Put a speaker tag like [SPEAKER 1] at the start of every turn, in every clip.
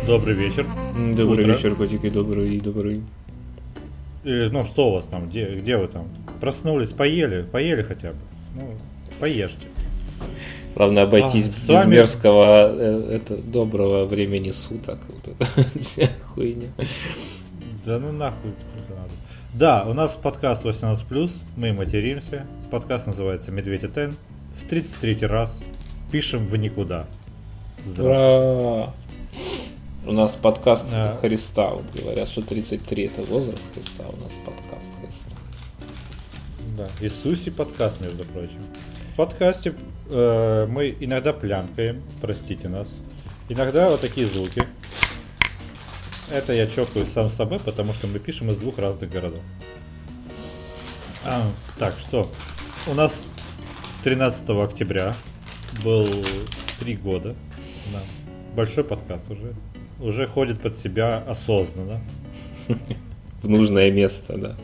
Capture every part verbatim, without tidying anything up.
[SPEAKER 1] Добрый вечер.
[SPEAKER 2] Добрый
[SPEAKER 1] Утро.
[SPEAKER 2] вечер, котики, добрый, добрый.
[SPEAKER 1] Или, ну, что у вас там, где, где вы там? Проснулись, поели, поели хотя бы. Ну, поешьте.
[SPEAKER 2] Главное обойтись
[SPEAKER 1] А,
[SPEAKER 2] без
[SPEAKER 1] вами...
[SPEAKER 2] мерзкого, э, это, доброго времени суток. Вот это вся хуйня.
[SPEAKER 1] Да ну нахуй это надо. Да, у нас подкаст восемнадцать плюс, мы материмся. Подкаст называется Медведь и Тен. В тридцать третий раз пишем в никуда.
[SPEAKER 2] Ура! У нас подкаст
[SPEAKER 1] а...
[SPEAKER 2] Христа. Вот говорят, что тридцать три это возраст Христа, у нас подкаст Христа.
[SPEAKER 1] Да, Иисусе подкаст, между прочим. В подкасте э, мы иногда плямкаем, простите нас. Иногда вот такие звуки. Это я чокаю сам с собой, потому что мы пишем из двух разных городов. А, так, что? У нас тринадцатого октября был три года. Да. Большой подкаст уже. Уже ходит под себя осознанно.
[SPEAKER 2] В нужное место, да.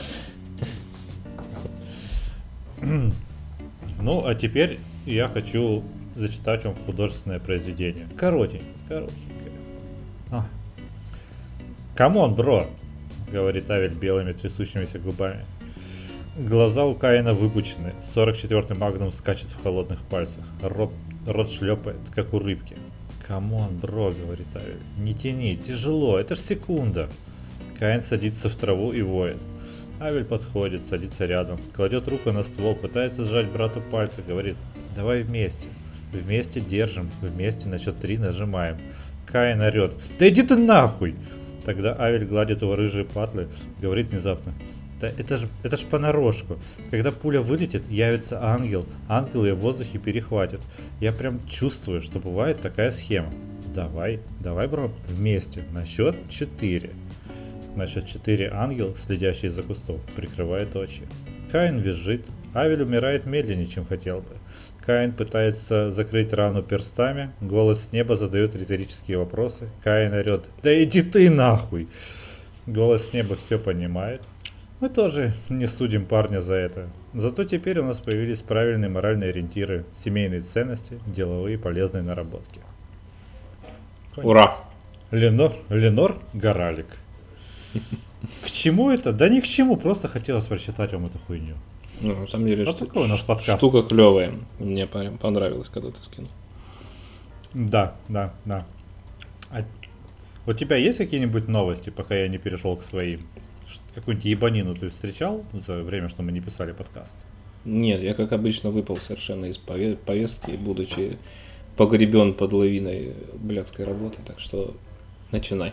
[SPEAKER 1] Ну, а теперь я хочу зачитать вам художественное произведение. Коротенькое, коротенькое. А. «Камон, бро!» — говорит Авель белыми трясущимися губами. Глаза у Каина выпучены, сорок четвёртый магнум скачет в холодных пальцах, рот, рот шлепает, как у рыбки. «Камон, бро!» — говорит Авель. «Не тяни, тяжело, это ж секунда!» Каин садится в траву и воет. Авель подходит, садится рядом, кладет руку на ствол, пытается сжать брату пальцы, говорит: «Давай вместе, вместе держим, вместе на счет три нажимаем». Каин орет: «Да иди ты нахуй!» Тогда Авель гладит его рыжие патлы, говорит внезапно: «Да это ж, это ж понарошку. Когда пуля вылетит, явится ангел, ангел ее в воздухе перехватит. Я прям чувствую, что бывает такая схема. Давай, давай, бро, вместе, на счет четыре». На счет четыре ангел, следящий из-за кустов, прикрывает очи. Каин визжит, Авель умирает медленнее, чем хотел бы. Каин пытается закрыть рану перстами, голос с неба задает риторические вопросы. Каин орет: «Да иди ты нахуй!» Голос с неба все понимает. Мы тоже не судим парня за это. Зато теперь у нас появились правильные моральные ориентиры, семейные ценности, деловые полезные наработки.
[SPEAKER 2] Ура!
[SPEAKER 1] Ленор, Ленор Горалик. К чему это? Да ни к чему, просто хотелось прочитать вам эту хуйню.
[SPEAKER 2] Ну, на самом деле,
[SPEAKER 1] вот
[SPEAKER 2] что,
[SPEAKER 1] такой у нас подкаст.
[SPEAKER 2] Штука клевая. Мне прям понравилось, когда ты скинул.
[SPEAKER 1] Да, да, да. А у тебя есть какие-нибудь новости, пока я не перешел к своим? Какую-нибудь ебанину ты встречал за время, что мы не писали подкаст?
[SPEAKER 2] Нет, я, как обычно, выпал совершенно из повестки, будучи погребен под лавиной блядской работы, так что начинай.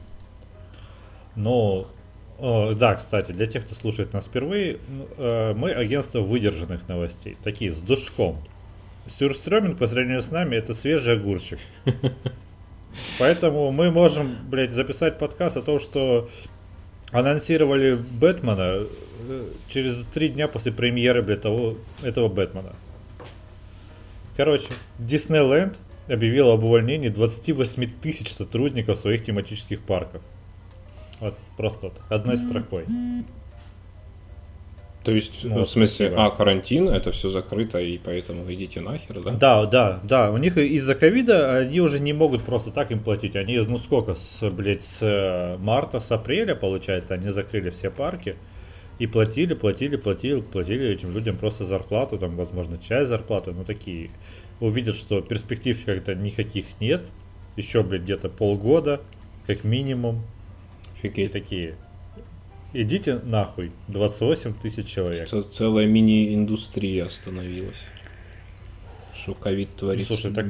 [SPEAKER 1] Ну, э, да, кстати, для тех, кто слушает нас впервые, э, мы агентство выдержанных новостей, такие, с душком. Сюрстрёминг по сравнению с нами — это свежий огурчик. Поэтому мы можем, блядь, записать подкаст о том, что анонсировали Бэтмена через три дня после премьеры, блядь, того, этого Бэтмена. Короче, Диснейленд объявил об увольнении двадцать восемь тысяч сотрудников своих тематических парков. Вот просто вот, одной строкой.
[SPEAKER 2] То есть,
[SPEAKER 1] ну,
[SPEAKER 2] в смысле,
[SPEAKER 1] спасибо.
[SPEAKER 2] а, карантин, это все закрыто, и поэтому идите нахер, да?
[SPEAKER 1] Да, да, да. У них из-за ковида они уже не могут просто так им платить. Они, ну сколько, с, блядь, с марта, с апреля, получается, они закрыли все парки. И платили, платили, платили, платили этим людям просто зарплату, там, возможно, часть зарплаты, ну такие. Увидят, что перспектив как-то никаких нет. Еще, блядь, где-то полгода, как минимум. И такие: идите нахуй, двадцать восемь тысяч человек.
[SPEAKER 2] Целая мини-индустрия остановилась. Что ковид творит.
[SPEAKER 1] Ну, слушай, так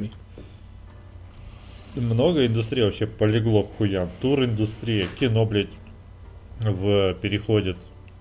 [SPEAKER 1] много индустрий вообще полегло к хуям. Тур-индустрия, кино, блядь, в, переходит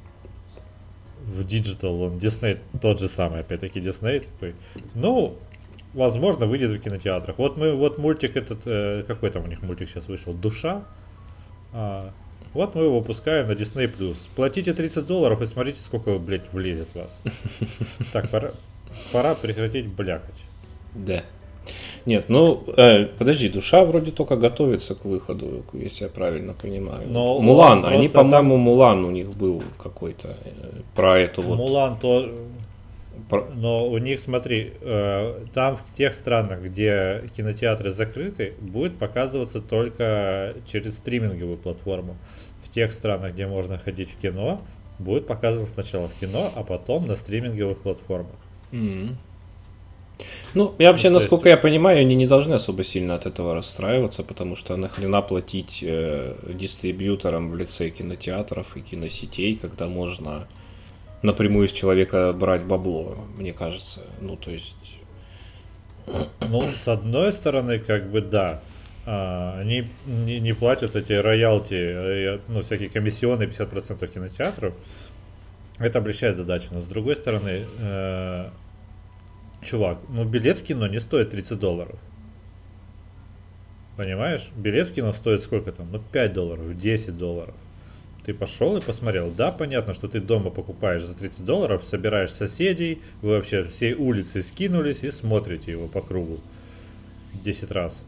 [SPEAKER 1] в диджитал. Он Дисней тот же самый, опять-таки Дисней такой. Ну, возможно, выйдет в кинотеатрах. Вот мы, вот мультик этот, э, какой там у них мультик сейчас вышел? «Душа». А, вот мы его выпускаем на Disney+. Платите тридцать долларов и смотрите, сколько, блядь, влезет в вас. Так, пора, пора прекратить блякать.
[SPEAKER 2] Да. Нет, ну, э, подожди, «Душа» вроде только готовится к выходу, если я правильно понимаю.
[SPEAKER 1] Но
[SPEAKER 2] «Мулан», они, по-моему,
[SPEAKER 1] там...
[SPEAKER 2] «Мулан» у них был какой-то, э, про эту вот...
[SPEAKER 1] «Мулан» то... Но у них, смотри, э, там в тех странах, где кинотеатры закрыты, будет показываться только через стриминговую платформу. В тех странах, где можно ходить в кино, будет показываться сначала в кино, а потом на стриминговых платформах.
[SPEAKER 2] Mm-hmm. Ну, я вообще, ну, насколько есть... я понимаю, они не должны особо сильно от этого расстраиваться, потому что нахрена платить э, дистрибьюторам в лице кинотеатров и киносетей, когда можно напрямую с человека брать бабло, мне кажется. Ну, то есть...
[SPEAKER 1] Ну, с одной стороны, как бы да. А, они не, не платят эти роялти, ну, всякие комиссионные пятьдесят процентов кинотеатров. Это облегчает задачу. Но с другой стороны... Э, чувак, ну билет в кино не стоит тридцать долларов. Понимаешь? Билет в кино стоит сколько там? Ну пять долларов, десять долларов. Ты пошел и посмотрел. Да, понятно, что ты дома покупаешь за тридцать долларов, собираешь соседей, вы вообще всей улицы скинулись и смотрите его по кругу десять раз.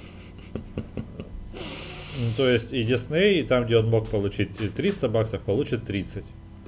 [SPEAKER 1] Ну, то есть и Disney, там где он мог получить триста баксов, получит тридцать.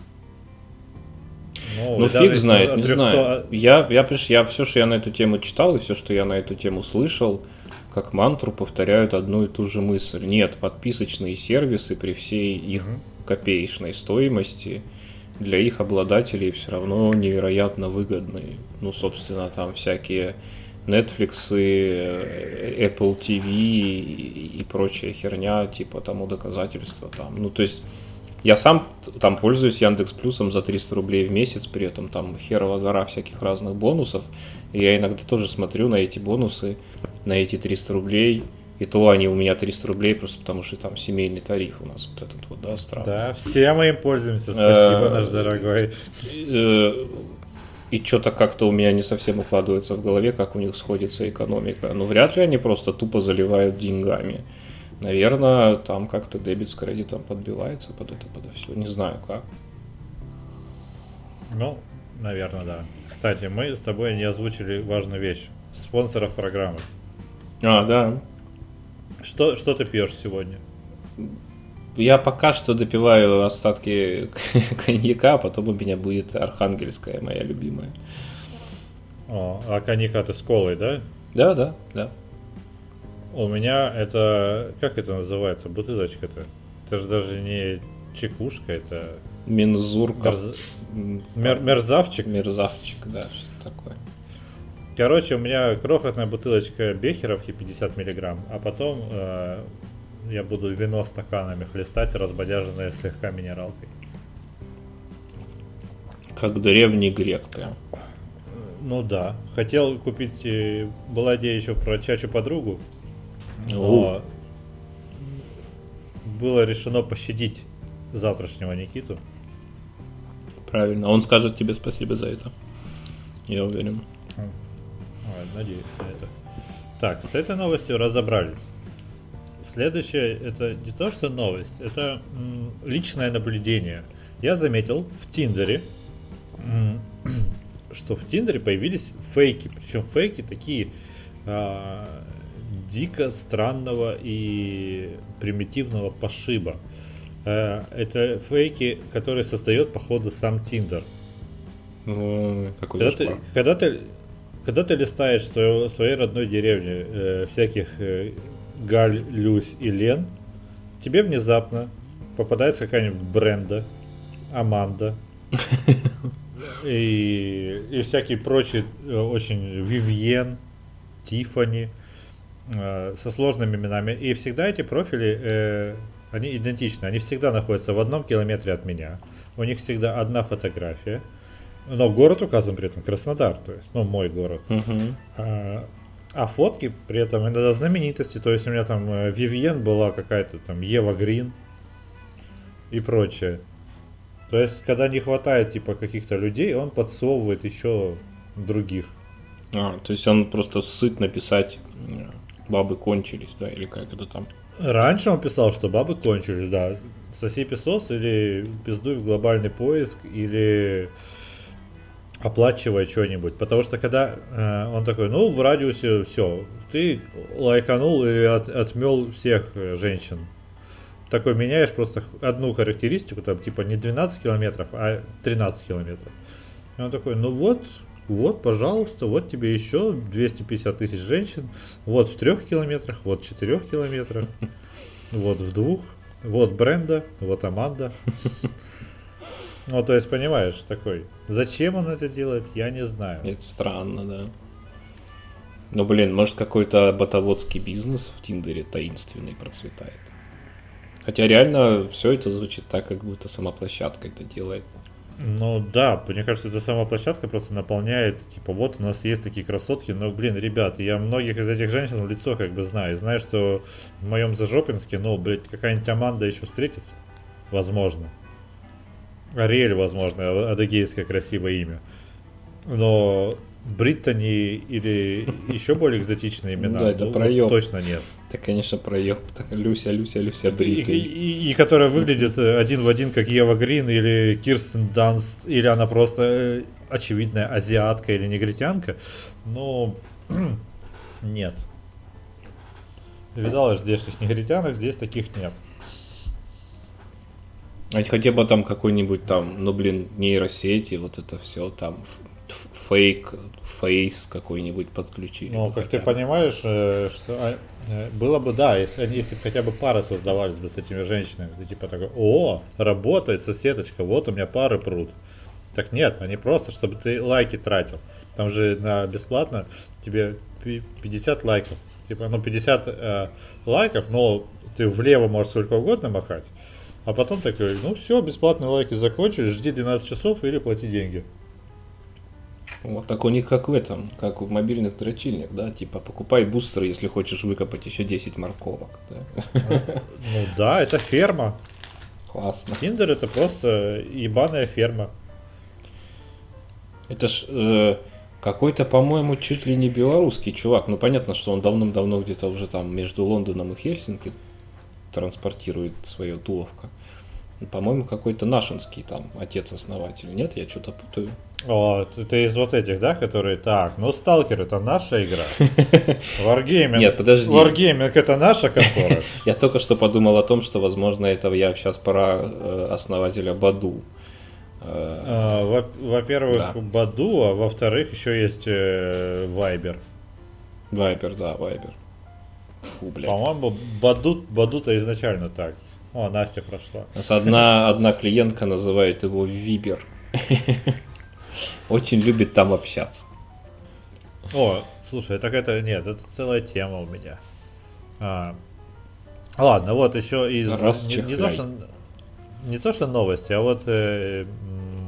[SPEAKER 2] Ну, ну фиг знает, не трехсот... знаю. Я, я, я все, что я на эту тему читал, и все, что я на эту тему слышал, как мантру повторяют одну и ту же мысль. Нет, подписочные сервисы при всей их угу. копеечной стоимости для их обладателей все равно невероятно выгодны. Ну, собственно, там всякие Netflix, Apple ти ви и, и прочая херня, типа тому доказательства там. Ну, то есть я сам там пользуюсь Яндекс Плюсом за триста рублей в месяц, при этом там херова гора всяких разных бонусов. И я иногда тоже смотрю на эти бонусы, на эти триста рублей. И то они у меня триста рублей просто потому, что там семейный тариф у нас вот этот вот, да, странный.
[SPEAKER 1] Да, все мы им пользуемся, спасибо, наш дорогой.
[SPEAKER 2] И что-то как-то у меня не совсем укладывается в голове, как у них сходится экономика. Но вряд ли они просто тупо заливают деньгами. Наверное, там как-то дебет с кредитом подбивается под это, под все. Не знаю как.
[SPEAKER 1] Ну, наверное, да. Кстати, мы с тобой не озвучили важную вещь. Спонсоров программы.
[SPEAKER 2] А, да.
[SPEAKER 1] Что, что ты пьешь сегодня?
[SPEAKER 2] Я пока что допиваю остатки коньяка, а потом у меня будет архангельская, моя любимая.
[SPEAKER 1] О, а коньяка ты с колой, да?
[SPEAKER 2] Да, да, да.
[SPEAKER 1] У меня это... Как это называется? Бутылочка-то? Это же даже не чекушка, это...
[SPEAKER 2] Мензурка.
[SPEAKER 1] Мерз... Мер... Мерзавчик?
[SPEAKER 2] Мерзавчик, да, что такое.
[SPEAKER 1] Короче, у меня крохотная бутылочка бехеровки пятьдесят миллиграмм, а потом э, я буду вино стаканами хлестать, разбодяженное слегка минералкой.
[SPEAKER 2] Как древний грек прям.
[SPEAKER 1] Ну да. Хотел купить... Была идея еще про чачу подругу, но было решено пощадить завтрашнего Никиту.
[SPEAKER 2] Правильно. Он скажет тебе спасибо за это. Я уверен.
[SPEAKER 1] Ой, надеюсь на это. Так, с этой новостью разобрались. Следующее, это не то, что новость, это м, личное наблюдение. Я заметил в Тиндере, м, что в Тиндере появились фейки. Причем фейки такие а, дико странного и примитивного пошиба. А, это фейки, которые создает, походу, сам Тиндер.
[SPEAKER 2] Ну, какой
[SPEAKER 1] когда ты, когда ты Когда ты листаешь в своей, своей родной деревне э, всяких э, Галь, Люсь и Лен, тебе внезапно попадается какая-нибудь Бренда, Аманда и, и всякие прочие э, очень Вивьен, Тиффани э, со сложными именами. И всегда эти профили, э, они идентичны, они всегда находятся в одном километре от меня. У них всегда одна фотография. Но город указан при этом Краснодар, то есть, ну, мой город.
[SPEAKER 2] Uh-huh.
[SPEAKER 1] А, а фотки при этом иногда знаменитости. То есть у меня там э, Вивьен была какая-то там Ева Грин и прочее. То есть, когда не хватает типа каких-то людей, он подсовывает еще других.
[SPEAKER 2] А, то есть он просто сыт написать бабы кончились, да, или как это там?
[SPEAKER 1] Раньше он писал, что бабы кончились, да. Соси песос или пиздуй в глобальный поиск, или оплачивай что-нибудь. Потому что когда э, он такой, ну, в радиусе все, ты лайканул или от, отмел всех э, женщин. Такой меняешь просто одну характеристику, там типа не двенадцать километров, а тринадцать километров. И он такой, ну вот, вот, пожалуйста, вот тебе еще двести пятьдесят тысяч женщин, вот в трех километрах, вот в четырех километрах, вот в двух, вот Бренда, вот Аманда. Ну, то есть, понимаешь, такой, зачем он это делает, я не знаю.
[SPEAKER 2] Это странно, да. Ну, блин, может, какой-то ботоводский бизнес в Тиндере таинственный процветает. Хотя реально все это звучит так, как будто сама площадка это делает.
[SPEAKER 1] Ну да, мне кажется, эта сама площадка просто наполняет, типа, вот у нас есть такие красотки, но, блин, ребят, я многих из этих женщин в лицо как бы знаю, знаю, что в моем Зажопинске, ну, блядь, какая-нибудь Аманда еще встретится, возможно. Ариэль, возможно, адыгейское красивое имя. Но Бриттани или еще более экзотичные имена,
[SPEAKER 2] да, это
[SPEAKER 1] ну,
[SPEAKER 2] проеб.
[SPEAKER 1] Точно нет.
[SPEAKER 2] Это, конечно, проеб. Так, Люся, Люся, Люся Бриттани.
[SPEAKER 1] И, и, и которая выглядит один в один, как Ева Грин или Кирстен Данст, или она просто очевидная азиатка или негритянка. Но нет. Видала же здешних негритянок, здесь таких нет.
[SPEAKER 2] А хотя бы там какой-нибудь там, ну блин, нейросети, вот это все там, фейк, фейс какой-нибудь подключили.
[SPEAKER 1] Ну, как ты понимаешь, что было бы, да, если они, если бы хотя бы пары создавались бы с этими женщинами, ты типа такой, о, работает соседочка, вот у меня пары прут. Так нет, они просто, чтобы ты лайки тратил. Там же на бесплатно тебе пятьдесят лайков. Типа, ну, пятьдесят э, лайков, но ты влево можешь сколько угодно махать. А потом такой, ну все, бесплатные лайки закончились, жди двенадцать часов или плати деньги.
[SPEAKER 2] Вот так у них как в этом, как в мобильных дрочильнях, да, типа покупай бустер, если хочешь выкопать еще десять морковок. Да?
[SPEAKER 1] Ну да, это ферма.
[SPEAKER 2] Классно.
[SPEAKER 1] Тиндер это просто ебаная ферма.
[SPEAKER 2] Это ж э, какой-то, по-моему, чуть ли не белорусский чувак. Ну понятно, что он давным-давно где-то уже там между Лондоном и Хельсинки транспортирует свое туловко. По-моему, какой-то нашинский там отец-основатель. Нет, я что-то путаю.
[SPEAKER 1] О, это из вот этих, да, которые... Так, ну Сталкер это наша игра. Wargaming.
[SPEAKER 2] Нет, подожди.
[SPEAKER 1] Wargaming это наша контора.
[SPEAKER 2] Я только что подумал о том, что, возможно, это я сейчас про основателя Баду.
[SPEAKER 1] Во-первых, Баду, а во-вторых, еще есть Viber.
[SPEAKER 2] Viber, да, Viber.
[SPEAKER 1] Фу, по-моему, Баду, Баду-то изначально так. О, Настя прошла.
[SPEAKER 2] Одна, одна клиентка называет его Вибер. Очень любит там общаться.
[SPEAKER 1] О, слушай, так это нет, это целая тема у меня. А, ладно, вот еще из не, не, то, что, не то что новости, а вот э, м,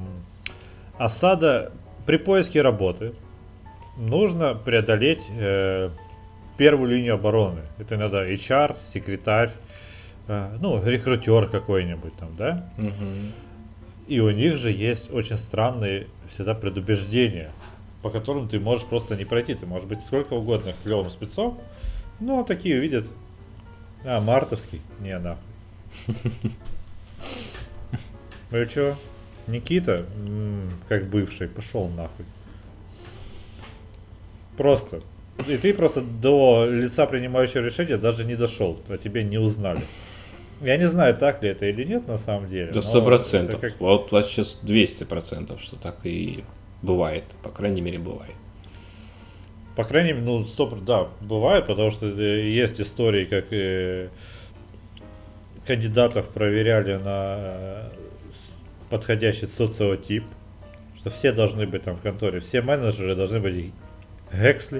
[SPEAKER 1] осада при поиске работы нужно преодолеть э, первую линию обороны. Это иногда эйч ар, секретарь, э, ну, рекрутер какой-нибудь там, да?
[SPEAKER 2] Угу.
[SPEAKER 1] И у них же есть очень странные всегда предубеждения, по которым ты можешь просто не пройти. Ты можешь быть сколько угодно клевым спецом, но такие увидят. А, мартовский? Не, нахуй. Ну и чё? Никита, м-м, как бывший, пошел нахуй. Просто. И ты просто до лица принимающего решения даже не дошел, а тебе не узнали. Я не знаю, так ли это или нет на самом деле.
[SPEAKER 2] Да сто процентов. Как... Вот сейчас двести процентов, что так и бывает. По крайней мере, бывает.
[SPEAKER 1] По крайней мере, ну, сто процентов, да, бывает, потому что есть истории, как э, кандидатов проверяли на подходящий социотип, что все должны быть там в конторе, все менеджеры должны быть Гексли.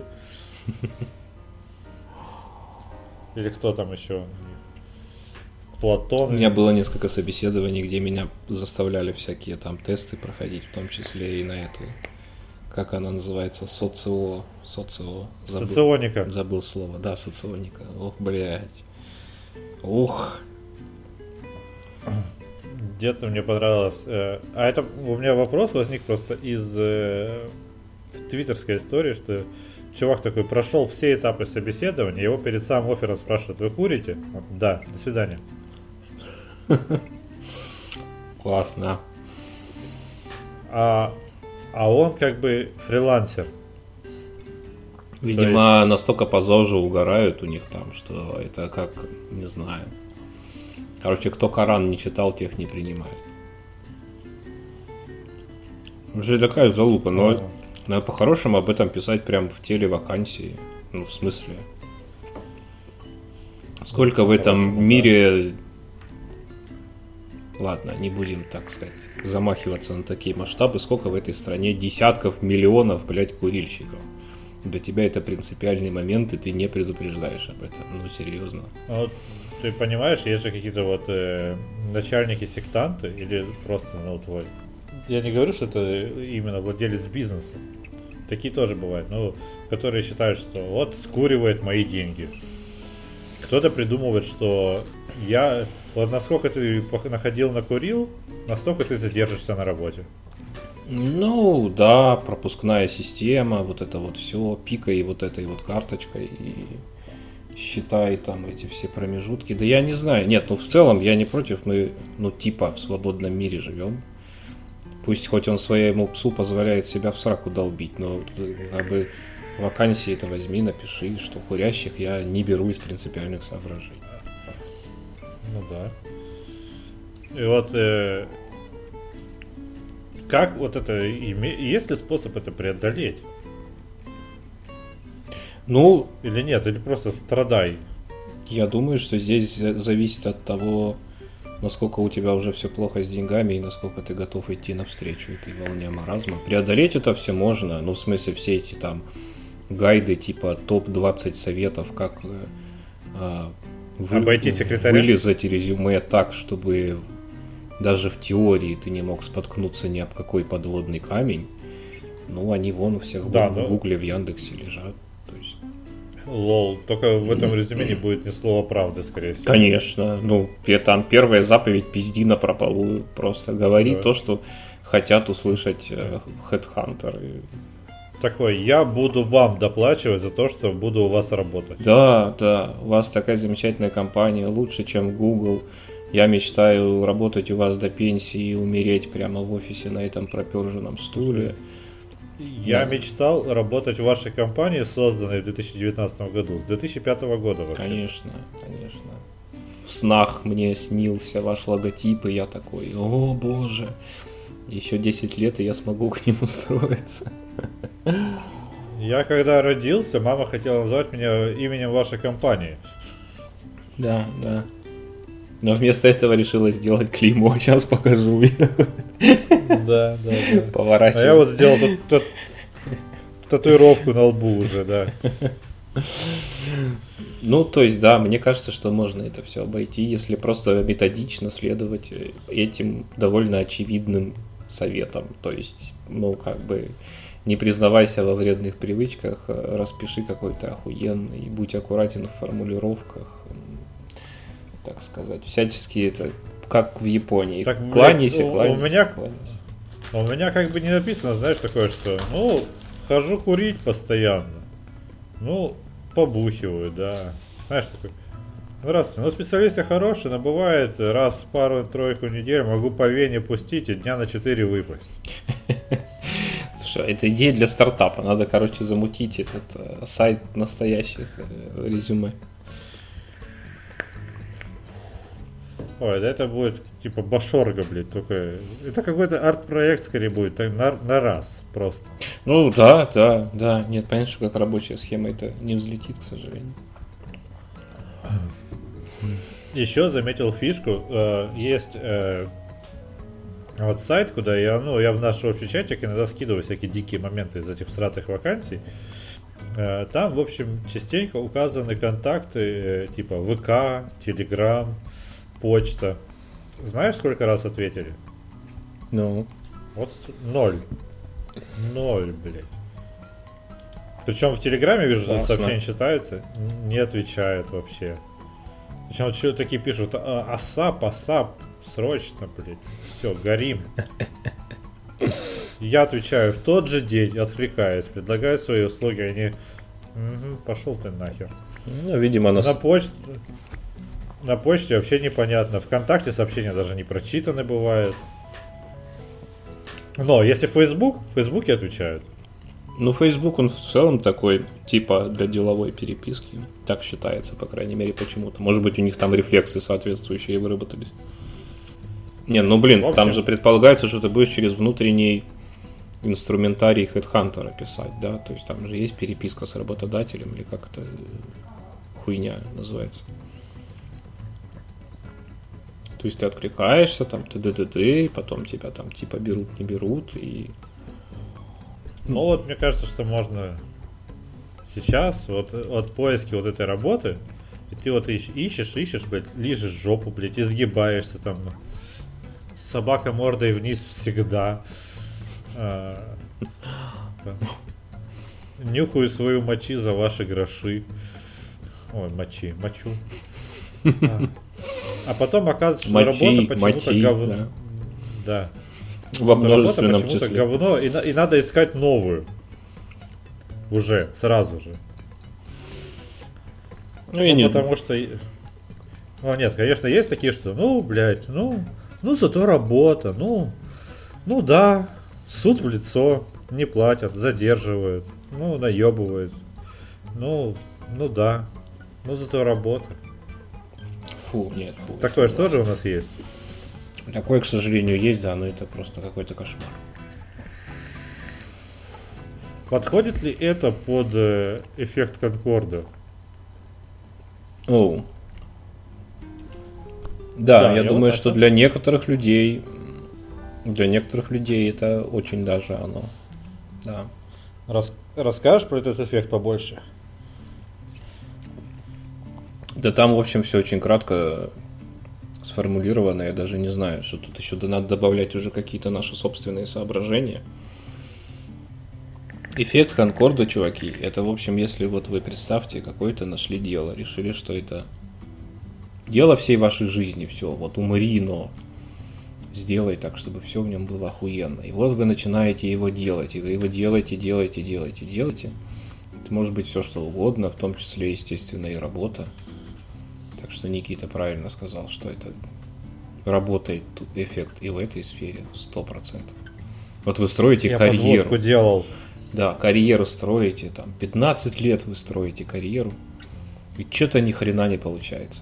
[SPEAKER 1] Или кто там еще? Платон.
[SPEAKER 2] У меня было несколько собеседований, где меня заставляли всякие там тесты проходить, в том числе и на эту, как она называется, социо, социо.
[SPEAKER 1] Забыл, соционика.
[SPEAKER 2] Забыл слово, да, соционика. Ох, блядь. Ух.
[SPEAKER 1] Где-то мне понравилось. Э, а это у меня вопрос возник просто из э, твиттерской истории, что чувак такой прошел все этапы собеседования, его перед самым оффером спрашивают: вы курите? Он, да, до свидания.
[SPEAKER 2] Классно.
[SPEAKER 1] А, а он как бы фрилансер.
[SPEAKER 2] Видимо, есть... настолько по ЗОЖу угорают у них там, что это как, не знаю. Короче, кто Коран не читал, тех не принимают. Уже такая залупа, но а. надо по-хорошему об этом писать прям в теле вакансии. Ну, в смысле. Сколько в этом мире... Да. Ладно, не будем, так сказать, замахиваться на такие масштабы. Сколько в этой стране десятков миллионов, блядь, курильщиков. Для тебя это принципиальный момент, и ты не предупреждаешь об этом. Ну, серьезно.
[SPEAKER 1] Вот, ты понимаешь, есть же какие-то вот э, начальники-сектанты, или просто, ну, твой... Я не говорю, что это именно владелец бизнеса. Такие тоже бывают, ну, которые считают, что вот скуривает мои деньги. Кто-то придумывает, что я... Вот насколько ты находил, накурил, настолько ты задержишься на работе.
[SPEAKER 2] Ну, да, пропускная система, вот это вот все, пикай вот этой вот карточкой и считай там эти все промежутки. Да я не знаю, нет, ну в целом я не против, мы, ну типа в свободном мире живем. Пусть хоть он своему псу позволяет себя в сраку долбить, но как бы вакансии это возьми, напиши, что курящих я не беру из принципиальных соображений.
[SPEAKER 1] Ну да. И вот... Э... Как вот это, есть ли способ это преодолеть?
[SPEAKER 2] Ну...
[SPEAKER 1] Или нет, или просто страдай?
[SPEAKER 2] Я думаю, что здесь зависит от того, насколько у тебя уже все плохо с деньгами и насколько ты готов идти навстречу этой волне маразма. Преодолеть это все можно, ну в смысле все эти там гайды типа топ двадцать советов, как а, вы,
[SPEAKER 1] обойти секретаря,
[SPEAKER 2] вылезать резюме так, чтобы... Даже в теории ты не мог споткнуться ни об какой подводный камень. Ну, они вон у всех да, в, но... в Гугле, в Яндексе лежат. То есть...
[SPEAKER 1] Лол, только в этом резюме не будет ни слова правды, скорее всего.
[SPEAKER 2] Конечно. Ну, там первая заповедь пизди напропалую. Просто говори да. то, что хотят услышать э, хедхантеры.
[SPEAKER 1] Такой, я буду вам доплачивать за то, что буду у вас работать.
[SPEAKER 2] Да, да. У вас такая замечательная компания, лучше, чем Google. Я мечтаю работать у вас до пенсии и умереть прямо в офисе на этом проперженном стуле.
[SPEAKER 1] Я да. мечтал работать в вашей компании, созданной в две тысячи девятнадцатом году, с две тысячи пятого года вообще.
[SPEAKER 2] Конечно, конечно. В снах мне снился ваш логотип, и я такой, о боже, еще десять лет, и я смогу к ним устроиться.
[SPEAKER 1] Я когда родился, мама хотела назвать меня именем вашей компании.
[SPEAKER 2] Да, да. Но вместо этого решила сделать клеймо. Сейчас покажу.
[SPEAKER 1] Да, да, да.
[SPEAKER 2] Поворачиваю.
[SPEAKER 1] А я вот сделал татуировку на лбу уже, да.
[SPEAKER 2] Ну, то есть, да, мне кажется, что можно это все обойти, если просто методично следовать этим довольно очевидным советам. То есть, ну, как бы, не признавайся во вредных привычках, распиши какой-то охуенный, будь аккуратен в формулировках. Так сказать, всячески это как в Японии. Так, кланяйся,
[SPEAKER 1] блядь,
[SPEAKER 2] кланяйся,
[SPEAKER 1] у меня,
[SPEAKER 2] кланяйся.
[SPEAKER 1] У меня как бы не написано, знаешь, такое, что, ну, хожу курить постоянно, ну, побухиваю, да. Знаешь, такой, здравствуйте, ну, специалисты хорошие, но бывает раз в пару-тройку недель могу по вене пустить и дня на четыре выпасть.
[SPEAKER 2] Слушай, это идея для стартапа, надо, короче, замутить этот э, сайт настоящих э, резюме.
[SPEAKER 1] Ой, да это будет типа башорга, блядь, только... Это какой-то арт-проект скорее будет, на, на раз просто.
[SPEAKER 2] Ну да, да, да. Нет, понятно, что как рабочая схема это не взлетит, к сожалению.
[SPEAKER 1] Еще заметил фишку, э, есть э, вот сайт, куда я, ну, я в наш общий чатик иногда скидываю всякие дикие моменты из этих сратых вакансий. Э, там, в общем, частенько указаны контакты э, типа ВК, Телеграм, почта. Знаешь, сколько раз ответили?
[SPEAKER 2] Ну.
[SPEAKER 1] Вот ноль. Ноль, блядь. Причем в Телеграме вижу, что сообщения читаются, не отвечают вообще. Причем вот что такие пишут, а, асап, асап, срочно, блядь. Все, горим. Я отвечаю в тот же день, откликаюсь, предлагаю свои услуги, они... Угу, пошел ты нахер.
[SPEAKER 2] Ну, видимо, нас...
[SPEAKER 1] На почту... На почте вообще непонятно. ВКонтакте сообщения даже не прочитаны бывают. Но если Facebook, в Фейсбуке отвечают.
[SPEAKER 2] Ну, Facebook, он в целом такой, типа, для деловой переписки. Так считается, по крайней мере, почему-то. Может быть, у них там рефлексы соответствующие выработались. Не, ну, блин, общем... там же предполагается, что ты будешь через внутренний инструментарий хедхантера писать, да, то есть там же есть переписка с работодателем, или как это хуйня называется. То есть ты откликаешься, там, ты-ды-ды-ды, потом тебя там типа берут, не берут, и...
[SPEAKER 1] Ну вот, мне кажется, что можно сейчас, вот от поиски вот этой работы, и ты вот ищешь, ищешь, ищешь, блядь, лижешь жопу, блядь, изгибаешься там, собака мордой вниз всегда, а, там, нюхаю свою мочи за ваши гроши, ой, мочи, мочу, а, а потом оказывается, что
[SPEAKER 2] мочи,
[SPEAKER 1] работа почему-то
[SPEAKER 2] мочи,
[SPEAKER 1] говно,
[SPEAKER 2] да.
[SPEAKER 1] да.
[SPEAKER 2] Во множественном
[SPEAKER 1] почему-то
[SPEAKER 2] числе.
[SPEAKER 1] говно, и, и надо искать новую. Уже, сразу же.
[SPEAKER 2] Ну, и
[SPEAKER 1] ну
[SPEAKER 2] нет.
[SPEAKER 1] Потому что... Ну, нет, конечно, есть такие, что, ну, блядь, ну, ну, зато работа, ну, ну, да, суд в лицо, не платят, задерживают, ну, наебывают, ну, ну, да, ну, зато работа.
[SPEAKER 2] Фу, нет, фу.
[SPEAKER 1] Такое же тоже у нас есть.
[SPEAKER 2] Такое, к сожалению, есть, да, но это просто какой-то кошмар.
[SPEAKER 1] Подходит ли это под э, эффект Конкорда?
[SPEAKER 2] Оу. Да,
[SPEAKER 1] Да,
[SPEAKER 2] я,
[SPEAKER 1] я
[SPEAKER 2] думаю,
[SPEAKER 1] вот
[SPEAKER 2] что
[SPEAKER 1] это...
[SPEAKER 2] для некоторых людей, для некоторых людей это очень даже оно. Да.
[SPEAKER 1] Рас... Расскажешь про этот эффект побольше?
[SPEAKER 2] Да там, в общем, все очень кратко сформулировано, я даже не знаю, что тут еще надо добавлять уже какие-то наши собственные соображения. Эффект Конкорда, чуваки, это, в общем, если вот вы представьте, какое-то нашли дело, решили, что это дело всей вашей жизни, все, вот умри, но сделай так, чтобы все в нем было охуенно. И вот вы начинаете его делать, и вы его делаете, делаете, делаете, делаете. Это может быть все, что угодно, в том числе, естественно, и работа. Так что Никита правильно сказал, что это работает эффект и в этой сфере сто процентов. Вот вы строите
[SPEAKER 1] Я
[SPEAKER 2] карьеру.
[SPEAKER 1] подводку делал.
[SPEAKER 2] Да, карьеру строите, там, пятнадцать лет вы строите карьеру, и что-то ни хрена не получается.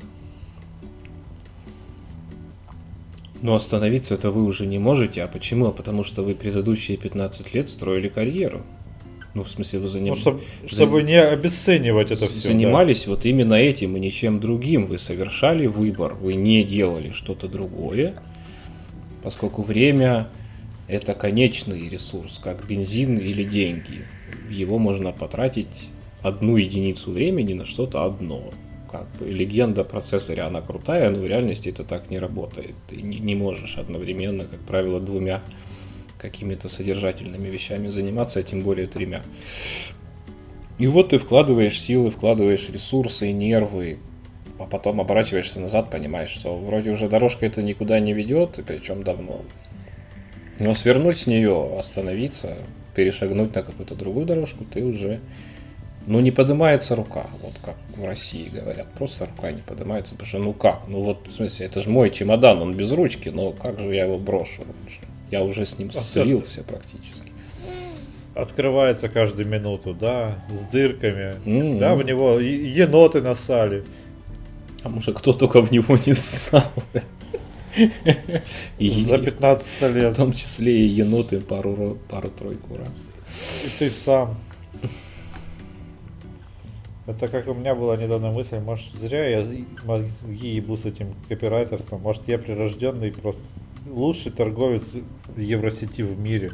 [SPEAKER 2] Но остановиться это вы уже не можете, а почему? А потому что вы предыдущие пятнадцать лет строили карьеру. Ну, в смысле, вы заним...
[SPEAKER 1] ну, чтобы, чтобы не обесценивать это все.
[SPEAKER 2] Занимались да. вот именно этим и ничем другим. Вы совершали выбор, вы не делали что-то другое, поскольку время – это конечный ресурс, как бензин или деньги. Его можно потратить одну единицу времени на что-то одно. Как бы легенда о процессоре, она крутая, но в реальности это так не работает. Ты не, не можешь одновременно, как правило, двумя какими-то содержательными вещами заниматься, а тем более тремя. И вот ты вкладываешь силы, вкладываешь ресурсы, нервы, а потом оборачиваешься назад, понимаешь, что вроде уже дорожка это никуда не ведет, и причем давно. Но свернуть с нее, остановиться, перешагнуть на какую-то другую дорожку, ты уже... Ну, не поднимается рука, вот как в России говорят. Просто рука не поднимается, потому что ну как? Ну вот, в смысле, это же мой чемодан, он без ручки, но как же я его брошу? Я уже с ним слился практически.
[SPEAKER 1] Открывается каждую минуту, да, с дырками.
[SPEAKER 2] Mm-hmm.
[SPEAKER 1] Да, в него еноты нассали.
[SPEAKER 2] А может, кто только в него не ссал?
[SPEAKER 1] За пятнадцать лет.
[SPEAKER 2] В том числе и еноты пару, пару-тройку раз.
[SPEAKER 1] И ты сам. Это как у меня была недавно мысль, может зря я мозги ебу с этим копирайтерством, может я прирожденный просто лучший торговец Евросети в мире.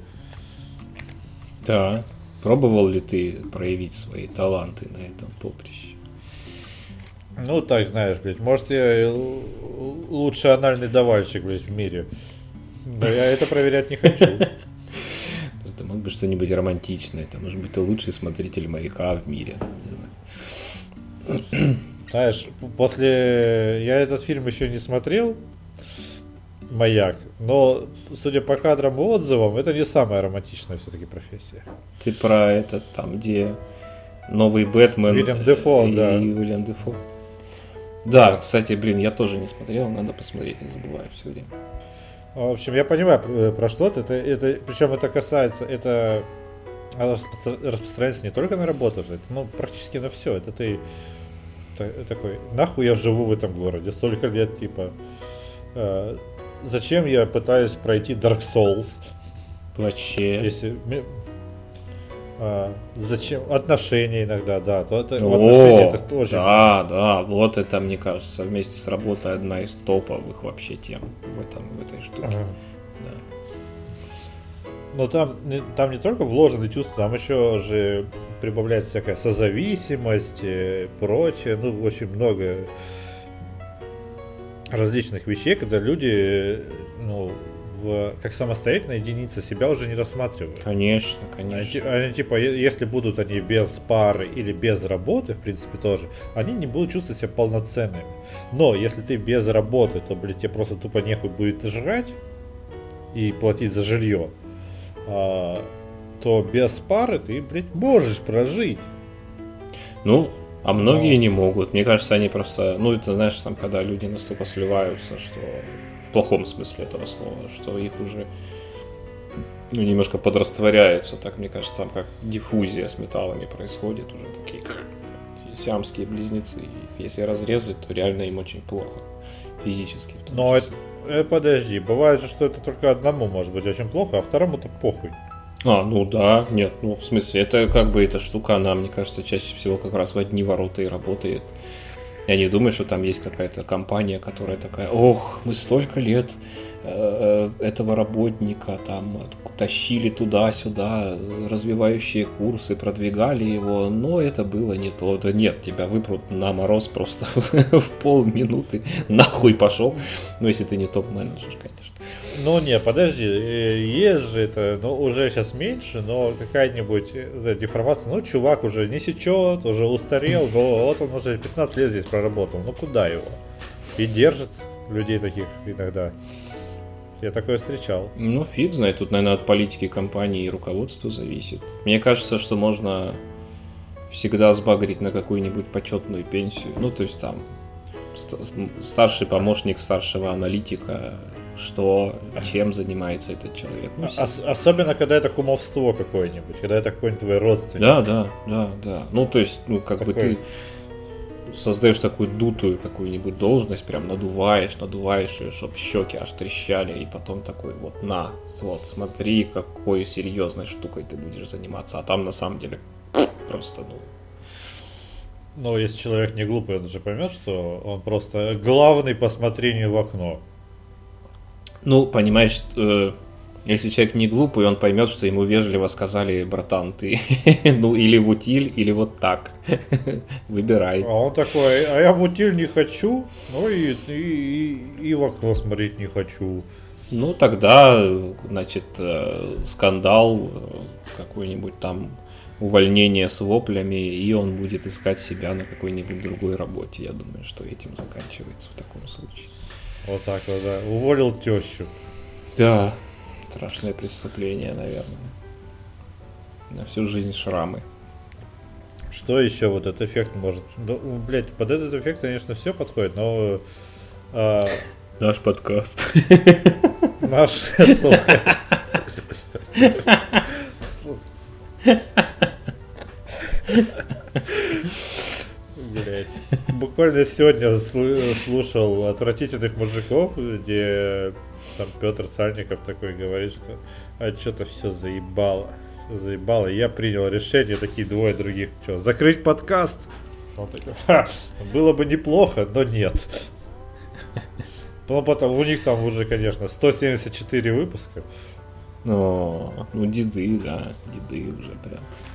[SPEAKER 2] Да. Пробовал ли ты проявить свои таланты на этом поприще?
[SPEAKER 1] Ну так, знаешь, блядь, может я лучший анальный давальщик, блядь, в мире. Но я это проверять не хочу.
[SPEAKER 2] Это мог бы что-нибудь романтичное, это может быть ты лучший смотритель маяка в мире.
[SPEAKER 1] Знаешь, после... Я этот фильм еще не смотрел, «Маяк», но, судя по кадрам и отзывам, это не самая романтичная все-таки профессия.
[SPEAKER 2] Ты про это, там, где новый Бэтмен
[SPEAKER 1] Уильям Дефо,
[SPEAKER 2] и,
[SPEAKER 1] да.
[SPEAKER 2] и Уильям Дефо. Да, кстати, блин, я тоже не смотрел, надо посмотреть, не забываю все время.
[SPEAKER 1] В общем, я понимаю про, про что это, это, причем это касается, это распространяется не только на работу же, это, ну, практически на все. Это ты такой, нахуй я живу в этом городе столько лет, типа, э, зачем я пытаюсь пройти Dark Souls?
[SPEAKER 2] Вообще.
[SPEAKER 1] Если... А, зачем? Отношения иногда, да. То это,
[SPEAKER 2] О,
[SPEAKER 1] отношения это тоже.
[SPEAKER 2] Да, да, вот это, мне кажется, вместе с работой одна из топовых вообще тем в, этом, в этой штуке. Ага. Да.
[SPEAKER 1] Но там, там не только вложены чувства, там еще же прибавляется всякая созависимость и прочее. Ну, очень много различных вещей, когда люди, ну, в, как самостоятельная единица себя уже не рассматривают.
[SPEAKER 2] Конечно, конечно.
[SPEAKER 1] Они, они типа, если будут они без пары или без работы, в принципе, тоже, они не будут чувствовать себя полноценными. Но если ты без работы, то, блядь, тебе просто тупо нехуй будет жрать и платить за жилье, а, то без пары ты, блядь, можешь прожить.
[SPEAKER 2] Ну, а многие Но... не могут. Мне кажется, они просто, ну, это, знаешь, там, когда люди настолько сливаются, что... В плохом смысле этого слова, что их уже ну, немножко подрастворяются, так мне кажется, там как диффузия с металлами происходит, уже такие как сиамские близнецы. Их если разрезать, то реально им очень плохо, физически в том
[SPEAKER 1] Но
[SPEAKER 2] числе.
[SPEAKER 1] Это, э, подожди, бывает же, что это только одному может быть очень плохо, а второму-то похуй.
[SPEAKER 2] А, ну да, нет, ну в смысле, это как бы эта штука, она, мне кажется, чаще всего как раз в одни ворота и работает. Я не думаю, что там есть какая-то компания, которая такая: ох, мы столько лет э, этого работника там тащили туда-сюда, развивающие курсы, продвигали его, но это было не то. Да нет, тебя выпрут на мороз просто в полминуты, нахуй пошел. Ну, если ты не топ-менеджер, конечно.
[SPEAKER 1] Ну не, подожди, есть же это, ну уже сейчас меньше, но какая-нибудь да, деформация, ну чувак уже не сечет, уже устарел, но вот он уже пятнадцать лет здесь проработал, ну куда его? И держит людей таких иногда. Я такое встречал.
[SPEAKER 2] Ну фиг знает, тут, наверное, от политики компании и руководства зависит. Мне кажется, что можно всегда сбагрить на какую-нибудь почетную пенсию, ну то есть там старший помощник старшего аналитика, что, чем занимается этот человек. Ну,
[SPEAKER 1] Ос- особенно, когда это кумовство какое-нибудь, когда это какой-нибудь твой родственник.
[SPEAKER 2] Да, да, да, да. Ну, то есть, ну, как Такой... бы ты создаешь такую дутую какую-нибудь должность, прям надуваешь, надуваешь ее, чтобы щеки аж трещали, и потом такой вот, на, вот, смотри, какой серьезной штукой ты будешь заниматься, а там на самом деле просто, ну...
[SPEAKER 1] Но если человек не глупый, он же поймет, что он просто главный по смотрению в окно.
[SPEAKER 2] Ну, понимаешь, э, если человек не глупый, он поймет, что ему вежливо сказали: братан, ты ну или в утиль, или вот так. Выбирай.
[SPEAKER 1] А он такой: а я в утиль не хочу, ну и, и, и, и в окно смотреть не хочу.
[SPEAKER 2] Ну, тогда, значит, э, скандал, какой-нибудь там увольнение с воплями, и он будет искать себя на какой-нибудь другой работе. Я думаю, что этим заканчивается в таком случае.
[SPEAKER 1] Вот так вот, да. Уволил тещу.
[SPEAKER 2] Да, страшное преступление, наверное. На всю жизнь шрамы.
[SPEAKER 1] Что еще вот этот эффект может... Ну, блять, под этот эффект, конечно, все подходит, но... А...
[SPEAKER 2] Наш подкаст.
[SPEAKER 1] Наш... Блять. Буквально сегодня слушал «Отвратительных мужиков», где там Петр Сальников такой говорит, что а что-то все заебало, все заебало. И я принял решение, такие двое других, что, закрыть подкаст? Он такой: ха, было бы неплохо, но нет. Ну, потом у них там уже, конечно, сто семьдесят четыре выпуска.
[SPEAKER 2] О, ну, деды, да, деды уже прям.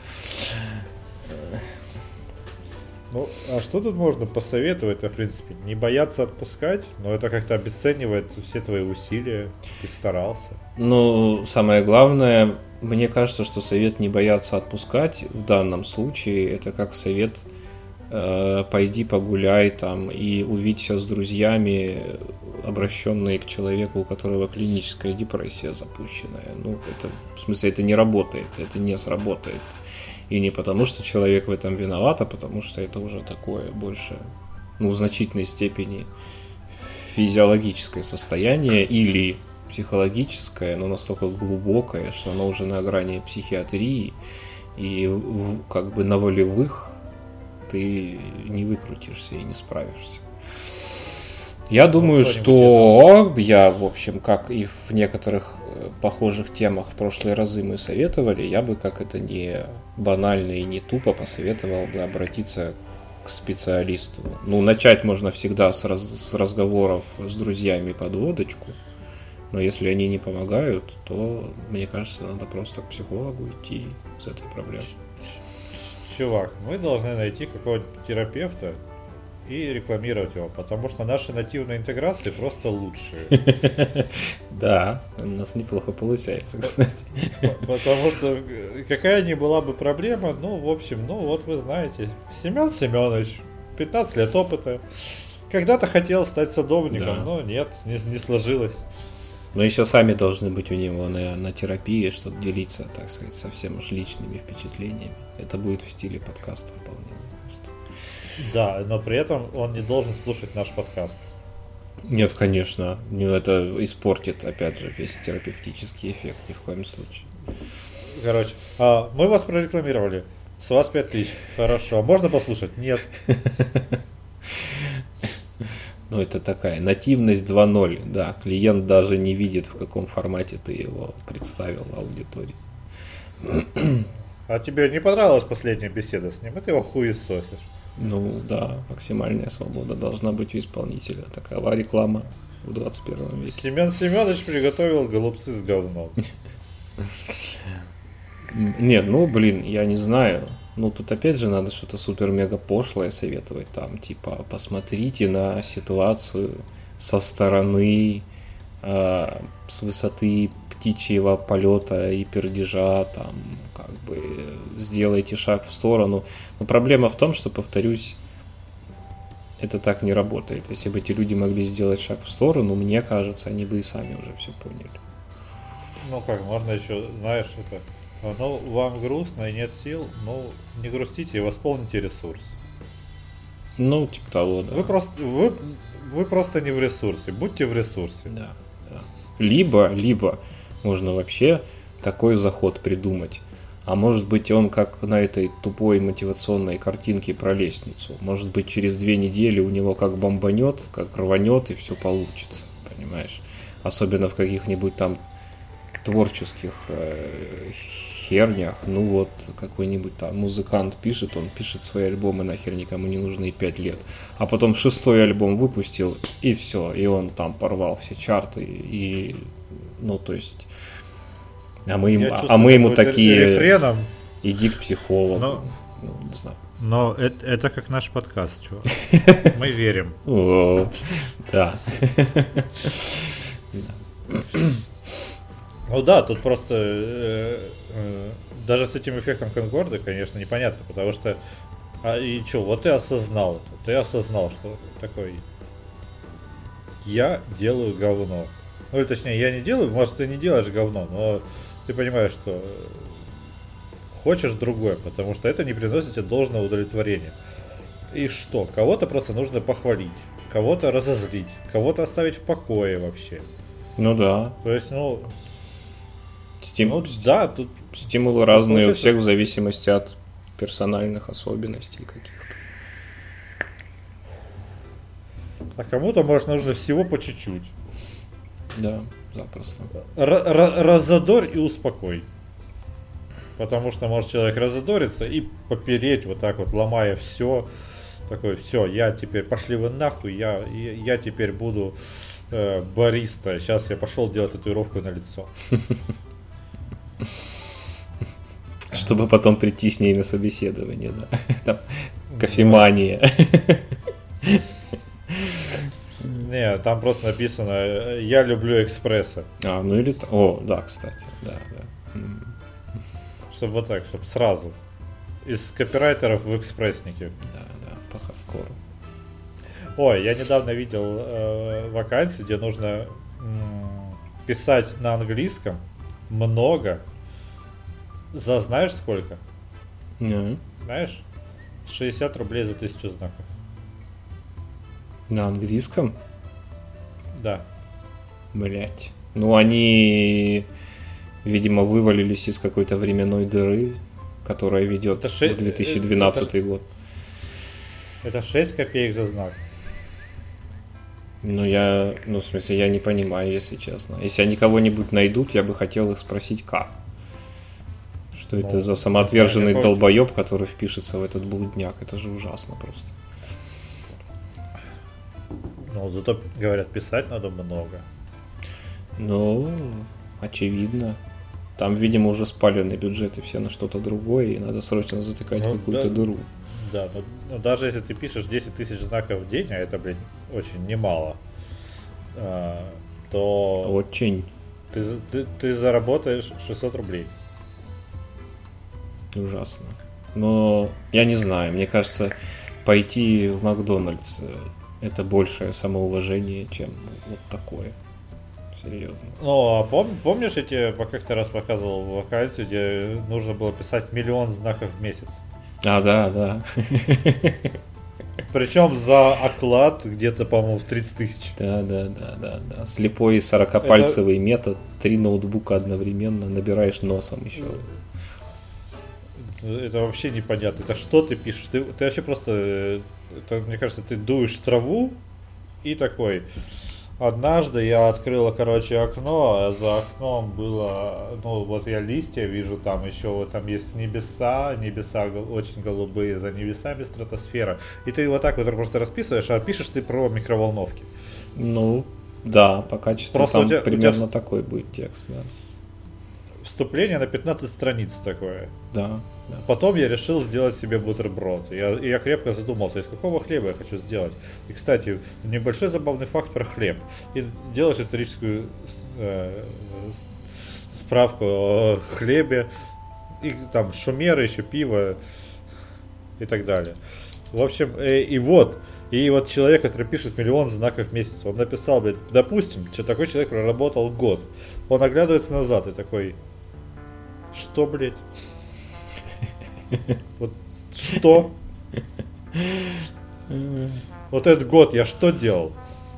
[SPEAKER 1] Ну, а что тут можно посоветовать, в принципе? Не бояться отпускать, но это как-то обесценивает все твои усилия. Ты старался.
[SPEAKER 2] Ну, самое главное, мне кажется, что совет не бояться отпускать в данном случае, это как совет э, пойди погуляй там и увидься с друзьями, обращенные к человеку, у которого клиническая депрессия запущенная. Ну, это, в смысле, это не работает, это не сработает. И не потому, что человек в этом виноват, а потому что это уже такое больше, ну, в значительной степени физиологическое состояние или психологическое, но настолько глубокое, что оно уже на грани психиатрии, и в, как бы на волевых ты не выкрутишься и не справишься. Я думаю, что я, в общем, как и в некоторых похожих темах в прошлые разы мы советовали, я бы, как это не банально и не тупо, посоветовал бы обратиться к специалисту. Ну, начать можно всегда с, раз, с разговоров с друзьями под водочку, но если они не помогают, то, мне кажется, надо просто к психологу идти с этой проблемой.
[SPEAKER 1] Чувак, мы должны найти какого-нибудь терапевта и рекламировать его, потому что наши нативные интеграции просто лучшие.
[SPEAKER 2] Да, у нас неплохо получается, кстати.
[SPEAKER 1] Потому что какая ни была бы проблема, ну, в общем, ну, вот вы знаете, Семен Семенович, пятнадцать лет опыта, когда-то хотел стать садовником, да. но нет, не, не сложилось.
[SPEAKER 2] Но еще сами должны быть у него на, на терапии, чтобы делиться, так сказать, совсем уж личными впечатлениями. Это будет в стиле подкаста вполне, мне кажется.
[SPEAKER 1] Да, но при этом он не должен слушать наш подкаст.
[SPEAKER 2] Нет, конечно. Это испортит, опять же, весь терапевтический эффект ни в коем случае.
[SPEAKER 1] Короче, а, мы вас прорекламировали. С вас пять тысяч. Хорошо. Можно послушать? Нет.
[SPEAKER 2] Ну, это такая нативность два ноль. Да, клиент даже не видит, в каком формате ты его представил аудитории.
[SPEAKER 1] А тебе не понравилась последняя беседа с ним? Это его хуесосишь.
[SPEAKER 2] Ну да, максимальная свобода должна быть у исполнителя. Такова реклама в двадцать первом веке.
[SPEAKER 1] Семен Семенович приготовил голубцы с говном.
[SPEAKER 2] Нет, ну блин, я не знаю. Ну тут опять же надо что-то супер-мега пошлое советовать. Там типа посмотрите на ситуацию со стороны, э, с высоты птичьего полета и пердежа, там, как бы, сделайте шаг в сторону. Но проблема в том, что, повторюсь, это так не работает. Если бы эти люди могли сделать шаг в сторону, мне кажется, они бы и сами уже все поняли.
[SPEAKER 1] Ну как, можно еще, знаешь, это, ну, вам грустно и нет сил, ну, не грустите и восполните ресурс.
[SPEAKER 2] Ну, типа того, да.
[SPEAKER 1] Вы просто, вы, вы просто не в ресурсе, будьте в ресурсе.
[SPEAKER 2] Да, да. Либо, либо можно вообще такой заход придумать. А может быть, он как на этой тупой мотивационной картинке про лестницу. Может быть, через две недели у него как бомбанет, как рванет, и все получится. Понимаешь? Особенно в каких-нибудь там творческих э, хернях. Ну вот, какой-нибудь там музыкант пишет, он пишет свои альбомы, нахер никому не нужны пять лет. А потом шестой альбом выпустил, и все. И он там порвал все чарты. И, ну, то есть... А мы, им, а мы ему такие,
[SPEAKER 1] рефреном.
[SPEAKER 2] Иди к психологу.
[SPEAKER 1] Но,
[SPEAKER 2] ну, не знаю.
[SPEAKER 1] Но это, это как наш подкаст, чувак. Мы верим.
[SPEAKER 2] Да.
[SPEAKER 1] Ну да, тут просто даже с этим эффектом Конкорда, конечно, непонятно, потому что а и что, вот ты осознал это, ты осознал, что такой я делаю говно. Ну, или точнее, я не делаю, может, ты не делаешь говно, но ты понимаешь, что хочешь другое, потому что это не приносит тебе должного удовлетворения. И что? Кого-то просто нужно похвалить, кого-то разозлить, кого-то оставить в покое вообще.
[SPEAKER 2] Ну да.
[SPEAKER 1] То есть, ну...
[SPEAKER 2] Стим...
[SPEAKER 1] ну да, тут...
[SPEAKER 2] Стимулы разные у всех в зависимости от персональных особенностей каких-то.
[SPEAKER 1] А кому-то, может, нужно всего по чуть-чуть.
[SPEAKER 2] Да, запросто.
[SPEAKER 1] Р- разодорь и успокой. Потому что может человек разодориться и попереть вот так вот, ломая все. Такой, все, я теперь, пошли вы нахуй, я, я, я теперь буду э, бариста. Сейчас я пошел делать татуировку на лицо.
[SPEAKER 2] Чтобы потом прийти с ней на собеседование, да. Там, кофемания.
[SPEAKER 1] Не, там просто написано «Я люблю экспресса».
[SPEAKER 2] А, ну или... О, да, кстати, да, да.
[SPEAKER 1] Чтобы вот так, чтобы сразу. Из копирайтеров в экспрессники.
[SPEAKER 2] Да, да, по хардкору.
[SPEAKER 1] Ой, я недавно видел э, вакансию, где нужно м- писать на английском много. За знаешь сколько?
[SPEAKER 2] Mm.
[SPEAKER 1] Знаешь? шестьдесят рублей за тысячу знаков.
[SPEAKER 2] На английском?
[SPEAKER 1] Да.
[SPEAKER 2] Блять. Ну, они, видимо, вывалились из какой-то временной дыры, которая ведет в шесть... две тысячи двенадцатый это... год.
[SPEAKER 1] Это шесть копеек за знак.
[SPEAKER 2] Ну, я, ну, в смысле, я не понимаю, если честно. Если они кого-нибудь найдут, я бы хотел их спросить, как. Что ну, это за самоотверженный какой... долбоеб, который впишется в этот блудняк. Это же ужасно просто.
[SPEAKER 1] Ну, зато, говорят, писать надо много.
[SPEAKER 2] Ну, очевидно. Там, видимо, уже спаленный бюджет и все на что-то другое, и надо срочно затыкать ну, какую-то
[SPEAKER 1] да,
[SPEAKER 2] дыру.
[SPEAKER 1] Да, но, но даже если ты пишешь десять тысяч знаков в день, а это, блин, очень немало, а, то...
[SPEAKER 2] Очень.
[SPEAKER 1] Ты, ты, ты заработаешь шестьсот рублей.
[SPEAKER 2] Ужасно. Но я не знаю, мне кажется, пойти в Макдональдс это большее самоуважение, чем вот такое. Серьезно.
[SPEAKER 1] Ну, а пом- помнишь, я тебе как-то раз показывал вакансию, где нужно было писать миллион знаков в месяц?
[SPEAKER 2] А, да, да.
[SPEAKER 1] Причем за оклад где-то, по-моему, в тридцать тысяч.
[SPEAKER 2] Да, да, да, да, да. Слепой сорокапальцевый это... метод, три ноутбука одновременно, набираешь носом еще.
[SPEAKER 1] Это вообще непонятно. Это что ты пишешь? Ты, ты вообще просто, это, мне кажется, ты дуешь траву и такой. Однажды я открыла, короче, окно, а за окном было, ну вот я листья вижу, там еще вот там есть небеса, небеса очень голубые, за небесами стратосфера. И ты вот так вот просто расписываешь, а пишешь ты про микроволновки.
[SPEAKER 2] Ну, да, по качеству просто там тебя, примерно тебя... такой будет текст, да.
[SPEAKER 1] Вступление на пятнадцать страниц такое.
[SPEAKER 2] Да, да.
[SPEAKER 1] Потом я решил сделать себе бутерброд. Я, и я крепко задумался, из какого хлеба я хочу сделать. И, кстати, небольшой забавный факт про хлеб. И делаешь историческую э, справку о хлебе. И там шумеры, еще пиво и так далее. В общем, э, и вот. И вот человек, который пишет миллион знаков в месяц, он написал, блядь, допустим, что такой человек проработал год. Он оглядывается назад и такой... Что, блядь? Вот что? Вот этот год я что делал?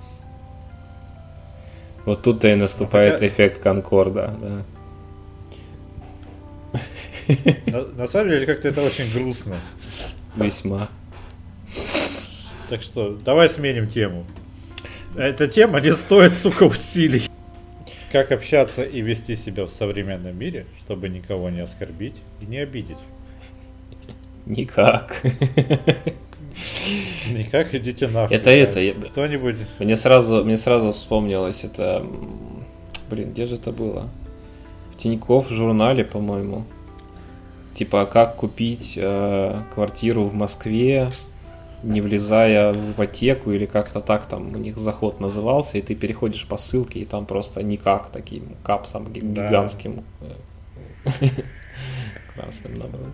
[SPEAKER 2] Вот тут-то и наступает хотя... эффект Конкорда,
[SPEAKER 1] да. На, на самом деле, как-то это очень грустно.
[SPEAKER 2] Весьма.
[SPEAKER 1] Так что, давай сменим тему. Эта тема не стоит, сука, усилий. Как общаться и вести себя в современном мире, чтобы никого не оскорбить и не обидеть?
[SPEAKER 2] Никак.
[SPEAKER 1] Никак, идите нахуй.
[SPEAKER 2] Это это.
[SPEAKER 1] Кто-нибудь.
[SPEAKER 2] Мне сразу, мне сразу вспомнилось это. Блин, где же это было? В Тинькофф журнале, по-моему. Типа, как купить э, квартиру в Москве, не влезая в ипотеку, или как-то так там у них заход назывался, и ты переходишь по ссылке, и там просто никак таким капсом гигантским да. красным набрал.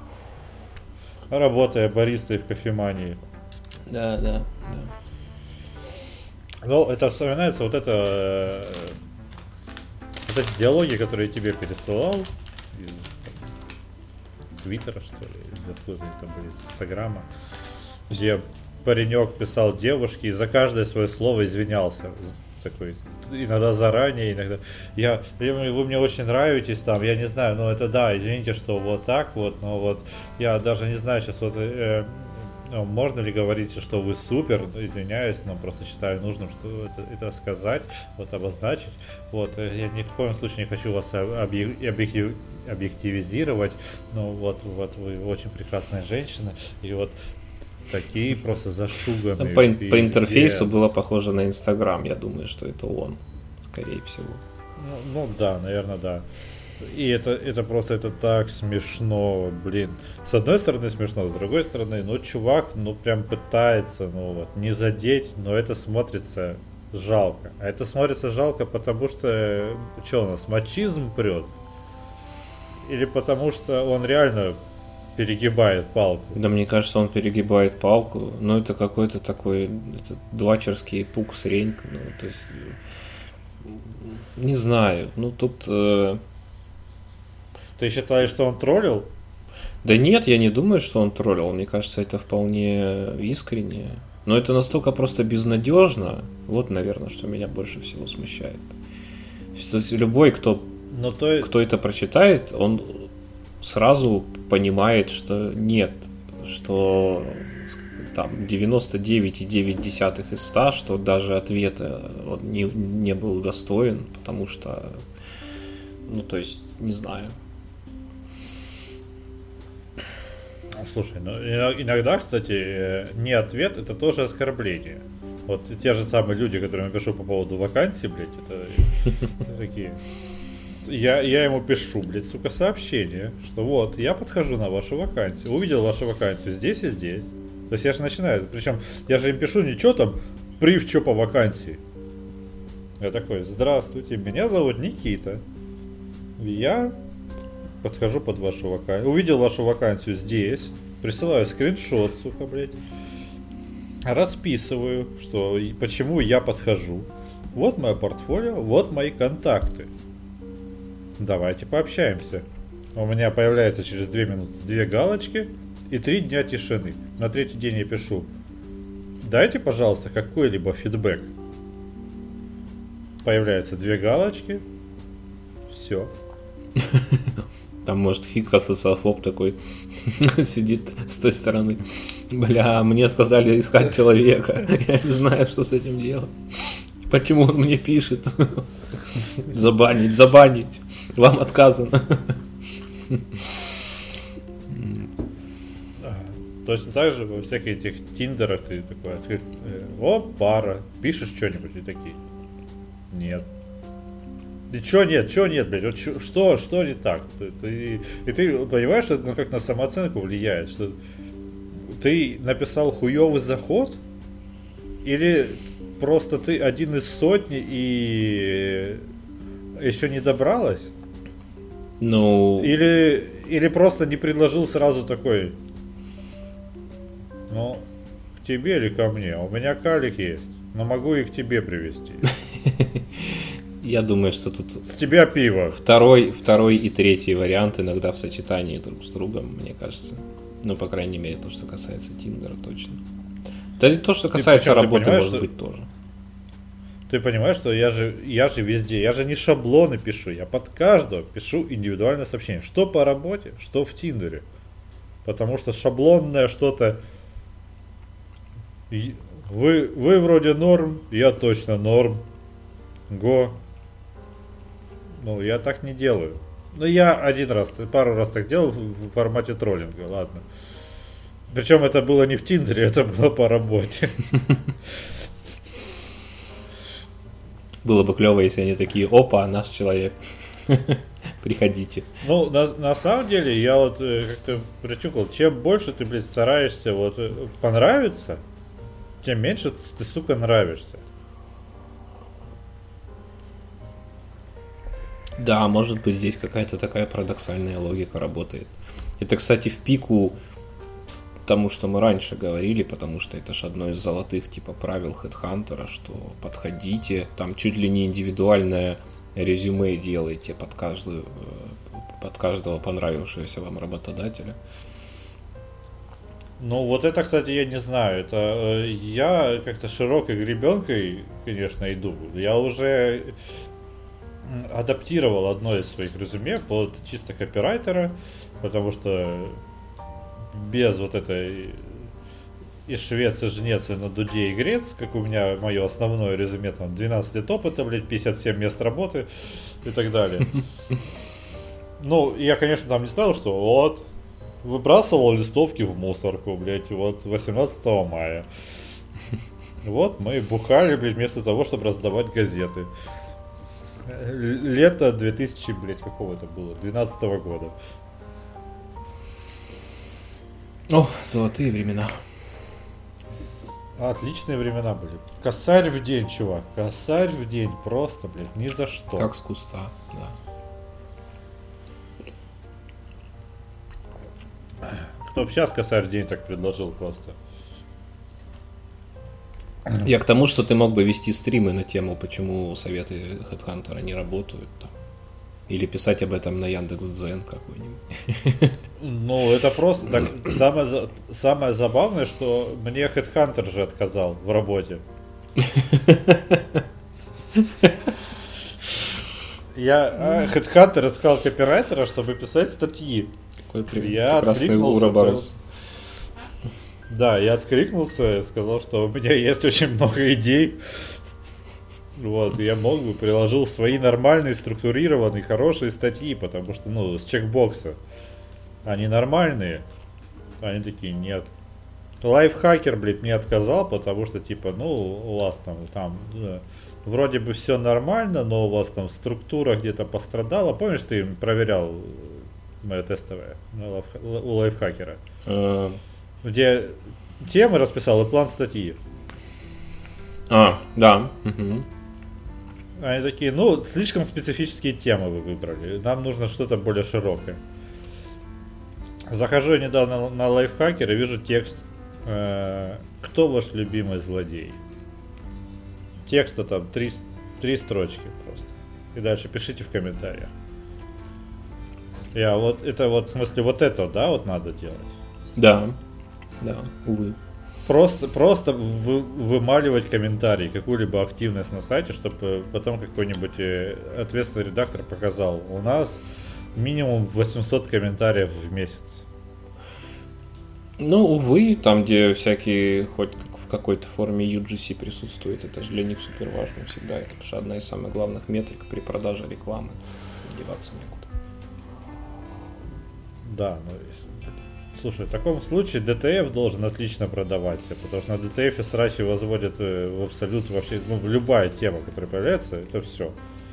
[SPEAKER 1] Работая баристой в кофемании.
[SPEAKER 2] Да, да, да.
[SPEAKER 1] Ну, это вспоминается вот это вот эти диалоги, которые я тебе пересылал из Твиттера, что ли, откуда это были, из Инстаграма, где паренек писал девушке и за каждое свое слово извинялся. Такой, иногда заранее, иногда. Я, вы мне очень нравитесь, там, я не знаю, но это да, извините, что вот так вот, но вот я даже не знаю сейчас вот э, э, можно ли говорить, что вы супер, извиняюсь, но просто считаю нужным, что это, это сказать, вот обозначить. Вот, я ни в коем случае не хочу вас объектив, объективизировать, но вот, вот вы очень прекрасная женщина, и вот такие просто зашуганные.
[SPEAKER 2] По, по интерфейсу было похоже на Инстаграм, я думаю, что это он, скорее всего.
[SPEAKER 1] Ну, ну да, наверное, да. И это, это просто это так смешно, блин. С одной стороны смешно, с другой стороны, ну чувак, ну прям пытается, ну вот, не задеть, но это смотрится жалко. А это смотрится жалко, потому что, что у нас, мачизм прет? Или потому что он реально перегибает палку?
[SPEAKER 2] Да, мне кажется, он перегибает палку. Но это какой-то такой это двачерский пук сренька. Ну, то есть, не знаю. Ну тут. Э...
[SPEAKER 1] Ты считаешь, что он троллил?
[SPEAKER 2] Да нет, я не думаю, что он троллил. Мне кажется, это вполне искренне. Но это настолько просто безнадежно. Вот, наверное, что меня больше всего смущает. То есть любой, кто,
[SPEAKER 1] Но то...
[SPEAKER 2] кто это прочитает, он сразу понимает, что нет, что там девяносто девять и девять десятых из ста, что даже ответа он не, не был удостоен, потому что, ну, то есть, не знаю.
[SPEAKER 1] Слушай, ну иногда, кстати, не ответ, это тоже оскорбление. Вот те же самые люди, которым я пишу по поводу вакансий, блядь, это такие. Я, я ему пишу, блядь, сука, сообщение, что вот, я подхожу на вашу вакансию, увидел вашу вакансию здесь и здесь. То есть я же начинаю, причем я же им пишу ничего там, прив, что по вакансии. Я такой, здравствуйте, меня зовут Никита. Я подхожу под вашу вакансию, увидел вашу вакансию здесь, присылаю скриншот, сука, блядь, расписываю, что почему я подхожу. Вот мое портфолио, вот мои контакты. Давайте пообщаемся. У меня появляется через две минуты две галочки и три дня тишины. На третий день я пишу: дайте, пожалуйста, какой-либо фидбэк. Появляются две галочки. Все.
[SPEAKER 2] Там, может, хитка социофоб такой сидит с той стороны. Бля, мне сказали искать человека. Я не знаю, что с этим делать. Почему он мне пишет? Забанить, забанить. Вам отказано.
[SPEAKER 1] Точно так же во всяких этих тиндерах ты такой открыт, о, пара, пишешь что-нибудь и такие: нет. И чё нет, чё нет, блядь, вот чё, что, что не так? Ты, ты, и ты понимаешь, что это ну, как на самооценку влияет, что ты написал хуёвый заход, или просто ты один из сотни и еще не добралась?
[SPEAKER 2] Ну...
[SPEAKER 1] Или, или просто не предложил сразу такой: ну, к тебе или ко мне? У меня калик есть, но могу и к тебе привезти.
[SPEAKER 2] Я думаю, что тут...
[SPEAKER 1] С тебя пиво.
[SPEAKER 2] Второй, второй и третий вариант иногда в сочетании друг с другом, мне кажется. Ну, по крайней мере, то, что касается Тиндера, точно. Да и то, что касается причем, работы, может что... быть, тоже.
[SPEAKER 1] Ты понимаешь, что я же, я же везде, я же не шаблоны пишу, я под каждого пишу индивидуальное сообщение. Что по работе, что в Тиндере. Потому что шаблонное что-то... Вы, вы вроде норм, я точно норм. Го. Ну, я так не делаю. Ну, я один раз, пару раз так делал в формате троллинга, ладно. Причем это было не в Тиндере, это было по работе.
[SPEAKER 2] Было бы клево, если они такие: опа, наш человек. Приходите.
[SPEAKER 1] Ну, на, на самом деле, я вот как-то прочухал, чем больше ты, блядь, стараешься вот понравиться, тем меньше ты, сука, нравишься.
[SPEAKER 2] Да, может быть, здесь какая-то такая парадоксальная логика работает. Это, кстати, в пику тому, что мы раньше говорили, потому что это же одно из золотых типа правил HeadHunter, что подходите, там чуть ли не индивидуальное резюме делайте под каждую, под каждого понравившегося вам работодателя.
[SPEAKER 1] Ну, вот это, кстати, я не знаю. Это я как-то широкой гребенкой, конечно, иду. Я уже адаптировал одно из своих резюме под чисто копирайтера, потому что без вот этой и швец, и жнец, и на дуде, и грец, как у меня мое основное резюме, там двенадцать лет опыта, блядь, пятьдесят семь мест работы и так далее. Ну, я, конечно, там не ставил, что вот, выбрасывал листовки в мусорку, блядь, вот восемнадцатого мая. Вот мы бухали, блядь, вместо того, чтобы раздавать газеты. Лето две тысячи, блядь, какого это было? двенадцатого года.
[SPEAKER 2] О, золотые времена.
[SPEAKER 1] Отличные времена были. Косарь в день, чувак. Косарь в день. Просто, блядь, ни за что.
[SPEAKER 2] Как с куста, да.
[SPEAKER 1] Кто бы сейчас косарь в день так предложил просто.
[SPEAKER 2] Я к тому, что ты мог бы вести стримы на тему, почему советы HeadHunter не работают там. Или писать об этом на Яндекс.Дзен какой-нибудь.
[SPEAKER 1] Ну, это просто... Так, самое, самое забавное, что мне HeadHunter же отказал в работе. Я HeadHunter искал копирайтера, чтобы писать статьи.
[SPEAKER 2] Какой прекрасный уроборос.
[SPEAKER 1] Да, я откликнулся, сказал, что у меня есть очень много идей. Вот, я мог бы приложил свои нормальные, структурированные, хорошие статьи, потому что, ну, с чекбокса. Они нормальные. Они такие, нет. Лайфхакер, блядь, мне отказал, потому что, типа, ну, у вас там, там, да, вроде бы все нормально, но у вас там структура где-то пострадала. Помнишь, ты проверял мое тестовое у лайфхакера? Uh. Где темы расписал и план статьи.
[SPEAKER 2] А, да. Uh-huh.
[SPEAKER 1] Они такие, ну, слишком специфические темы вы выбрали. Нам нужно что-то более широкое. Захожу я недавно на лайфхакер и вижу текст. Кто ваш любимый злодей? Текста там три, три строчки просто. И дальше пишите в комментариях. Я вот, это вот, в смысле, вот это, да, вот надо делать?
[SPEAKER 2] Да, да, увы.
[SPEAKER 1] Просто, просто вы, вымаливать комментарии, какую-либо активность на сайте, чтобы потом какой-нибудь ответственный редактор показал. У нас минимум восемьсот комментариев в месяц.
[SPEAKER 2] Ну, увы, там, где всякие, хоть в какой-то форме ю джи си присутствует, это же для них супер важно всегда. Это потому что одна из самых главных метрик при продаже рекламы. Деваться некуда.
[SPEAKER 1] Да, ну, слушай, в таком случае ди ти эф должен отлично продаваться, потому что на ди ти эф срачи возводят в абсолют вообще, ну, любая тема, которая появляется, это все.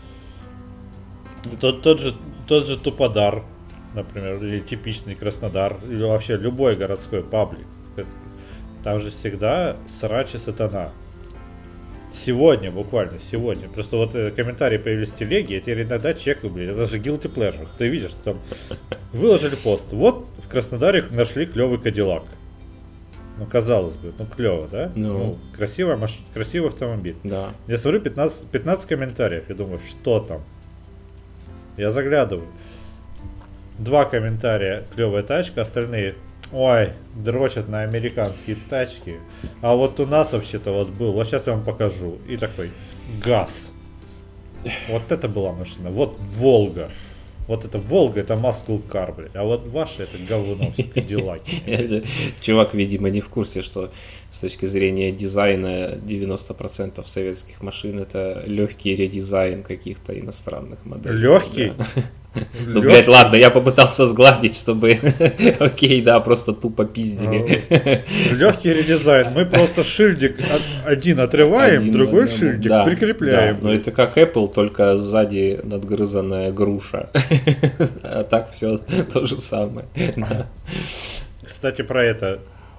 [SPEAKER 1] Тот, тот же, тот же Туподар, например, или типичный Краснодар, или вообще любой городской паблик. Там же всегда срач и сатана. Сегодня, буквально сегодня. Просто вот э, комментарии появились в телеге, я теперь иногда чекаю, блин, это же guilty pleasure. Ты видишь, там выложили пост. Вот в Краснодаре нашли клевый Кадиллак. Ну, казалось бы, ну клево, да?
[SPEAKER 2] No.
[SPEAKER 1] Ну, красивая маш... красивый автомобиль.
[SPEAKER 2] Да.
[SPEAKER 1] Я смотрю пятнадцать, пятнадцать комментариев, я думаю, что там? Я заглядываю. Два комментария, клевая тачка, остальные, ой, дрочат на американские тачки. А вот у нас вообще-то вот был, вот сейчас я вам покажу. И такой, ГАЗ. Вот это была машина, вот Волга. Вот это Волга, это Muscle Car, блядь. А вот ваши это говно, Кадиллаки.
[SPEAKER 2] Чувак, видимо, не в курсе, что с точки зрения дизайна девяносто процентов советских машин это легкий редизайн каких-то иностранных моделей.
[SPEAKER 1] Легкий?
[SPEAKER 2] Ну, блядь, ладно, я попытался сгладить, чтобы, окей, да, просто тупо пиздили.
[SPEAKER 1] Легкий редизайн. Мы просто шильдик один отрываем, один другой шильдик да, прикрепляем.
[SPEAKER 2] Да. Но это как Apple, только сзади надгрызанная груша. А так все то же самое. Да.
[SPEAKER 1] Кстати, про это.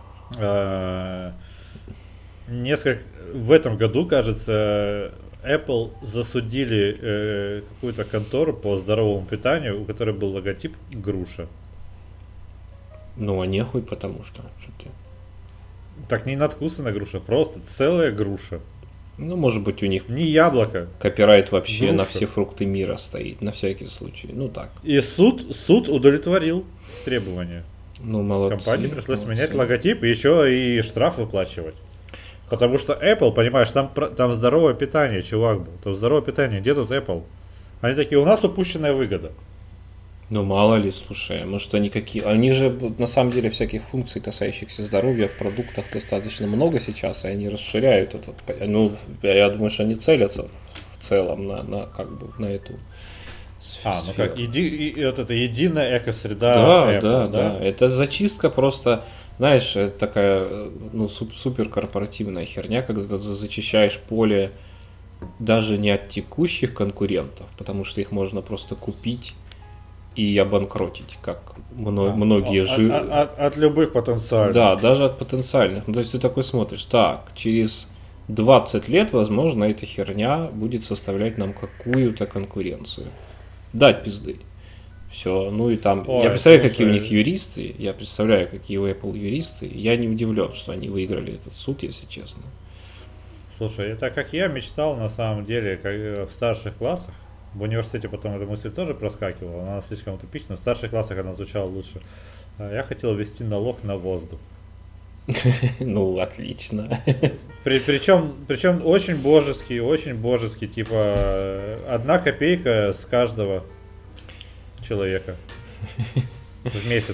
[SPEAKER 1] Несколько в этом году, кажется, Apple засудили э, какую-то контору по здоровому питанию, у которой был логотип груша.
[SPEAKER 2] Ну, а нехуй, потому что. что ты...
[SPEAKER 1] Так не надкусанная груша, просто целая груша.
[SPEAKER 2] Ну, может быть, у них...
[SPEAKER 1] Не яблоко.
[SPEAKER 2] Копирайт вообще груша. На все фрукты мира стоит, на всякий случай. Ну, так.
[SPEAKER 1] И суд, суд удовлетворил требования.
[SPEAKER 2] Ну, молодцы.
[SPEAKER 1] Компании пришлось
[SPEAKER 2] молодцы.
[SPEAKER 1] менять логотип и еще и штраф выплачивать. Потому что Apple, понимаешь, там, там здоровое питание, чувак был. Там здоровое питание, где тут Apple? Они такие, у нас упущенная выгода.
[SPEAKER 2] Ну, мало ли, слушай, может они какие... У них же, на самом деле, всяких функций, касающихся здоровья в продуктах достаточно много сейчас, и они расширяют этот... Ну, я думаю, что они целятся в целом на, на как бы, на эту сферу.
[SPEAKER 1] А, ну как, еди, и, вот это единая экосреда
[SPEAKER 2] да,
[SPEAKER 1] Apple,
[SPEAKER 2] да,
[SPEAKER 1] да?
[SPEAKER 2] Да, это зачистка просто... Знаешь, это такая ну, супер корпоративная херня, когда ты зачищаешь поле даже не от текущих конкурентов, потому что их можно просто купить и обанкротить, как мно- а, многие
[SPEAKER 1] от,
[SPEAKER 2] жи...
[SPEAKER 1] от, от, от любых потенциальных.
[SPEAKER 2] Да, даже от потенциальных. Ну, то есть ты такой смотришь, так, через двадцать лет, возможно, эта херня будет составлять нам какую-то конкуренцию. Дать пизды. Все, ну и там, Ой, я представляю, слушай. Какие у них юристы, я представляю, какие у Apple юристы, я не удивлен, что они выиграли этот суд, если честно.
[SPEAKER 1] Слушай, это как я мечтал, на самом деле, как в старших классах, в университете потом эта мысль тоже проскакивала, она слишком утопична, в старших классах она звучала лучше. Я хотел ввести налог на воздух.
[SPEAKER 2] Ну, отлично.
[SPEAKER 1] При, причем, причем очень божеский, очень божеский, типа одна копейка с каждого человека в месяц.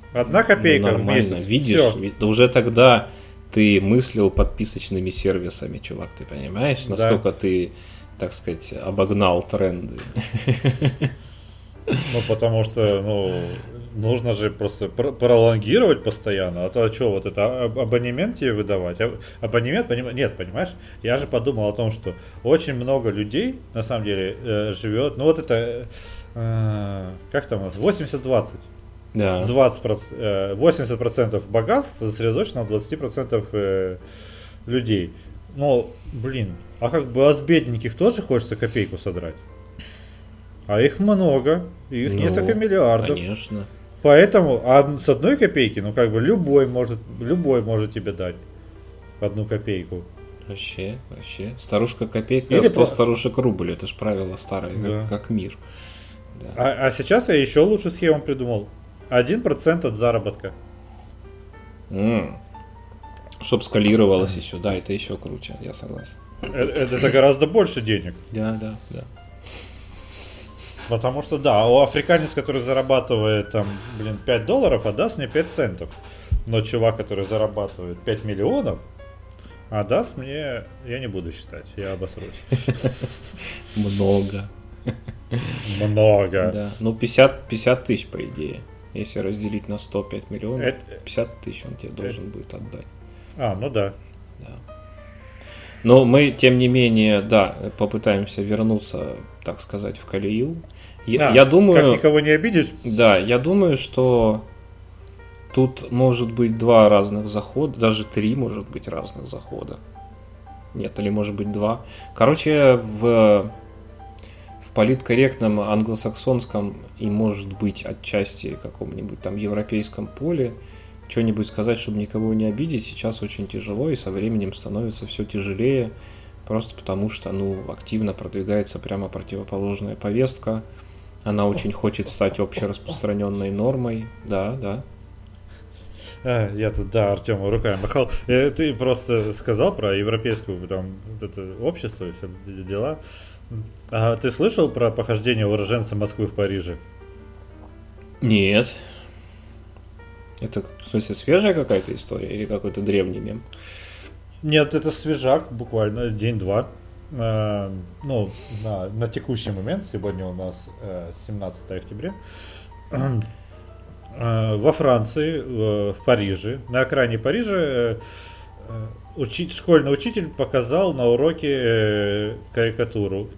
[SPEAKER 1] Одна копейка
[SPEAKER 2] ну, нормально.
[SPEAKER 1] в месяц.
[SPEAKER 2] Видишь, ведь уже тогда ты мыслил подписочными сервисами, чувак, ты понимаешь, насколько да. ты, так сказать, обогнал тренды.
[SPEAKER 1] Ну, потому что, ну, нужно же просто пролонгировать постоянно, а то что, вот это абонемент тебе выдавать? Абонемент, поним... нет, понимаешь, я же подумал о том, что очень много людей, на самом деле, э, живет, ну, вот это, э, как там у нас, восемьдесят двадцать.
[SPEAKER 2] Да.
[SPEAKER 1] двадцать процентов, восемьдесят процентов богатства сосредоточено на двадцать процентов э, людей. Ну, блин, а как бы а с бедненьких тоже хочется копейку содрать? А их много, их ну, несколько миллиардов.
[SPEAKER 2] Конечно.
[SPEAKER 1] Поэтому а с одной копейки, ну как бы любой может, любой может тебе дать одну копейку.
[SPEAKER 2] Вообще, вообще. Старушка копейка, или сто про... старушек рубль, это же правило старое, да. как, как мир.
[SPEAKER 1] Да. А, а сейчас я еще лучше схему придумал. Один процент от заработка.
[SPEAKER 2] Mm. Чтоб скалировалось mm. еще, да, это еще круче, я согласен.
[SPEAKER 1] Это, это гораздо больше денег.
[SPEAKER 2] Да, да, да.
[SPEAKER 1] Потому что, да, у африканец, который зарабатывает, там, блин, пять долларов, отдаст мне пять центов. Но чувак, который зарабатывает пять миллионов, отдаст мне, я не буду считать, я обосрусь.
[SPEAKER 2] Много.
[SPEAKER 1] Много.
[SPEAKER 2] Да, ну пятьдесят, пятьдесят тысяч, по идее. Если разделить на сто пять миллионов, пятьдесят тысяч он тебе должен будет отдать.
[SPEAKER 1] А, ну да.
[SPEAKER 2] Да. Но мы, тем не менее, да, попытаемся вернуться, так сказать, в колею. Я,
[SPEAKER 1] а,
[SPEAKER 2] я думаю,
[SPEAKER 1] как никого не обидеть?
[SPEAKER 2] Да, я думаю, что тут может быть два разных захода, даже три может быть разных захода. Нет, или может быть два. Короче, в, в политкорректном англосаксонском и, может быть, отчасти каком-нибудь там европейском поле что-нибудь сказать, чтобы никого не обидеть, сейчас очень тяжело и со временем становится все тяжелее, просто потому что, ну, активно продвигается прямо противоположная повестка, она очень хочет стать общераспространенной нормой, да, да.
[SPEAKER 1] А, я тут, да, Артём руками махал. Ты просто сказал про европейское там вот это общество и все дела. А ты слышал про похождение уроженца Москвы в Париже?
[SPEAKER 2] Нет. Это, в смысле, свежая какая-то история или какой-то древний мем?
[SPEAKER 1] Нет, это свежак, буквально день-два. Э, ну, на, на текущий момент, сегодня у нас э, семнадцатое октября, э, во Франции, э, в Париже, на окраине Парижа, э, учи, школьный учитель показал на уроке э, карикатуру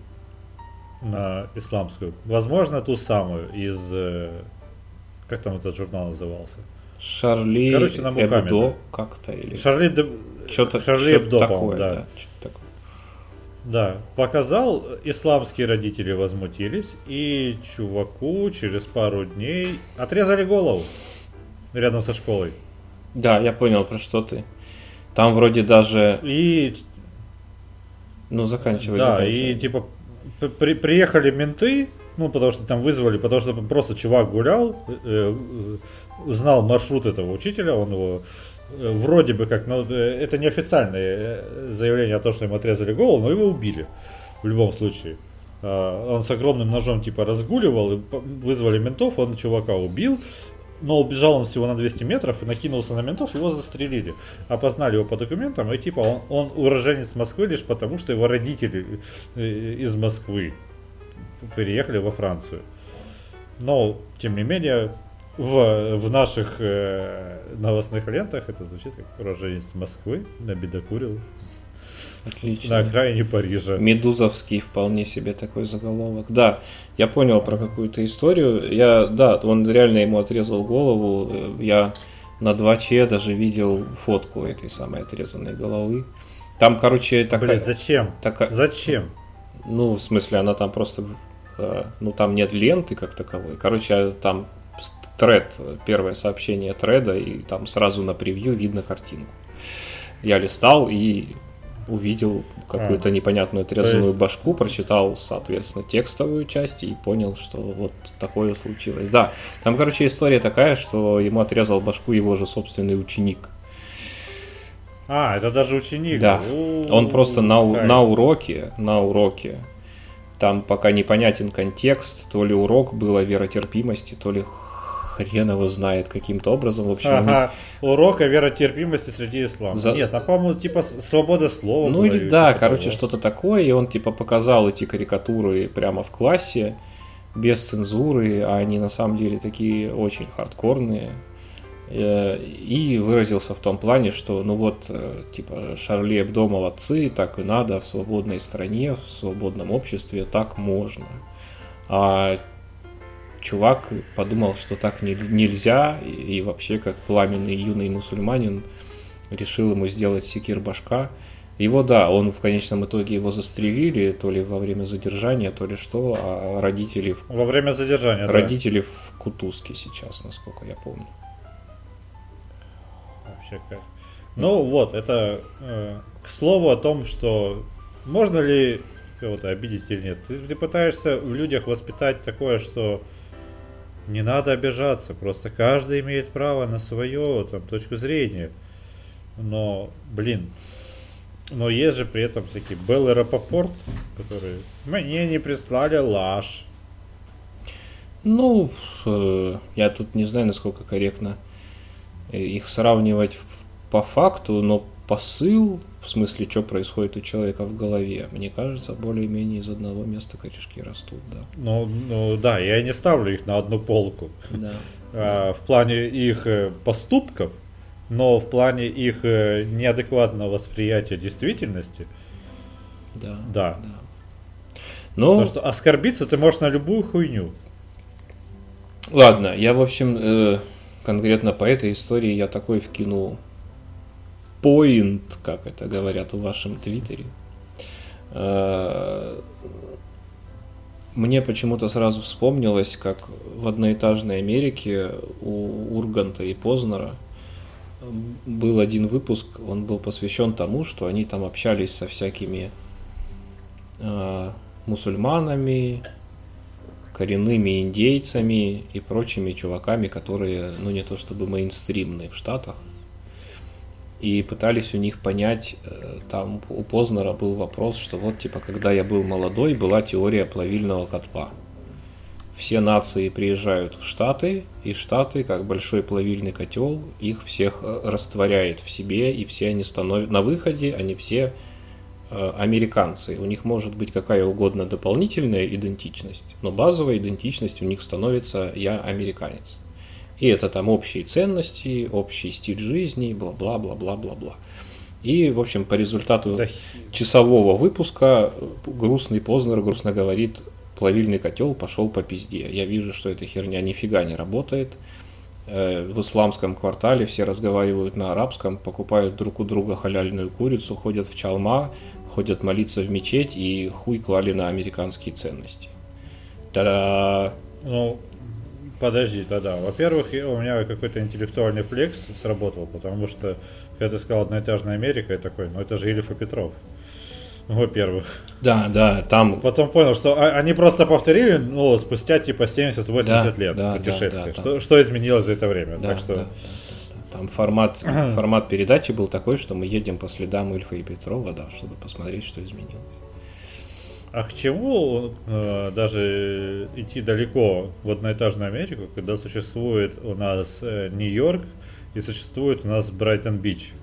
[SPEAKER 1] на исламскую. Возможно, ту самую из... Э, как там этот журнал назывался?
[SPEAKER 2] Шарли
[SPEAKER 1] Короче, на
[SPEAKER 2] Эбдо как-то или
[SPEAKER 1] Шарли, де...
[SPEAKER 2] что-то,
[SPEAKER 1] Шарли
[SPEAKER 2] что-то
[SPEAKER 1] Эбдо,
[SPEAKER 2] такое,
[SPEAKER 1] да.
[SPEAKER 2] да, что-то такое.
[SPEAKER 1] Да, показал, исламские родители возмутились, и чуваку через пару дней отрезали голову рядом со школой.
[SPEAKER 2] Да, я понял, про что ты. Там вроде даже...
[SPEAKER 1] И...
[SPEAKER 2] Ну, заканчивай,
[SPEAKER 1] да,
[SPEAKER 2] заканчивай.
[SPEAKER 1] и типа при, приехали менты, ну, потому что там вызвали, потому что просто чувак гулял, э, э, знал маршрут этого учителя, он его э, вроде бы как, ну, это неофициальное заявление о том, что ему отрезали голову, но его убили в любом случае. Э, он с огромным ножом типа разгуливал, и вызвали ментов, он чувака убил, но убежал он всего на двести метров и накинулся на ментов, его застрелили. Опознали его по документам, и типа он, он уроженец Москвы лишь потому, что его родители из Москвы переехали во Францию. Но, тем не менее, в, в наших э, новостных лентах это звучит как уроженец Москвы, набедокурил.
[SPEAKER 2] Отлично.
[SPEAKER 1] На окраине Парижа.
[SPEAKER 2] Медузовский вполне себе такой заголовок. Да, я понял про какую-то историю. Я, да, он реально ему отрезал голову. Я на два че даже видел фотку этой самой отрезанной головы. Там, короче, такая...
[SPEAKER 1] Блин, зачем?
[SPEAKER 2] Такая...
[SPEAKER 1] Зачем?
[SPEAKER 2] Ну, в смысле, она там просто... Ну, там нет ленты как таковой. Короче, там тред, первое сообщение треда, и там сразу на превью видно картинку. Я листал и увидел какую-то а, непонятную отрезанную есть... башку, прочитал, соответственно, текстовую часть и понял, что вот такое случилось. Да, там, короче, история такая, что ему отрезал башку его же собственный ученик.
[SPEAKER 1] А, это даже ученик?
[SPEAKER 2] Да, он просто на, на уроке, на уроке, там пока непонятен контекст, то ли урок был о веротерпимости, то ли хрен его знает каким-то образом. В общем,
[SPEAKER 1] ага, они... урок о веротерпимости среди ислама. За... Нет, а по-моему, типа свобода слова.
[SPEAKER 2] Ну или да, короче, того. Что-то такое, и он типа показал эти карикатуры прямо в классе, без цензуры, а они на самом деле такие очень хардкорные. И выразился в том плане, что ну вот, типа, Шарли Эбдо молодцы, так и надо в свободной стране, в свободном обществе, так можно. А чувак подумал, что так не, нельзя, и, и вообще, как пламенный юный мусульманин, решил ему сделать секир башка. Его, да, он в конечном итоге его застрелили, то ли во время задержания, то ли что, а родители...
[SPEAKER 1] Во время задержания,
[SPEAKER 2] Родители да. в Кутузке сейчас, насколько я помню.
[SPEAKER 1] Как. Ну вот, это э, к слову о том, что можно ли кого-то обидеть или нет. Ты, ты пытаешься в людях воспитать такое, что не надо обижаться, просто каждый имеет право на свою там, точку зрения. Но, блин, но есть же при этом всякие Белл и Рапопорт, которые мне не прислали лаж.
[SPEAKER 2] Ну, э, я тут не знаю, насколько корректно их сравнивать по факту, но посыл, в смысле, что происходит у человека в голове, мне кажется, более-менее из одного места корешки растут, да.
[SPEAKER 1] Ну, ну да, я не ставлю их на одну полку.
[SPEAKER 2] Да.
[SPEAKER 1] А, в плане их поступков, но в плане их неадекватного восприятия действительности.
[SPEAKER 2] Да.
[SPEAKER 1] Да.
[SPEAKER 2] да.
[SPEAKER 1] Но... Потому что оскорбиться ты можешь на любую хуйню.
[SPEAKER 2] Ладно, я, в общем... Э... Конкретно по этой истории я такой вкинул point, как это говорят в вашем твиттере. Мне почему-то сразу вспомнилось, как в одноэтажной Америке у Урганта и Познера был один выпуск, он был посвящен тому, что они там общались со всякими мусульманами, коренными индейцами и прочими чуваками, которые, ну, не то чтобы мейнстримные в Штатах, и пытались у них понять, там у Познера был вопрос, что вот, типа, когда я был молодой, была теория плавильного котла. Все нации приезжают в Штаты, и Штаты, как большой плавильный котел, их всех растворяет в себе, и все они становятся, на выходе они все американцы. У них может быть какая угодно дополнительная идентичность, но базовая идентичность у них становится «я американец». И это там общие ценности, общий стиль жизни, бла-бла-бла-бла-бла-бла. И, в общем, по результату да. часового выпуска грустный Познер грустно говорит: плавильный котел пошел по пизде. Я вижу, что эта херня нифига не работает. В исламском квартале все разговаривают на арабском, покупают друг у друга халяльную курицу, ходят в чалма, ходят молиться в мечеть и хуй клали на американские ценности. Та-да!
[SPEAKER 1] Ну, подожди, тогда. Во-первых, у меня какой-то интеллектуальный флекс сработал, потому что, когда ты сказал одноэтажная Америка, я такой, ну это же Ильф и Петров. Во-первых.
[SPEAKER 2] Да, да, там...
[SPEAKER 1] Потом понял, что они просто повторили, ну, спустя типа семьдесят-восемьдесят да, лет да, путешествия. Да, да, что, что изменилось за это время?
[SPEAKER 2] Да,
[SPEAKER 1] так что...
[SPEAKER 2] да, да, да. Там формат, формат передачи был такой, что мы едем по следам Ильфа и Петрова, да, чтобы посмотреть, что изменилось.
[SPEAKER 1] А к чему э, даже идти далеко в одноэтажную Америку, когда существует у нас э, Нью-Йорк и существует у нас Брайтон-Бич,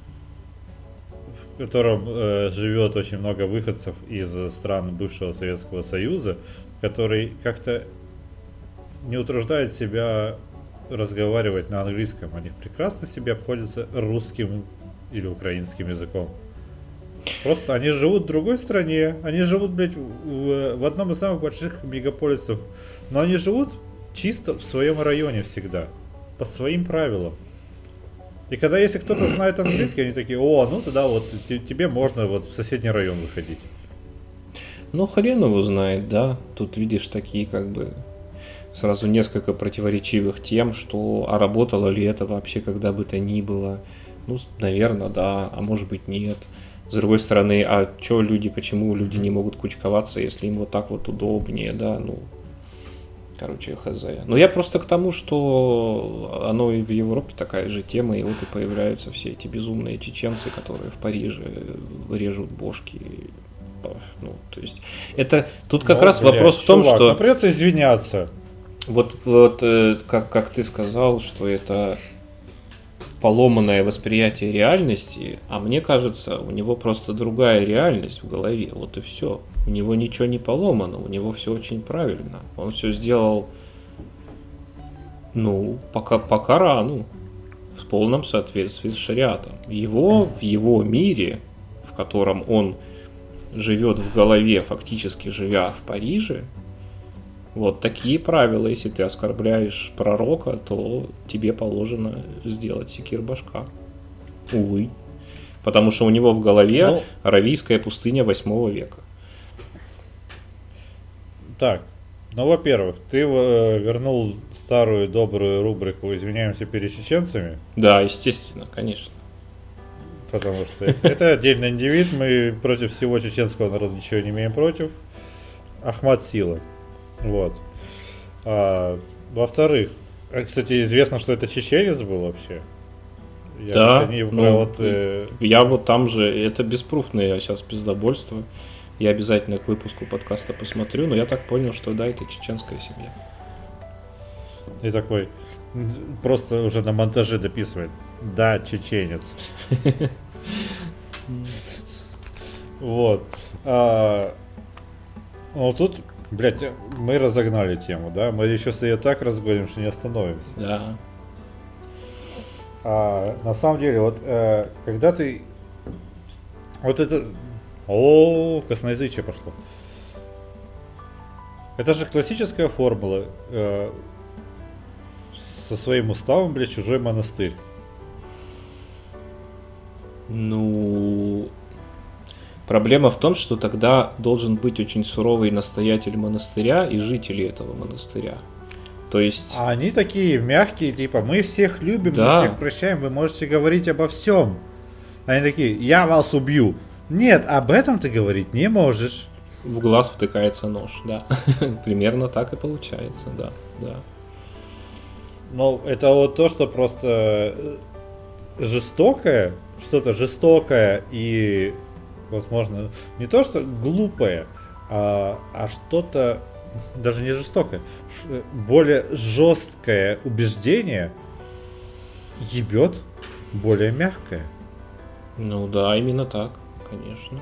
[SPEAKER 1] в котором э, живет очень много выходцев из стран бывшего Советского Союза, который как-то не утруждает себя разговаривать на английском. Они прекрасно себе обходятся русским или украинским языком. Просто они живут в другой стране, они живут, блядь, в, в одном из самых больших мегаполисов, но они живут чисто в своем районе всегда, по своим правилам. И когда если кто-то знает английский, они такие: о, ну тогда вот тебе можно вот в соседний район выходить.
[SPEAKER 2] Ну хрен его знает, да. Тут видишь такие как бы сразу несколько противоречивых тем, что а работало ли это вообще когда бы то ни было. Ну, наверное, да, а может быть нет. С другой стороны, а что люди, почему люди не могут кучковаться, если им вот так вот удобнее, да, ну... Короче, хз. Но я просто к тому, что оно и в Европе такая же тема, и вот и появляются все эти безумные чеченцы, которые в Париже режут бошки. Ну, то есть, это тут как ну, раз блядь, вопрос в том,
[SPEAKER 1] чувак,
[SPEAKER 2] что...
[SPEAKER 1] Ну, придется извиняться.
[SPEAKER 2] Вот, вот как, как ты сказал, что это поломанное восприятие реальности, а мне кажется, у него просто другая реальность в голове, вот и все. У него ничего не поломано, у него все очень правильно. Он все сделал, ну, пока, по Корану, в полном соответствии с шариатом. Его, в его мире, в котором он живет в голове, фактически живя в Париже, вот такие правила. Если ты оскорбляешь пророка, то тебе положено сделать секир башка. Увы. Потому что у него в голове ну, аравийская пустыня восьмого века.
[SPEAKER 1] Так, ну, во-первых, ты э, вернул старую добрую рубрику «Извиняемся перед чеченцами».
[SPEAKER 2] Да, естественно, конечно.
[SPEAKER 1] Потому что это, это отдельный индивид, мы против всего чеченского народа ничего не имеем против. Ахмад сила. Вот. А, во-вторых, кстати, известно, что это чеченец был вообще.
[SPEAKER 2] Я да, вот, они, ну, вот, э... я вот там же, это беспруфное сейчас пиздобольство. Я обязательно к выпуску подкаста посмотрю, но я так понял, что да, это чеченская семья.
[SPEAKER 1] И такой, просто уже на монтаже дописывает. Да, чеченец. Вот. Ну тут, блядь, мы разогнали тему, да? Мы еще с ее так разгоним, что не остановимся.
[SPEAKER 2] Да.
[SPEAKER 1] А, на самом деле, вот когда ты... Вот это... О, косноязычие пошло. Это же классическая формула. Э, со своим уставом, блядь, чужой монастырь.
[SPEAKER 2] Ну, проблема в том, что тогда должен быть очень суровый настоятель монастыря и жители этого монастыря. То есть...
[SPEAKER 1] А они такие мягкие, типа, мы всех любим,
[SPEAKER 2] да.
[SPEAKER 1] мы всех прощаем, вы можете говорить обо всем. Они такие, я вас убью. Нет, об этом ты говорить не можешь.
[SPEAKER 2] В глаз втыкается нож, да. Примерно так и получается, да, да.
[SPEAKER 1] Ну, это вот то, что просто жестокое, что-то жестокое и, возможно, не то, что глупое, а, а что-то, даже не жестокое, более жесткое убеждение ебет более мягкое.
[SPEAKER 2] Ну да, именно так. Конечно.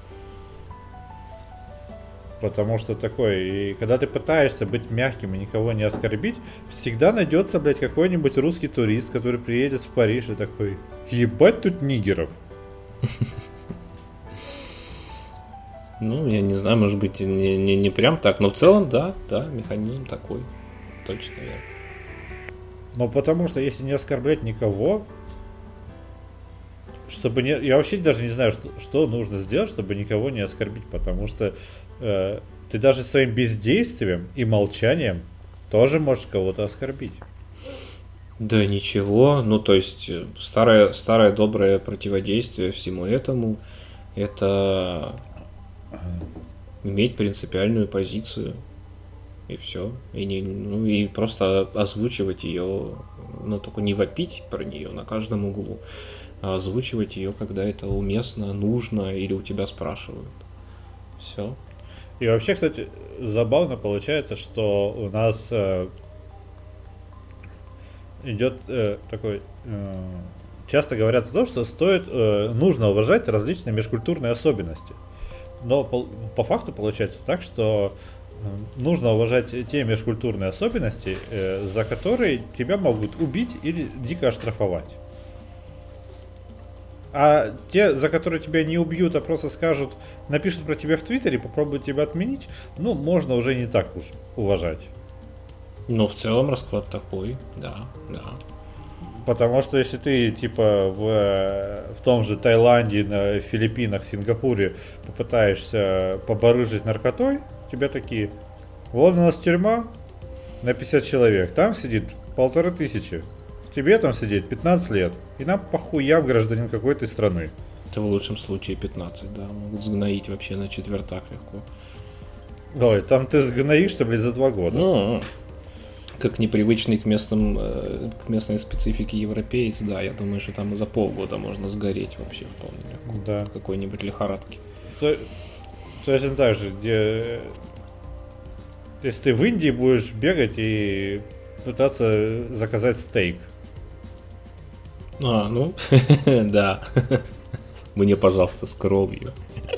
[SPEAKER 1] Потому что такой, и когда ты пытаешься быть мягким и никого не оскорбить, всегда найдется, блядь, какой-нибудь русский турист, который приедет в Париж и такой, ебать тут нигеров.
[SPEAKER 2] Ну, я не знаю, может быть, не, не, не прям так, но в целом, да, да, механизм такой. Точно верно.
[SPEAKER 1] Ну, потому что если не оскорблять никого, чтобы не, я вообще даже не знаю, что, что нужно сделать, чтобы никого не оскорбить, потому что э, ты даже своим бездействием и молчанием тоже можешь кого-то оскорбить.
[SPEAKER 2] Да ничего, ну то есть старое, старое доброе противодействие всему этому — это иметь принципиальную позицию, и все, и, не, ну, и просто озвучивать ее, но только не вопить про нее на каждом углу, а озвучивать ее, когда это уместно, нужно или у тебя спрашивают. Все.
[SPEAKER 1] И вообще, кстати, забавно получается, что у нас э, идет э, такой... Э, часто говорят о том, что стоит, э, нужно уважать различные межкультурные особенности. Но по, по факту получается так, что э, нужно уважать те межкультурные особенности, э, за которые тебя могут убить или дико оштрафовать. А те, за которые тебя не убьют, а просто скажут, напишут про тебя в Твиттере, попробуют тебя отменить, ну, можно уже не так уж уважать.
[SPEAKER 2] Ну, в целом расклад такой, да, да.
[SPEAKER 1] Потому что если ты, типа, в, в том же Таиланде, на Филиппинах, Сингапуре попытаешься побарыжить наркотой, тебя такие, вот у нас тюрьма на пятьдесят человек, там сидит полторы тысячи. Тебе там сидеть пятнадцать лет, и нам похуя в гражданин какой-то страны.
[SPEAKER 2] Это в лучшем случае пятнадцать, да, могут сгноить вообще на четвертак легко.
[SPEAKER 1] Ой, там ты сгноишься, блядь, за два года.
[SPEAKER 2] Ну, как непривычный к местным, к местной специфике европеец, да, я думаю, что там и за полгода можно сгореть вообще вполне легко.
[SPEAKER 1] Да.
[SPEAKER 2] От какой-нибудь лихорадки.
[SPEAKER 1] То, точно так же, где если ты в Индии будешь бегать и пытаться заказать стейк.
[SPEAKER 2] А, ну, да. Мне, пожалуйста, с кровью.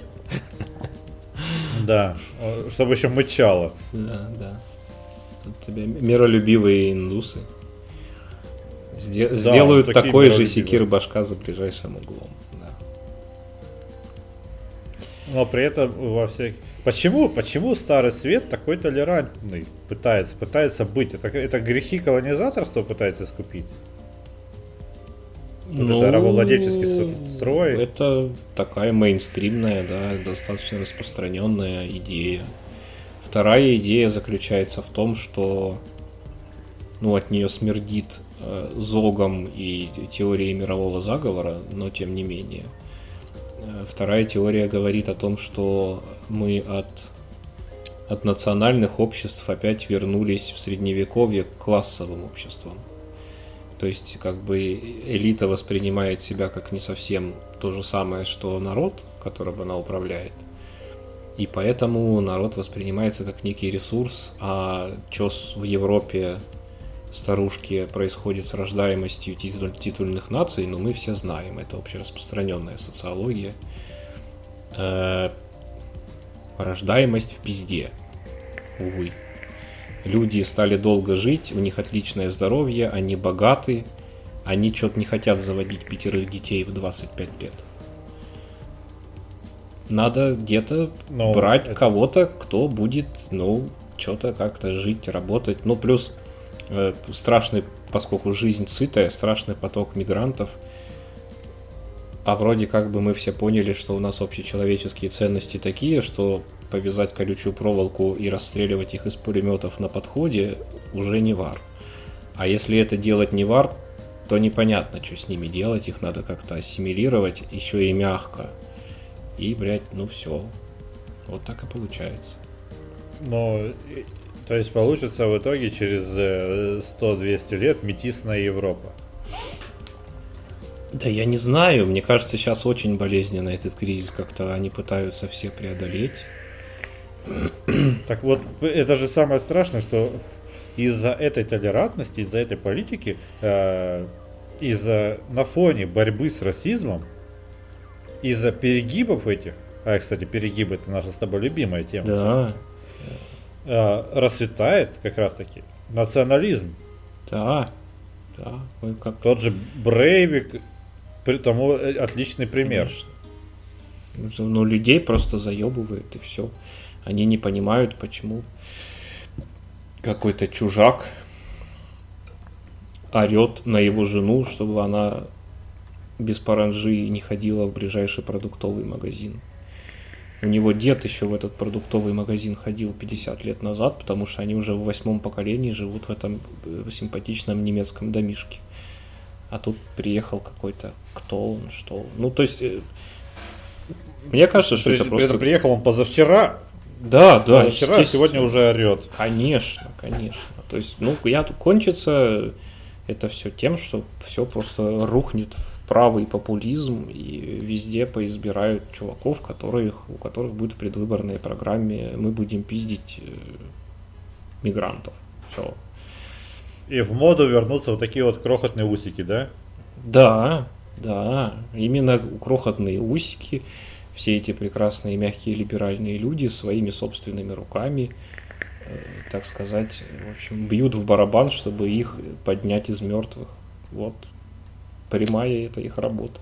[SPEAKER 1] Да, чтобы еще мычало.
[SPEAKER 2] Да, да. Тут тебе миролюбивые индусы Сде- да, сделают вот такой же секир башка за ближайшим углом. Да.
[SPEAKER 1] Но при этом во всех... Почему, почему Старый Свет такой толерантный пытается, пытается быть? Это, это грехи колонизаторства пытается искупить?
[SPEAKER 2] Ну,
[SPEAKER 1] вот это рабовладельческий строй.
[SPEAKER 2] Это такая мейнстримная, да, достаточно распространенная идея. Вторая идея заключается в том, что ну, от нее смердит э, зогом и теорией мирового заговора, но тем не менее. Вторая теория говорит о том, что мы от, от национальных обществ опять вернулись в средневековье к классовым обществам. То есть, как бы элита воспринимает себя как не совсем то же самое, что народ, которым она управляет. И поэтому народ воспринимается как некий ресурс, а что в Европе старушки происходит с рождаемостью титуль, титульных наций, ну мы все знаем, это общераспространенная социология. Э, рождаемость в пизде, увы. Люди стали долго жить, у них отличное здоровье, они богаты, они что-то не хотят заводить пятерых детей в двадцать пять лет. Надо где-то Но брать это... кого-то, кто будет, ну, что-то как-то жить, работать. Ну, плюс э, страшный, поскольку жизнь сытая, страшный поток мигрантов. А вроде как бы мы все поняли, что у нас общечеловеческие ценности такие, что повязать колючую проволоку и расстреливать их из пулеметов на подходе уже не вар. А если это делать не вар, то непонятно, что с ними делать. Их надо как-то ассимилировать, еще и мягко. И, блядь, ну все. Вот так и получается.
[SPEAKER 1] Ну, то есть получится в итоге через сто-двести лет метисная Европа.
[SPEAKER 2] Да я не знаю, мне кажется, сейчас очень болезненно этот кризис как-то они пытаются все преодолеть.
[SPEAKER 1] Так вот, это же самое страшное, что из-за этой толерантности, из-за этой политики, э, из-за на фоне борьбы с расизмом, из-за перегибов этих, а, кстати, перегибы это наша с тобой любимая тема,
[SPEAKER 2] да.
[SPEAKER 1] э, расцветает как раз-таки национализм.
[SPEAKER 2] Да, да. Мы как...
[SPEAKER 1] Тот же Брейвик, при тому отличный пример.
[SPEAKER 2] Конечно. Ну, людей просто заебывает и все. Они не понимают, почему какой-то чужак орет на его жену, чтобы она без паранжи не ходила в ближайший продуктовый магазин. У него дед еще в этот продуктовый магазин ходил пятьдесят лет назад, потому что они уже в восьмом поколении живут в этом симпатичном немецком домишке. А тут приехал какой-то, кто он, что он. Ну, то есть, мне кажется, что это просто...
[SPEAKER 1] Приехал он позавчера.
[SPEAKER 2] Да, да.
[SPEAKER 1] Позавчера, а сегодня уже орет.
[SPEAKER 2] Конечно, конечно. То есть, ну, я тут кончится это все тем, что все просто рухнет в правый популизм и везде поизбирают чуваков, которых, у которых будет в предвыборной программе мы будем пиздить мигрантов. Все.
[SPEAKER 1] И в моду вернутся вот такие вот крохотные усики, да?
[SPEAKER 2] Да, да. Именно крохотные усики, все эти прекрасные мягкие либеральные люди своими собственными руками, э, так сказать, в общем, бьют в барабан, чтобы их поднять из мертвых. Вот. Прямая это их работа.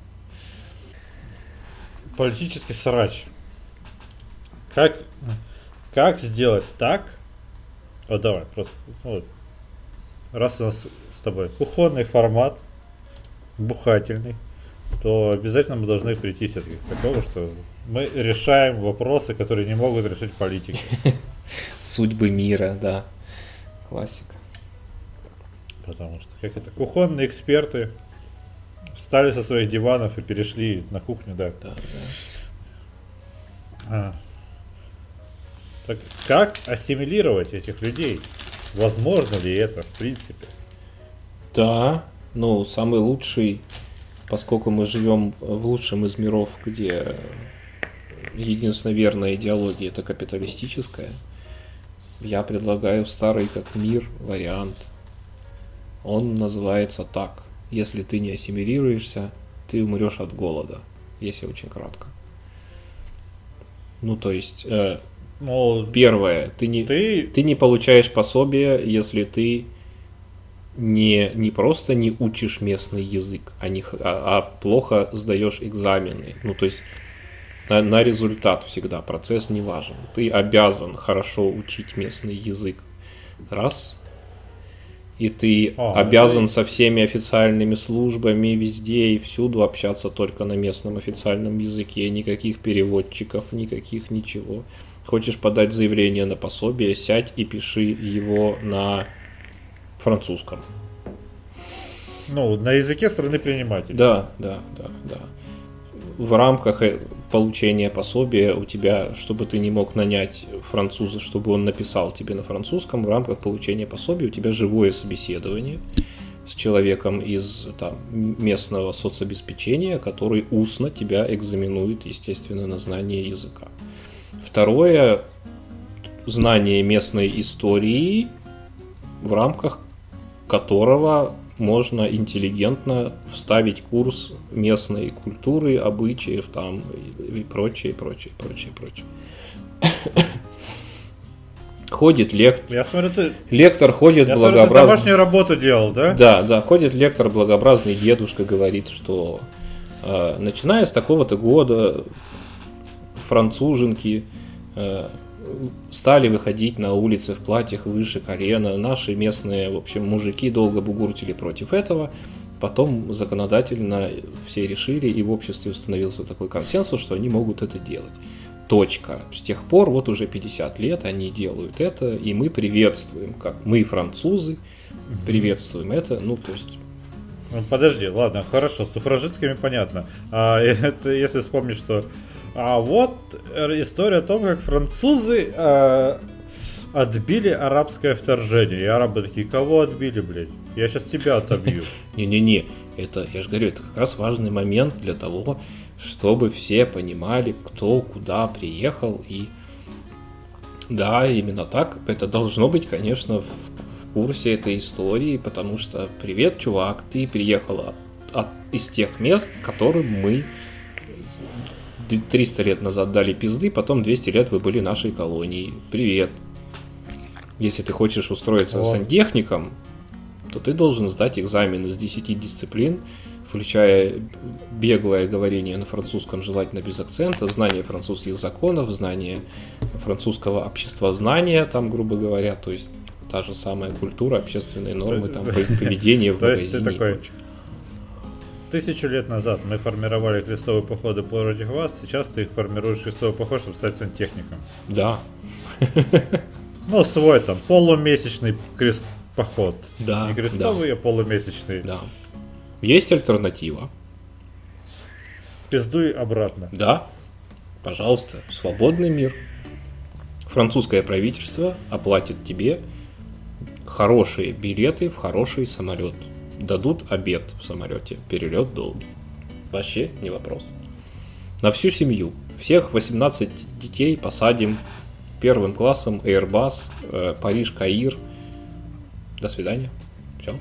[SPEAKER 1] Политический срач. Как, как сделать так? Вот давай, просто вот. Раз у нас с тобой кухонный формат, бухательный, то обязательно мы должны прийти все-таки к такому, что мы решаем вопросы, которые не могут решить политики.
[SPEAKER 2] Судьбы мира, да. Классика.
[SPEAKER 1] Потому что, как это, кухонные эксперты встали со своих диванов и перешли на кухню, да.
[SPEAKER 2] Да, да.
[SPEAKER 1] А. Так как ассимилировать этих людей? Возможно ли это, в принципе?
[SPEAKER 2] Да, ну, самый лучший, поскольку мы живем в лучшем из миров, где единственно верная идеология – это капиталистическая, Я предлагаю старый как мир вариант. Он называется так. Если ты не ассимилируешься, ты умрешь от голода. Если очень кратко. Ну, то есть, э,
[SPEAKER 1] ну,
[SPEAKER 2] первое, ты не, ты... ты не получаешь пособие, если ты не, не просто не учишь местный язык, а, не, а, а плохо сдаешь экзамены. Ну, то есть, на, на результат всегда процесс не важен. Ты обязан хорошо учить местный язык. Раз. И ты а, обязан это... со всеми официальными службами везде и всюду общаться только на местном официальном языке. Никаких переводчиков, никаких ничего. Хочешь подать заявление на пособие, сядь и пиши его на французском.
[SPEAKER 1] Ну, на языке страны принимателя.
[SPEAKER 2] Да, да, да, да. В рамках получения пособия у тебя, чтобы ты не мог нанять француза, чтобы он написал тебе на французском, в рамках получения пособия у тебя живое собеседование с человеком из там, местного соцобеспечения, который устно тебя экзаменует, естественно, на знание языка. Второе, знание местной истории, в рамках которого можно интеллигентно вставить курс местной культуры, обычаев там и прочее, прочее, прочее, прочее. Ходит лектор.
[SPEAKER 1] Я смотрю, ты...
[SPEAKER 2] Лектор ходит
[SPEAKER 1] Я
[SPEAKER 2] благообразный.
[SPEAKER 1] Смотрю, ты домашнюю работу делал, да?
[SPEAKER 2] Да, да, ходит лектор благообразный дедушка, говорит, что э, начиная с такого-то года француженки э, стали выходить на улицы в платьях выше колена. Наши местные, в общем, мужики долго бугуртили против этого. Потом законодательно все решили, и в обществе установился такой консенсус, что они могут это делать. Точка. С тех пор, вот уже пятьдесят лет, они делают это, и мы приветствуем, как мы, французы, приветствуем это. Ну, то есть...
[SPEAKER 1] Подожди, ладно, хорошо, с суфражистками понятно. А это если вспомнить, что... А вот история о том, как французы э, отбили арабское вторжение. И арабы такие, кого отбили, блядь? Я сейчас тебя отобью.
[SPEAKER 2] Не-не-не, это, я же говорю, это как раз важный момент для того, чтобы все понимали, кто куда приехал. И да, именно так. Это должно быть, конечно, в, в курсе этой истории, потому что привет, чувак, ты приехал от, от, из тех мест, которым мы триста лет назад дали пизды, потом двести лет вы были нашей колонией. Привет. Если ты хочешь устроиться вот. Сантехником, то ты должен сдать экзамен из десяти дисциплин, включая беглое говорение на французском, желательно без акцента, знание французских законов, знание французского обществознания, там, грубо говоря, то есть та же самая культура, общественные нормы, там, поведение в магазине и прочее.
[SPEAKER 1] Тысячу лет назад мы формировали крестовые походы против вас, сейчас ты их формируешь крестовый поход, чтобы стать сантехником.
[SPEAKER 2] Да.
[SPEAKER 1] Ну, свой там, полумесячный крест поход.
[SPEAKER 2] Да.
[SPEAKER 1] Не крестовый, да. А полумесячный.
[SPEAKER 2] Да. Есть альтернатива.
[SPEAKER 1] Пиздуй обратно.
[SPEAKER 2] Да. Пожалуйста, свободный мир. Французское правительство оплатит тебе хорошие билеты в хороший самолет. Дадут обед в самолете, перелет долгий. Вообще не вопрос. На всю семью. Всех восемнадцать детей посадим первым классом Airbus, э, Париж, Каир. До свидания. Все.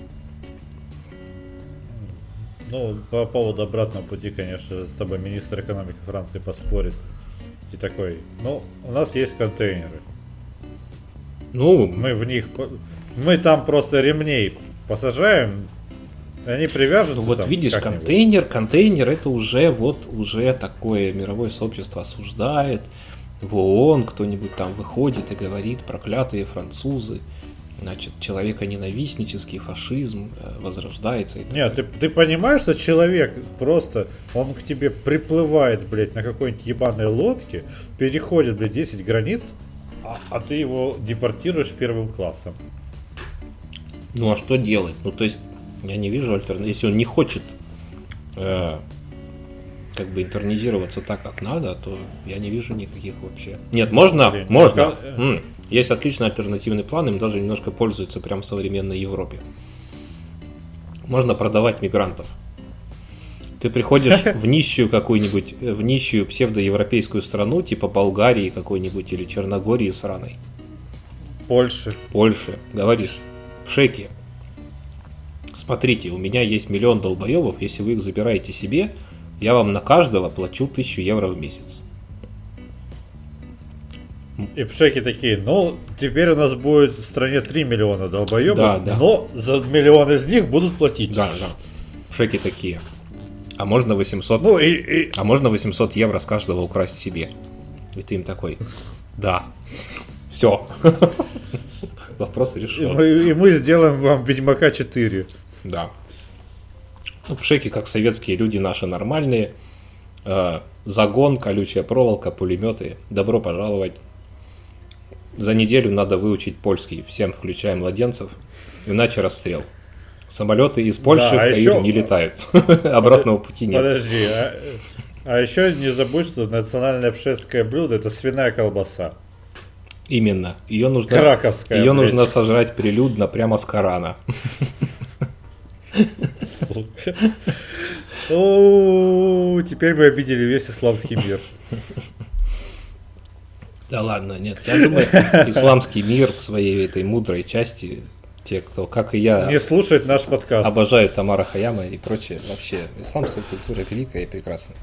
[SPEAKER 1] Ну, по поводу обратного пути, конечно, с тобой министр экономики Франции поспорит. И такой, ну, у нас есть контейнеры.
[SPEAKER 2] Ну,
[SPEAKER 1] мы в них, мы там просто ремней посажаем, они привяжутся.
[SPEAKER 2] Ну вот
[SPEAKER 1] там,
[SPEAKER 2] видишь, контейнер, контейнер это уже вот уже такое мировое сообщество осуждает. В ООН кто-нибудь там выходит и говорит, проклятые французы, значит, человеконенавистнический фашизм возрождается. И
[SPEAKER 1] Нет, ты, ты понимаешь, что человек просто, он к тебе приплывает, блядь, на какой-нибудь ебаной лодке, переходит, блядь, десять границ, а, а ты его депортируешь первым классом.
[SPEAKER 2] Ну а что делать? Ну то есть я не вижу альтернативы. Если он не хочет э, как бы интернизироваться так, как надо, то я не вижу никаких вообще. Нет, можно, Блин, можно. М-м. Есть отличный альтернативный план, им даже немножко пользуются прямо в современной Европе. Можно продавать мигрантов. Ты приходишь в нищую какую-нибудь, в нищую псевдоевропейскую страну, типа Болгарии какой-нибудь или Черногории сраной.
[SPEAKER 1] Польши.
[SPEAKER 2] Польши. Говоришь, в шеке. Смотрите, у меня есть миллион долбоебов, если вы их забираете себе, я вам на каждого плачу тысячу евро в месяц.
[SPEAKER 1] И пшеки такие, ну, теперь у нас будет в стране три миллиона долбоебов, да, да. Но за миллион из них будут платить.
[SPEAKER 2] Да, да. Пшеки такие. А можно восемьсот,
[SPEAKER 1] ну, и, и...
[SPEAKER 2] а можно восемьсот евро с каждого украсть себе. И ты им такой, да. Все. Вопрос решен.
[SPEAKER 1] И мы, и мы сделаем вам Ведьмака четыре.
[SPEAKER 2] Да. Ну, пшеки, как советские люди наши нормальные. Э, загон, колючая проволока, пулеметы. Добро пожаловать. За неделю надо выучить польский. Всем, включая младенцев. Иначе расстрел. Самолеты из Польши да, в Каир еще... не летают. Обратного пути нет.
[SPEAKER 1] Подожди, а, а еще не забудь, что национальное пшецкое блюдо — это свиная колбаса.
[SPEAKER 2] Именно. Ее нужно,
[SPEAKER 1] Краковская,
[SPEAKER 2] ее нужно сожрать прилюдно прямо с Корана.
[SPEAKER 1] О, теперь мы обидели весь исламский мир.
[SPEAKER 2] Да ладно, нет. Я думаю, исламский мир в своей этой мудрой части, те, кто, как и я,
[SPEAKER 1] не слушает наш подкаст,
[SPEAKER 2] обожают Тамара Хаяма и прочее. Вообще, исламская культура великая и прекрасная.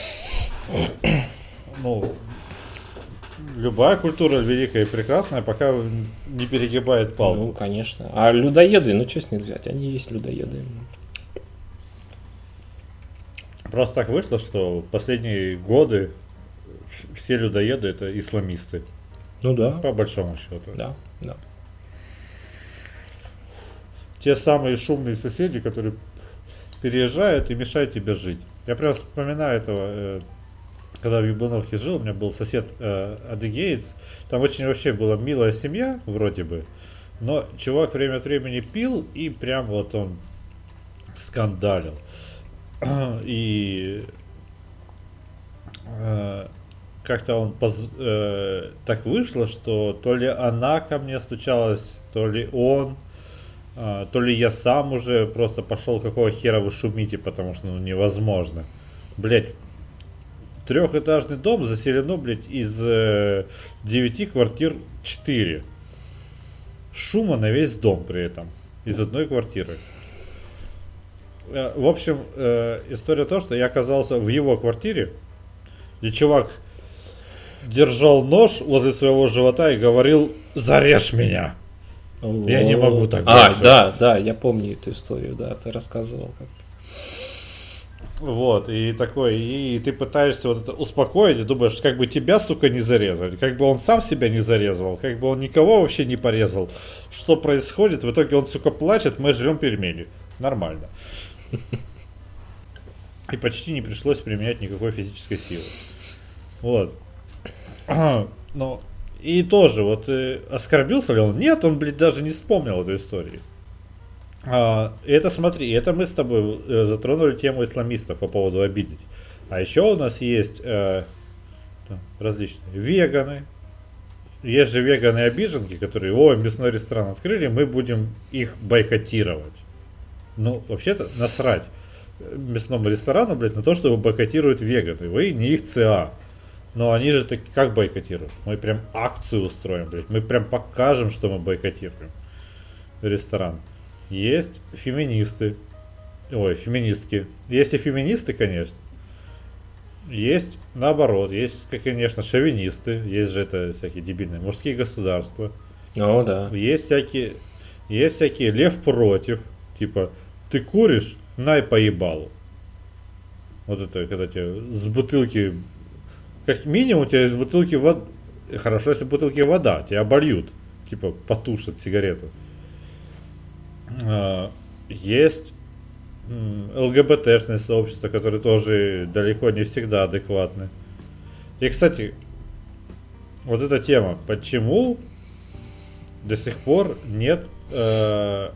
[SPEAKER 1] Ну, любая культура великая и прекрасная, пока не перегибает палку.
[SPEAKER 2] Ну, конечно. А людоеды, ну что с них взять? Они есть людоеды.
[SPEAKER 1] Просто так вышло, что последние годы все людоеды — это исламисты.
[SPEAKER 2] Ну да.
[SPEAKER 1] По большому счету.
[SPEAKER 2] Да, да.
[SPEAKER 1] Те самые шумные соседи, которые переезжают и мешают тебе жить. Я прям вспоминаю этого, когда в Юбановке жил, у меня был сосед э, адыгеец. Там очень вообще была милая семья, вроде бы. Но чувак время от времени пил, и прям вот он скандалил. И э, как-то он поз... э, так вышло, что то ли она ко мне стучалась, то ли он, э, то ли я сам уже просто пошел, какого хера вы шумите, потому что ну невозможно. Блять, трехэтажный дом заселено, блять, из э, девяти квартир четыре. Шума на весь дом при этом. Из одной квартиры. Э, в общем, э, история в том, что я оказался в его квартире, где чувак держал нож возле своего живота и говорил: зарежь меня. О-о-о. Я не могу так
[SPEAKER 2] А, дальше. да, да, я помню эту историю, да, ты рассказывал как-то.
[SPEAKER 1] Вот, и такой, и ты пытаешься вот это успокоить, и думаешь, как бы тебя, сука, не зарезали, как бы он сам себя не зарезал, как бы он никого вообще не порезал. Что происходит? В итоге он, сука, плачет, мы жрем пельмени. Нормально. И почти не пришлось применять никакой физической силы. Вот. Ну, и тоже, вот, э, оскорбился ли он? Нет, он, блядь, даже не вспомнил эту историю. А, это, смотри, это мы с тобой э, затронули тему исламистов по поводу обидеть. А еще у нас есть э, там, различные веганы. Есть же веганы-обиженки, которые: ой, мясной ресторан открыли, мы будем их бойкотировать. Ну, вообще-то, насрать мясному ресторану, блядь, на то, что его бойкотируют веганы. Вы не их ЦА. Но они же так как бойкотируют? Мы прям акцию устроим, блядь. Мы прям покажем, что мы бойкотируем ресторан. Есть феминисты. Ой, феминистки. Есть и феминисты, конечно. Есть наоборот. Есть, конечно, шовинисты. Есть же это всякие дебильные мужские государства.
[SPEAKER 2] О, да.
[SPEAKER 1] Есть всякие, есть всякие лев против. Типа, ты куришь, най поебалу. Вот это, когда тебе с бутылки, как минимум у тебя из бутылки вода, хорошо, если в бутылке вода, тебя обольют. Типа, потушат сигарету. Есть ЛГБТшное сообщество, которое тоже далеко не всегда адекватны. И, кстати, вот эта тема, почему до сих пор нет э,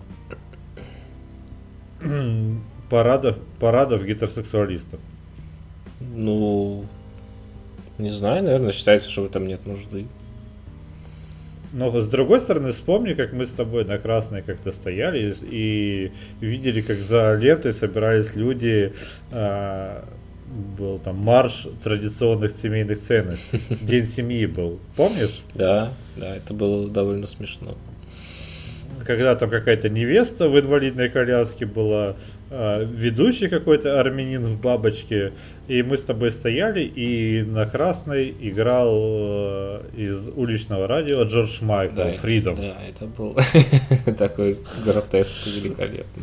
[SPEAKER 1] парадов, парадов гетеросексуалистов?
[SPEAKER 2] Ну, не знаю, наверное, считается, что в этом нет нужды.
[SPEAKER 1] Но с другой стороны, вспомни, как мы с тобой на Красной как-то стояли и видели, как за лентой собирались люди э, был там марш традиционных семейных ценностей. День семьи был. Помнишь?
[SPEAKER 2] Да, да, это было довольно смешно.
[SPEAKER 1] Когда там какая-то невеста в инвалидной коляске была, ведущий какой-то армянин в бабочке, и мы с тобой стояли, и на красной играл из уличного радио Джордж Майкл,
[SPEAKER 2] да,
[SPEAKER 1] Freedom.
[SPEAKER 2] Да, это был такой гротеск великолепный.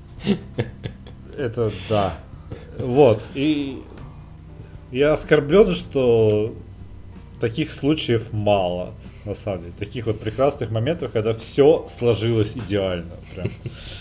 [SPEAKER 1] Это да. Вот, и я оскорблен, что таких случаев мало. На самом деле, таких вот прекрасных моментов, когда все сложилось идеально. Прям.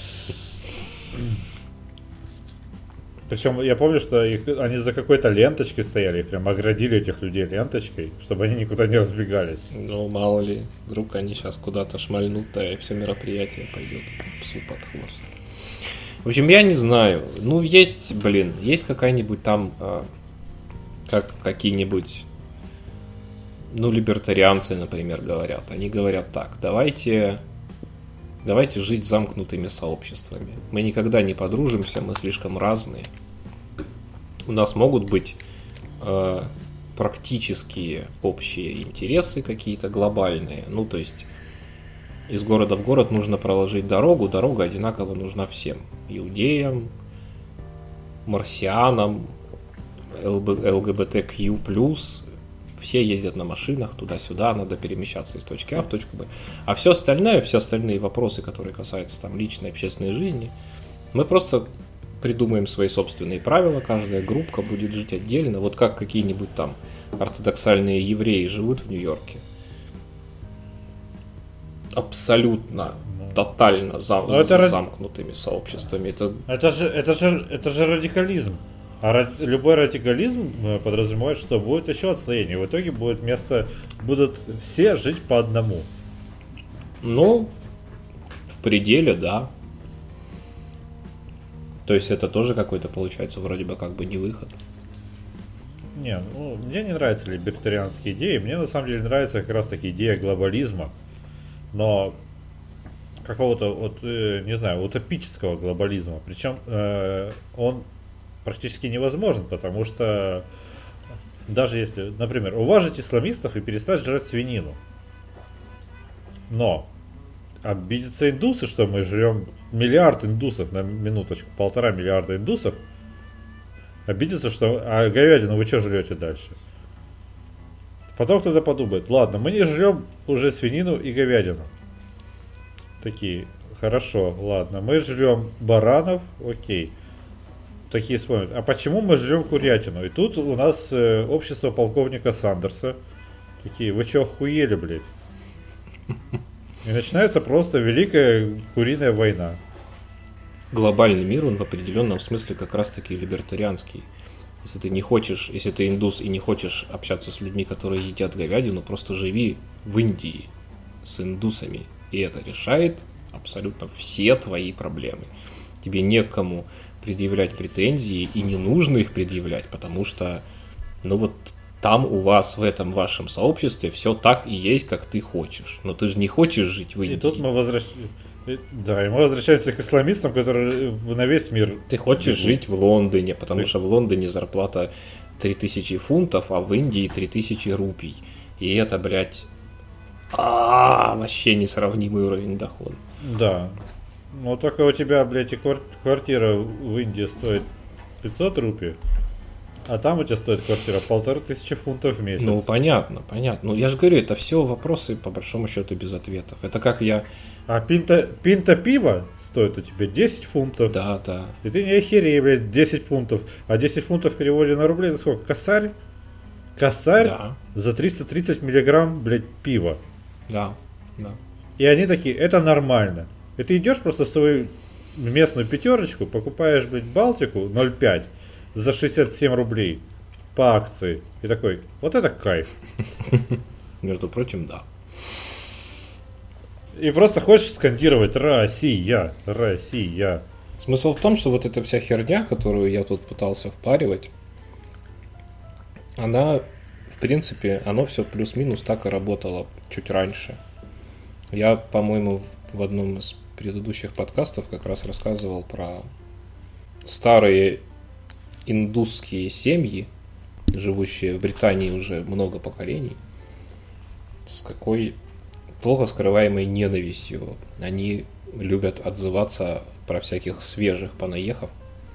[SPEAKER 1] Причем я помню, что их, они за какой-то ленточкой стояли, их прям оградили этих людей ленточкой, чтобы они никуда не разбегались.
[SPEAKER 2] Ну, мало ли, вдруг они сейчас куда-то шмальнут, да, и все мероприятие пойдет псу под хвост. В общем, я не знаю. Ну, есть, блин, есть какая-нибудь там, а, как какие-нибудь, ну, либертарианцы, например, говорят. Они говорят так: давайте, давайте жить замкнутыми сообществами. Мы никогда не подружимся, мы слишком разные. У нас могут быть э, практические общие интересы какие-то глобальные. Ну, то есть из города в город нужно проложить дорогу, дорога одинаково нужна всем. Иудеям, марсианам, эл гэ бэ тэ кью плюс, все ездят на машинах туда-сюда, надо перемещаться из точки А в точку Б. А все остальное, все остальные вопросы, которые касаются там личной, общественной жизни, мы просто придумаем свои собственные правила, каждая группка будет жить отдельно. Вот как какие-нибудь там ортодоксальные евреи живут в Нью-Йорке. Абсолютно, тотально зам-
[SPEAKER 1] это
[SPEAKER 2] замкнутыми сообществами. Это...
[SPEAKER 1] Это, же, это, же, это же радикализм. А ра- любой радикализм подразумевает, что будет еще отслоение. В итоге будет место, будут все жить по одному.
[SPEAKER 2] Ну, в пределе, да. То есть это тоже какой-то, получается, вроде бы как бы не выход.
[SPEAKER 1] Не, ну, мне не нравятся либертарианские идеи. Мне на самом деле нравится как раз таки идея глобализма. Но какого-то, вот, э, не знаю, утопического глобализма. Причем э, он практически невозможен, потому что даже если, например, уважить исламистов и перестать жрать свинину, но обидятся индусы, что мы жрем миллиард индусов, на минуточку, полтора миллиарда индусов, обидятся, что а говядину вы что жрете дальше? Потом кто-то подумает: ладно, мы не жрем уже свинину и говядину. Такие: хорошо, ладно, мы жрем баранов, окей. Такие вспомнят: а почему мы жрем курятину? И тут у нас э, общество полковника Сандерса. Такие: вы что, охуели, блядь? И начинается просто великая куриная война.
[SPEAKER 2] Глобальный мир, он в определенном смысле как раз-таки либертарианский. Если ты не хочешь, если ты индус и не хочешь общаться с людьми, которые едят говядину, просто живи в Индии с индусами. И это решает абсолютно все твои проблемы. Тебе некому предъявлять претензии, и не нужно их предъявлять, потому что, ну вот, там у вас в этом вашем сообществе все так и есть, как ты хочешь. Но ты же не хочешь жить в Индии.
[SPEAKER 1] И тут мы возвращаемся. Да, и мы возвращаемся к исламистам, которые на весь мир.
[SPEAKER 2] Ты хочешь бегут. Жить в Лондоне, потому ты... что в Лондоне зарплата три тысячи фунтов, а в Индии три тысячи рупий. И это, блядь, а вообще несравнимый уровень дохода.
[SPEAKER 1] Да. Ну только у тебя, блядь, и квартира в Индии стоит пятьсот рупий, а там у тебя стоит квартира полторы тысячи фунтов в месяц.
[SPEAKER 2] Ну понятно, понятно. Ну я же говорю, это все вопросы по большому счету без ответов. Это как я...
[SPEAKER 1] А пинта, пинта пива стоит у тебя десять фунтов.
[SPEAKER 2] Да, да.
[SPEAKER 1] И ты не охерей, блядь, десять фунтов. А десять фунтов в переводе на рубли это сколько? Косарь? Косарь
[SPEAKER 2] да.
[SPEAKER 1] За триста тридцать миллиграмм, блядь, пива.
[SPEAKER 2] Да, да.
[SPEAKER 1] И они такие: это нормально. И ты идешь просто в свою местную пятерочку, покупаешь, блядь, Балтику ноль пять за шестьдесят семь рублей по акции. И такой: вот это кайф.
[SPEAKER 2] Между прочим, да.
[SPEAKER 1] И просто хочешь скандировать: Россия, Россия.
[SPEAKER 2] Смысл в том, что вот эта вся херня, которую я тут пытался впаривать, она, в принципе, оно все плюс-минус так и работало чуть раньше. Я, по-моему, в одном из предыдущих подкастов как раз рассказывал про старые индусские семьи, живущие в Британии уже много поколений, с какой плохо скрываемой ненавистью они любят отзываться про всяких свежих понаехав.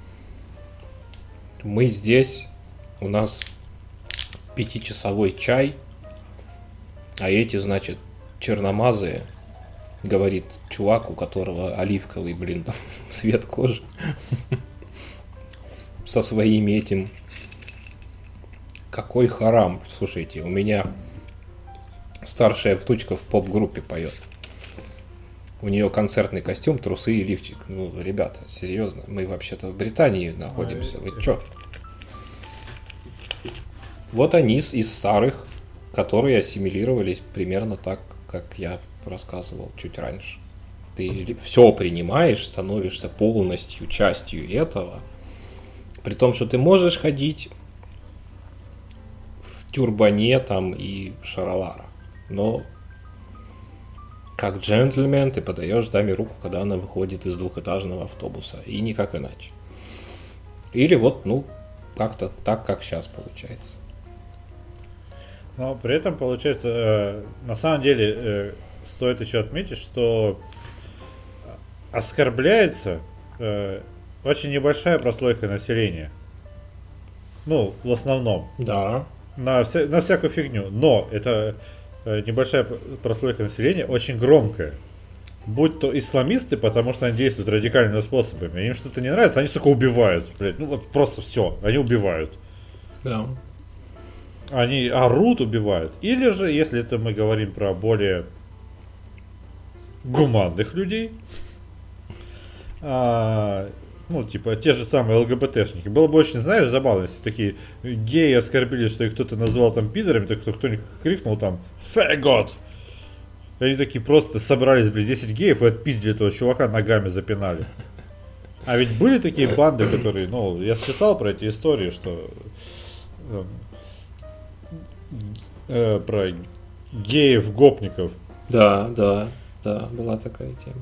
[SPEAKER 2] Мы здесь, у нас пятичасовой чай, а эти, значит, черномазые, говорит чувак, у которого оливковый, блин, цвет кожи, со своим этим. Какой харам. Слушайте, у меня старшая внучка в поп-группе поет. У нее концертный костюм, трусы и лифчик. Ну, ребята, серьезно, мы вообще-то в Британии находимся. Вы чё? Вот они из старых, которые ассимилировались примерно так, как я рассказывал чуть раньше. Ты все принимаешь, становишься полностью частью этого, при том, что ты можешь ходить в тюрбане там и шароварах, но как джентльмен ты подаешь даме руку, когда она выходит из двухэтажного автобуса, и никак иначе. Или вот, ну, как-то так, как сейчас получается.
[SPEAKER 1] Но при этом, получается, э, на самом деле, э, стоит еще отметить, что оскорбляется э, очень небольшая прослойка населения. Ну, в основном.
[SPEAKER 2] Да.
[SPEAKER 1] На, вся, на всякую фигню. Но это э, небольшая прослойка населения очень громкая. Будь то исламисты, потому что они действуют радикальными способами. Им что-то не нравится, они, сука, убивают. Блядь, ну вот просто все, они убивают.
[SPEAKER 2] Да.
[SPEAKER 1] Они орут, убивают. Или же, если это мы говорим про более гуманных людей, а, ну, типа, те же самые ЛГБТшники. Было бы очень, знаешь, забавно, если такие геи оскорбили, что их кто-то назвал там пидорами, так кто-нибудь крикнул там «Фэгот!». И они такие просто собрались, блин, десять геев и отпиздили этого чувака, ногами запинали. А ведь были такие банды, которые, ну, я читал про эти истории, что э, про геев-гопников.
[SPEAKER 2] Да, да, да, была такая тема.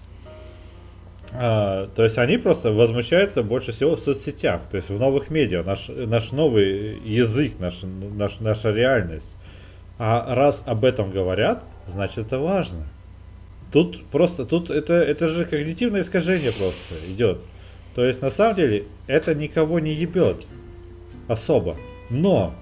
[SPEAKER 1] А, то есть они просто возмущаются больше всего в соцсетях, то есть в новых медиа, наш, наш новый язык, наш, наш, наша реальность. А раз об этом говорят, значит это важно. Тут просто, тут это, это же когнитивное искажение просто идет. То есть на самом деле это никого не ебет особо. Но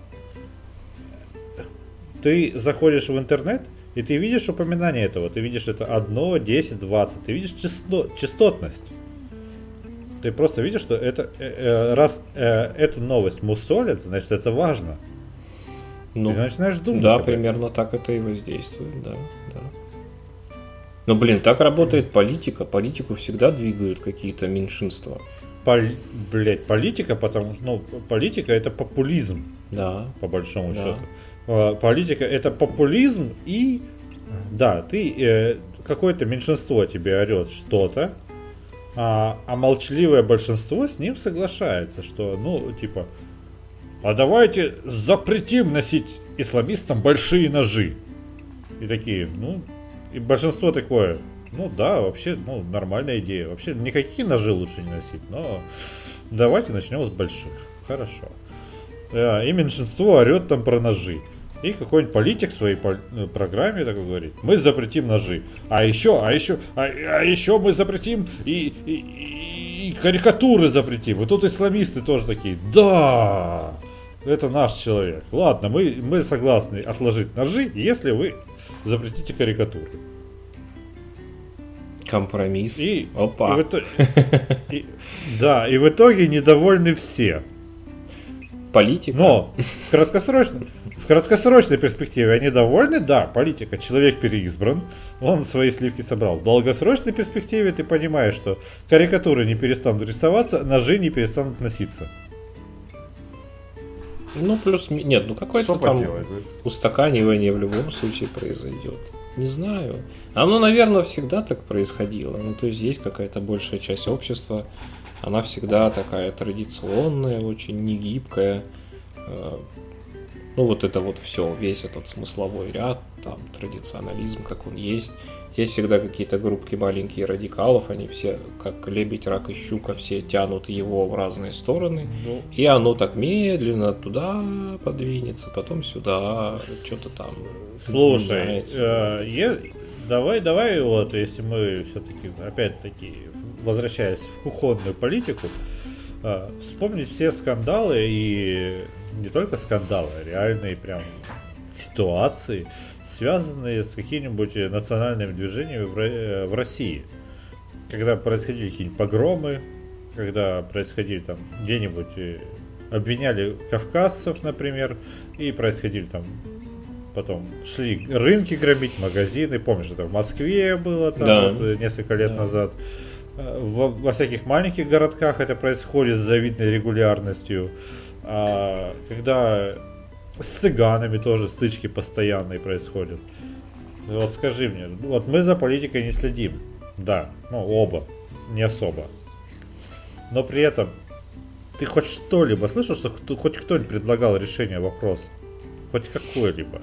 [SPEAKER 1] ты заходишь в интернет, и ты видишь упоминание этого, ты видишь это одно, десять, двадцать, ты видишь часто, частотность. Ты просто видишь, что это, э, раз э, эту новость мусолят, значит это важно.
[SPEAKER 2] Ну,
[SPEAKER 1] ты начинаешь думать.
[SPEAKER 2] Да, примерно так это и воздействует, да, да. Но, блин, так работает политика. Политику всегда двигают какие-то меньшинства.
[SPEAKER 1] Пол, блять, политика, потому что, ну, политика это популизм.
[SPEAKER 2] Да.
[SPEAKER 1] По большому
[SPEAKER 2] да.
[SPEAKER 1] счету. Политика это популизм и, да, ты, э, какое-то меньшинство тебе орет что-то, а, а молчаливое большинство с ним соглашается, что, ну, типа, а давайте запретим носить исламистам большие ножи. И такие, ну, и большинство такое, ну да, вообще, ну, нормальная идея. Вообще никакие ножи лучше не носить, но давайте начнем с больших. Хорошо. И меньшинство орет там про ножи. И какой-нибудь политик в своей программе такой говорит: мы запретим ножи. А еще, а еще, а, а еще мы запретим и, и, и карикатуры запретим. И тут исламисты тоже такие: да, это наш человек. Ладно, мы, мы согласны отложить ножи, если вы запретите карикатуры.
[SPEAKER 2] Компромисс.
[SPEAKER 1] И,
[SPEAKER 2] Опа.
[SPEAKER 1] И в итоге, и, да, и в итоге недовольны все.
[SPEAKER 2] Политика.
[SPEAKER 1] Но в краткосрочной, в краткосрочной перспективе они довольны, да, политика, человек переизбран, он свои сливки собрал. В долгосрочной перспективе ты понимаешь, что карикатуры не перестанут рисоваться, ножи не перестанут носиться.
[SPEAKER 2] Ну, плюс, нет, ну какое-то что там поделать, устаканивание в любом случае произойдет. Не знаю. Оно, наверное, всегда так происходило. Ну, то есть есть какая-то большая часть общества, она всегда такая традиционная, очень негибкая. Ну, вот это вот все, весь этот смысловой ряд, там, традиционализм, как он есть. Есть всегда какие-то группки маленькие радикалов, они все, как лебедь, рак и щука, все тянут его в разные стороны. Ну, и оно так медленно туда подвинется, потом сюда, что-то там.
[SPEAKER 1] Слушай, э, я, давай, давай, вот, если мы все-таки, опять-таки, возвращаясь в кухонную политику, э, вспомнить все скандалы, и не только скандалы, а реальные прям ситуации, связанные с какими-нибудь национальными движениями в, в России. Когда происходили какие-нибудь погромы, когда происходили там где-нибудь, обвиняли кавказцев, например, и происходили там, потом шли рынки громить, магазины, помнишь, это в Москве было там да. вот, несколько лет да. назад. Во, во всяких маленьких городках это происходит с завидной регулярностью. А когда с цыганами тоже стычки постоянные происходят. Вот скажи мне, вот мы за политикой не следим. Да, ну оба, не особо. Но при этом ты хоть что-либо слышал, что кто, хоть кто-нибудь предлагал решение вопроса? Хоть какое-либо?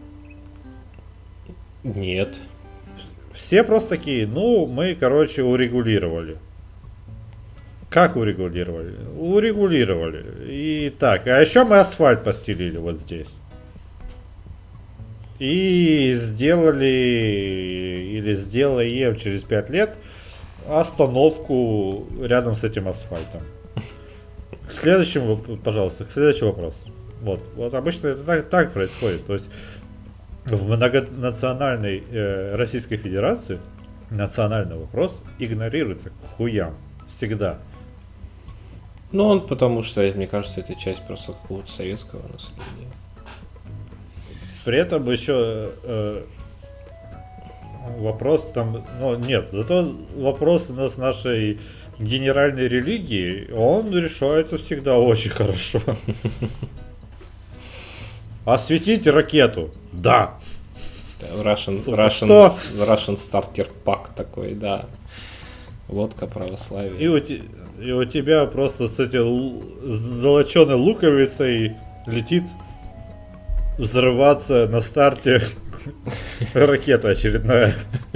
[SPEAKER 2] Нет.
[SPEAKER 1] Все просто такие, ну мы, короче, урегулировали. Как урегулировали? Урегулировали. И так, а еще мы асфальт постелили вот здесь. И сделали, или сделаем через пять лет остановку рядом с этим асфальтом. К следующему, пожалуйста, к следующему вопросу. Вот, вот обычно это так, так происходит. То есть в многонациональной э, Российской Федерации национальный вопрос игнорируется к хуям. Всегда.
[SPEAKER 2] Ну, он потому что, мне кажется, это часть просто какого-то советского наследия.
[SPEAKER 1] При этом еще э, вопрос там, ну нет, зато вопрос у нас нашей генеральной религии, он решается всегда очень хорошо. Осветить ракету, да.
[SPEAKER 2] Russian, Russian, Russian Starter Pack такой, да. Водка православия.
[SPEAKER 1] И у, и у тебя просто с этой л- золоченой луковицей летит взрываться на старте ракета очередная.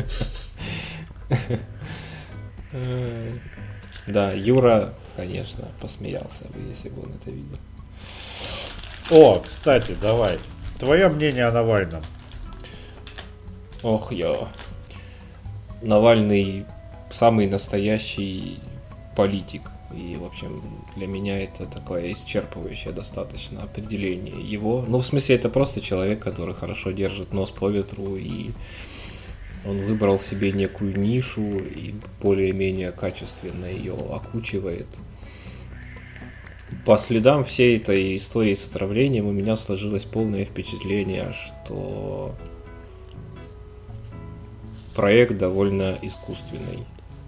[SPEAKER 2] Да, Юра, конечно, посмеялся бы, если бы он это видел.
[SPEAKER 1] О, кстати, давай. Твое мнение о Навальном.
[SPEAKER 2] Ох, ё. Навальный самый настоящий политик. И, в общем, для меня это такое исчерпывающее достаточно определение его. Ну, в смысле, это просто человек, который хорошо держит нос по ветру, и он выбрал себе некую нишу и более-менее качественно ее окучивает. По следам всей этой истории с отравлением у меня сложилось полное впечатление, что проект довольно искусственный.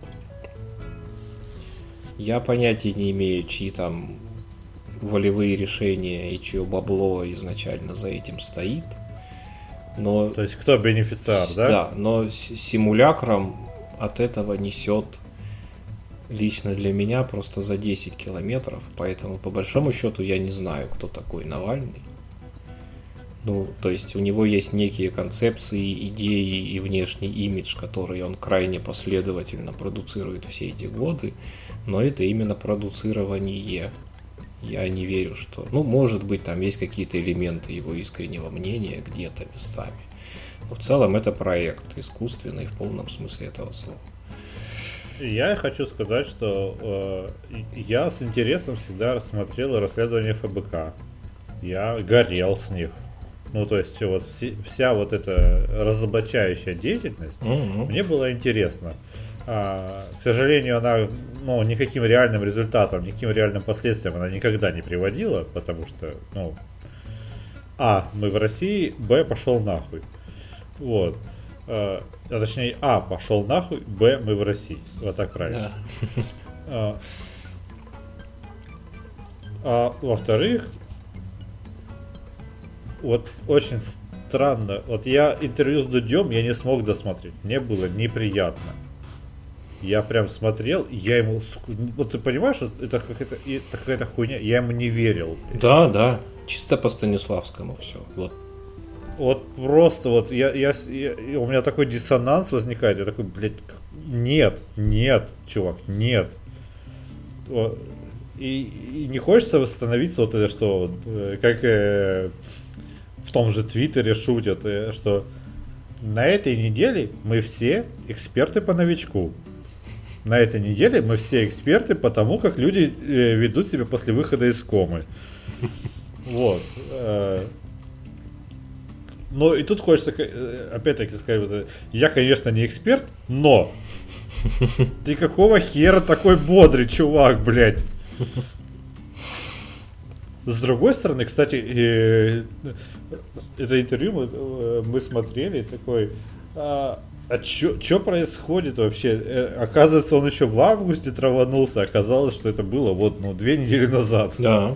[SPEAKER 2] Я понятия не имею, чьи там волевые решения и чье бабло изначально за этим стоит. Но,
[SPEAKER 1] то есть кто бенефициар, да?
[SPEAKER 2] Да, но симулякром от этого несет лично для меня просто за десять километров. Поэтому по большому счету я не знаю, кто такой Навальный. Ну, то есть у него есть некие концепции, идеи и внешний имидж, который он крайне последовательно продуцирует все эти годы, но это именно продуцирование. Я не верю, что... Ну, может быть, там есть какие-то элементы его искреннего мнения где-то местами. Но в целом это проект искусственный в полном смысле этого слова.
[SPEAKER 1] Я хочу сказать, что э, я с интересом всегда смотрел расследование эф бэ ка. Я горел с них. Ну, то есть, вот вся вот эта разоблачающая деятельность, mm-hmm. мне было интересно. А, к сожалению, она, ну, никаким реальным результатом, никаким реальным последствиям она никогда не приводила, потому что, ну, а, мы в России, б, пошел нахуй. Вот. А, а точнее, а, пошел нахуй, б, мы в России. Вот так правильно. Yeah. А, а во-вторых, вот очень странно. Вот я интервью с Дудем я не смог досмотреть. Мне было неприятно. Я прям смотрел, я ему... Вот ты понимаешь, это какая-то, это какая-то хуйня. Я ему не верил.
[SPEAKER 2] Да, да. Чисто по Станиславскому все. Вот.
[SPEAKER 1] Вот просто вот я, я, я, у меня такой диссонанс возникает. Я такой, блядь, нет, нет, чувак, нет. И, и не хочется восстановиться вот это, что как э, в том же Твиттере шутят, э, что на этой неделе мы все эксперты по новичку. На этой неделе мы все эксперты по тому, как люди э, ведут себя после выхода из комы. Вот. Э, ну и тут хочется опять-таки сказать, вот, я, конечно, не эксперт, но ты какого хера такой бодрый, чувак, блядь? С другой стороны, кстати, э, это интервью мы, э, мы смотрели, такой, а, а что происходит вообще? Э, оказывается, он еще в августе траванулся, оказалось, что это было вот, ну, две недели назад.
[SPEAKER 2] Да.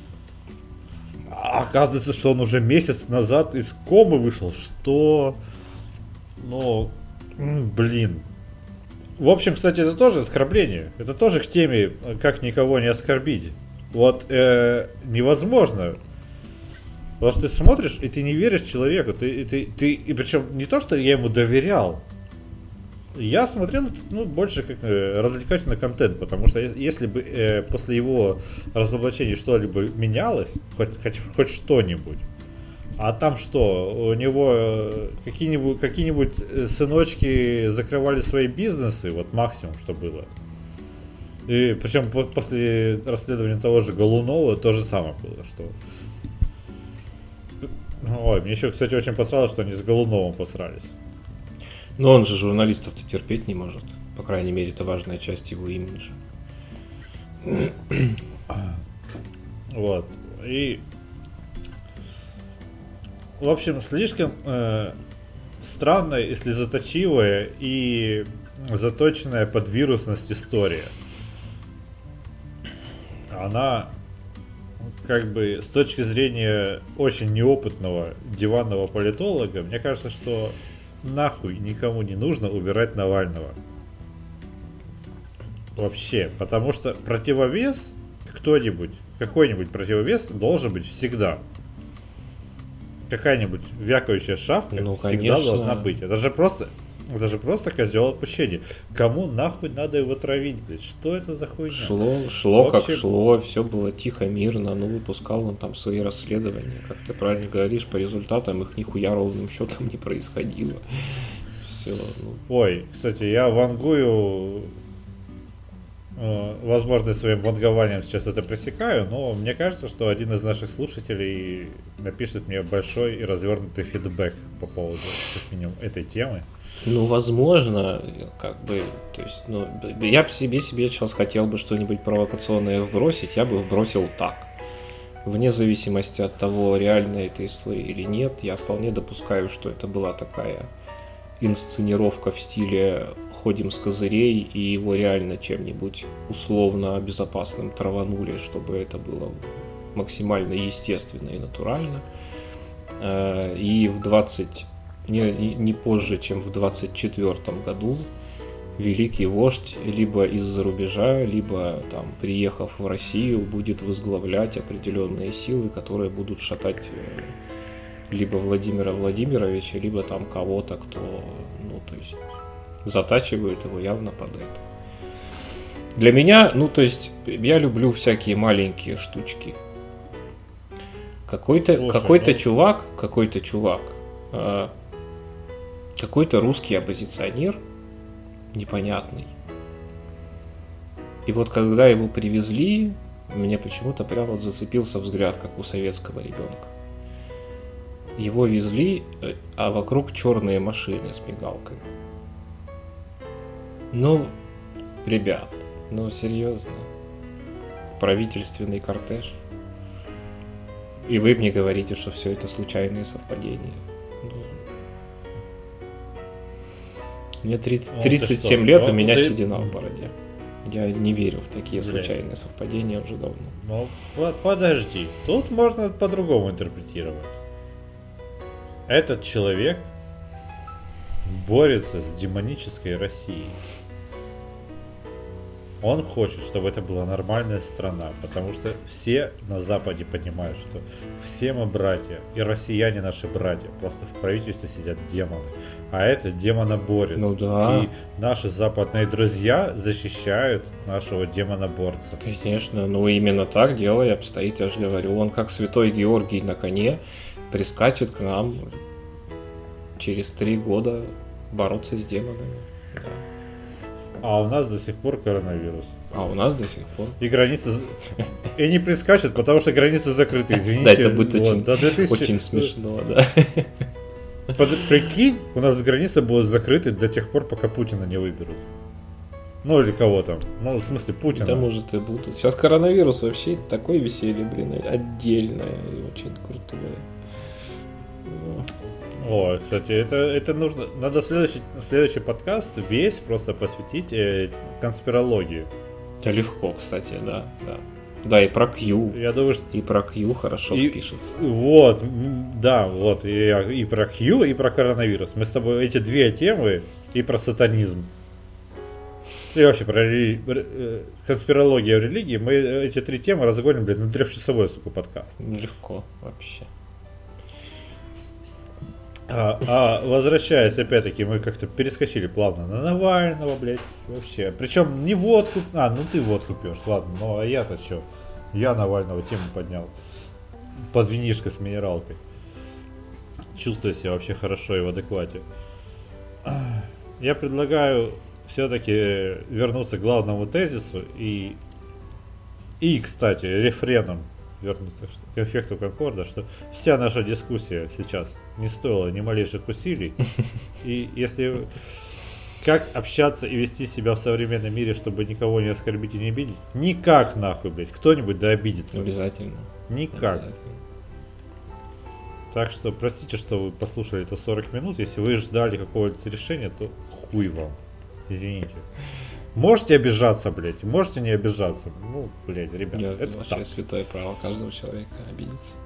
[SPEAKER 1] А оказывается, что он уже месяц назад из комы вышел, что, ну, блин. В общем, кстати, это тоже оскорбление. Это тоже к теме, как никого не оскорбить. Вот э, невозможно. Потому что ты смотришь, и ты не веришь человеку. Ты, ты, ты, и причем не то, что я ему доверял. Я смотрел, ну, больше как э, развлекательный контент. Потому что если бы э, после его разоблачения что-либо менялось, хоть, хоть, хоть что-нибудь, а там что, у него какие-нибудь, какие-нибудь сыночки закрывали свои бизнесы, вот максимум, что было. И причем после расследования того же Голунова то же самое было, что... Ой, мне еще, кстати, очень посралось, что они с Голуновым посрались.
[SPEAKER 2] Но он же журналистов-то терпеть не может. По крайней мере, это важная часть его имиджа.
[SPEAKER 1] Вот. И... В общем, слишком э, странная и слезоточивая и заточенная под вирусность история. Она, как бы, с точки зрения очень неопытного диванного политолога, мне кажется, что нахуй никому не нужно убирать Навального. Вообще. Потому что противовес, кто-нибудь, какой-нибудь противовес должен быть всегда. Какая-нибудь вякающая шавка ну, всегда конечно. Должна быть. Это же просто, это же просто козел отпущения. Кому нахуй надо его травить, блядь? Что это за хуйня?
[SPEAKER 2] Шло, шло общем... как шло, все было тихо, мирно, ну выпускал он там свои расследования. Как ты правильно говоришь, по результатам их нихуя ровным счетом не происходило. Все. Ну.
[SPEAKER 1] Ой, кстати, я вангую. Возможно, своим вангованием сейчас это пресекаю, но мне кажется, что один из наших слушателей напишет мне большой и развернутый фидбэк по поводу, как минимум, этой темы.
[SPEAKER 2] Ну, возможно, как бы, то есть, ну, я бы себе, себе сейчас хотел бы что-нибудь провокационное вбросить, я бы вбросил так. Вне зависимости от того, реальна эта история или нет, я вполне допускаю, что это была такая инсценировка в стиле «ходим с козырей» и его реально чем-нибудь условно безопасным траванули, чтобы это было максимально естественно и натурально. И в двадцать не, не позже, чем в двадцать четвёртом году великий вождь либо из-за рубежа, либо там, приехав в Россию, будет возглавлять определенные силы, которые будут шатать либо Владимира Владимировича, либо там кого-то, кто, ну, то есть, затачивает его явно под это. Для меня, ну, то есть, я люблю всякие маленькие штучки. Какой-то, Слушай, какой-то ну... чувак, какой-то чувак, э, какой-то русский оппозиционер, непонятный. И вот когда его привезли, мне почему-то прям вот зацепился взгляд, как у советского ребенка. Его везли, а вокруг черные машины с мигалками. Ну, ребят, ну серьезно. Правительственный кортеж. И вы мне говорите, что все это случайные совпадения. Ну, мне тридцать, тридцать семь лет, ну, у меня ты... седина в бороде. Я не верю в такие Блин. случайные совпадения уже давно.
[SPEAKER 1] Ну, подожди, тут можно по-другому интерпретировать. Этот человек борется с демонической Россией. Он хочет, чтобы это была нормальная страна, потому что все на Западе понимают, что все мы братья, и россияне наши братья, просто в правительстве сидят демоны, а это демоноборец.
[SPEAKER 2] Ну да.
[SPEAKER 1] И наши западные друзья защищают нашего демоноборца.
[SPEAKER 2] Конечно, ну именно так дело и обстоит, я же говорю, он как святой Георгий на коне прискачет к нам через три года бороться с демонами. Да.
[SPEAKER 1] А у нас до сих пор коронавирус.
[SPEAKER 2] А у нас до сих пор.
[SPEAKER 1] И границы... И не прискачет, потому что границы закрыты, извините.
[SPEAKER 2] Да, это будет
[SPEAKER 1] вот,
[SPEAKER 2] очень,
[SPEAKER 1] до две тысячи...
[SPEAKER 2] очень смешно, да.
[SPEAKER 1] Под... Прикинь, у нас границы будут закрыты до тех пор, пока Путина не выберут. Ну или кого там. Ну, в смысле, Путина.
[SPEAKER 2] Да, может и будут. Сейчас коронавирус вообще такое веселье, блин, отдельное и очень крутое.
[SPEAKER 1] О, кстати, это, это нужно. Надо следующий, следующий подкаст весь просто посвятить э, конспирологии.
[SPEAKER 2] Да, легко, кстати, да, да. Да, и про Q.
[SPEAKER 1] Я думаю, что...
[SPEAKER 2] И про Q хорошо
[SPEAKER 1] и,
[SPEAKER 2] впишется.
[SPEAKER 1] Вот, да, вот. И, и про Q, и про коронавирус. Мы с тобой эти две темы, и про сатанизм. И вообще про рели... конспирологию религии. Мы эти три темы разгоним, блядь, на трехчасовой, сука, подкаст.
[SPEAKER 2] Легко вообще.
[SPEAKER 1] А, а возвращаясь, опять-таки, мы как-то перескочили плавно на Навального, блядь, вообще. Причем не водку, а, ну ты водку пьешь, ладно, ну а я-то что? Я Навального тему поднял. Под винишко с минералкой. Чувствую себя вообще хорошо и в адеквате. Я предлагаю все-таки вернуться к главному тезису и, и, кстати, рефреном вернуться к эффекту Конкорда, что вся наша дискуссия сейчас не стоила ни малейших усилий. И если как общаться и вести себя в современном мире, чтобы никого не оскорбить и не обидеть, никак нахуй, блядь, кто-нибудь да обидится.
[SPEAKER 2] Обязательно.
[SPEAKER 1] Никак.
[SPEAKER 2] Обязательно.
[SPEAKER 1] Так что простите, что вы послушали это сорок минут. Если вы ждали какого-то решения, то хуй вам. Извините. Можете обижаться, блядь, можете не обижаться. Ну, блядь, ребята,
[SPEAKER 2] Я,
[SPEAKER 1] это
[SPEAKER 2] вообще
[SPEAKER 1] так.
[SPEAKER 2] святое право каждого человека обидеться.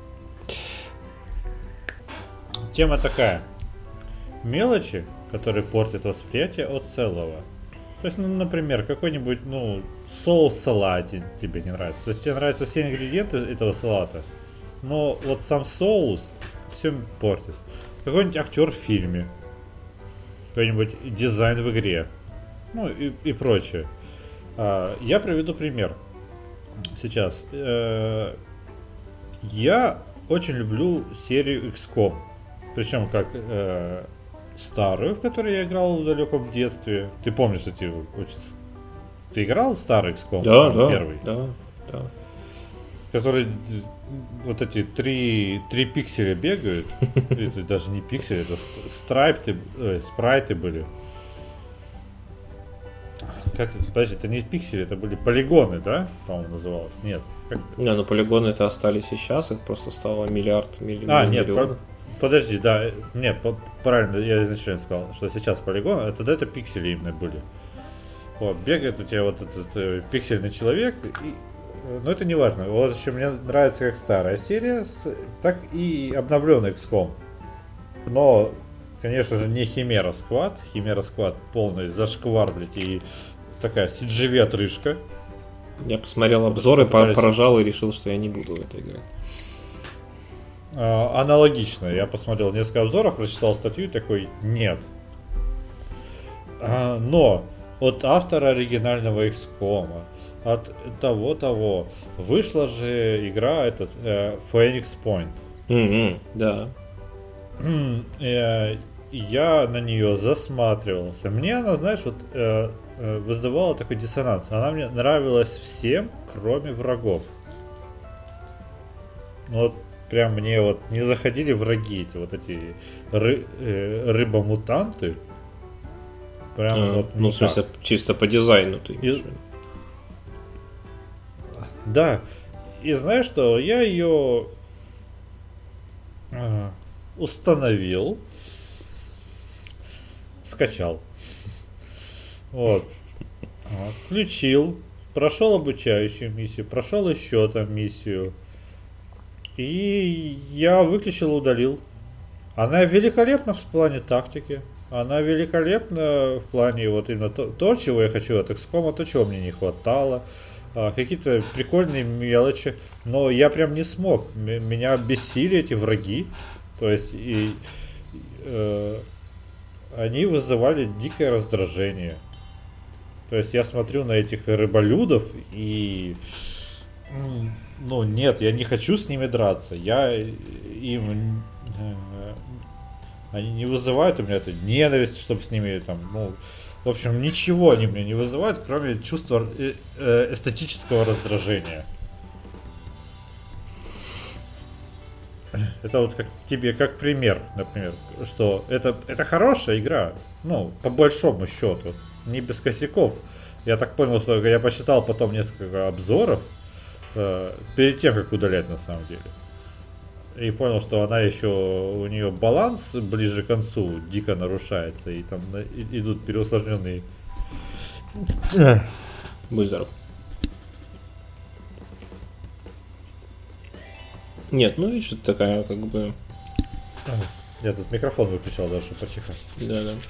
[SPEAKER 1] Тема такая. Мелочи, которые портят восприятие от целого. То есть, ну, например, какой-нибудь, ну, соус в салате тебе не нравится. То есть тебе нравятся все ингредиенты этого салата, но вот сам соус все портит. Какой-нибудь актер в фильме. Какой-нибудь дизайн в игре. Ну и, и прочее. А, я приведу пример. Сейчас. Э, я очень люблю серию икс ком. Причем как э, старую, в которой я играл в далеком детстве. Ты помнишь эти очень... Ты играл в старый икс ком?
[SPEAKER 2] Да, да,
[SPEAKER 1] первый?
[SPEAKER 2] Да, да.
[SPEAKER 1] Который вот эти три, три пикселя бегают. Это даже не пиксели, это страйпты, э, спрайты были. Как, подожди, это не пиксели, это были полигоны, да? По-моему, называлось. Нет. Как...
[SPEAKER 2] Не, ну полигоны-то остались и сейчас, их просто стало миллиард, милли...
[SPEAKER 1] А,
[SPEAKER 2] миллион.
[SPEAKER 1] нет, по... подожди, да, нет, по... правильно, я изначально сказал, что сейчас полигоны, а тогда это пиксели именно были. Вот, бегает у тебя вот этот э, пиксельный человек, и... но это не важно. Вот еще мне нравится как старая серия, так и обновленный икс ком. Но, конечно же, не Химера Сквад. Химера Сквад полный зашквар, блядь, и такая си джи ви-отрыжка.
[SPEAKER 2] Я посмотрел обзоры, поражал и решил, что я не буду в этой игре.
[SPEAKER 1] А, аналогично. Я посмотрел несколько обзоров, прочитал статью и такой, нет. А, но от автора оригинального икс кома, от того-того, вышла же игра этот э, Phoenix Point.
[SPEAKER 2] Mm-hmm, да.
[SPEAKER 1] э, я на нее засматривался. Мне она, знаешь, вот э, э, вызывала такой диссонанс. Она мне нравилась всем, кроме врагов. Вот прям мне вот не заходили враги, эти вот эти ры, э, рыбомутанты. Прям
[SPEAKER 2] а,
[SPEAKER 1] вот
[SPEAKER 2] ну, в смысле, чисто по дизайну ты имеешь в виду.
[SPEAKER 1] Да. И знаешь что, я ее э, установил, скачал, вот, включил, прошел обучающую миссию, прошел еще там миссию, и я выключил и удалил. Она великолепна в плане тактики. Она великолепна в плане вот именно то, то чего я хочу от икс ком, то, чего мне не хватало. А, какие-то прикольные мелочи. Но я прям не смог. М- меня бесили эти враги. То есть и, э, они вызывали дикое раздражение. То есть я смотрю на этих рыболюдов и... Ну нет, я не хочу с ними драться. Я им... Они не вызывают у меня эту ненависть, чтобы с ними там, ну, в общем, ничего они мне не вызывают, кроме чувства э- э- эстетического раздражения. Это вот как тебе, как пример, например, что это, это хорошая игра, ну, по большому счету, не без косяков. Я так понял, что я почитал потом несколько обзоров, э- перед тем, как удалять на самом деле. И понял, что она еще, у нее баланс ближе к концу дико нарушается, и там и, идут переусложненные.
[SPEAKER 2] Будь здоров. Нет, ну видишь, это такая как бы...
[SPEAKER 1] Я тут микрофон выключал даже, чтобы почихать.
[SPEAKER 2] Да, да.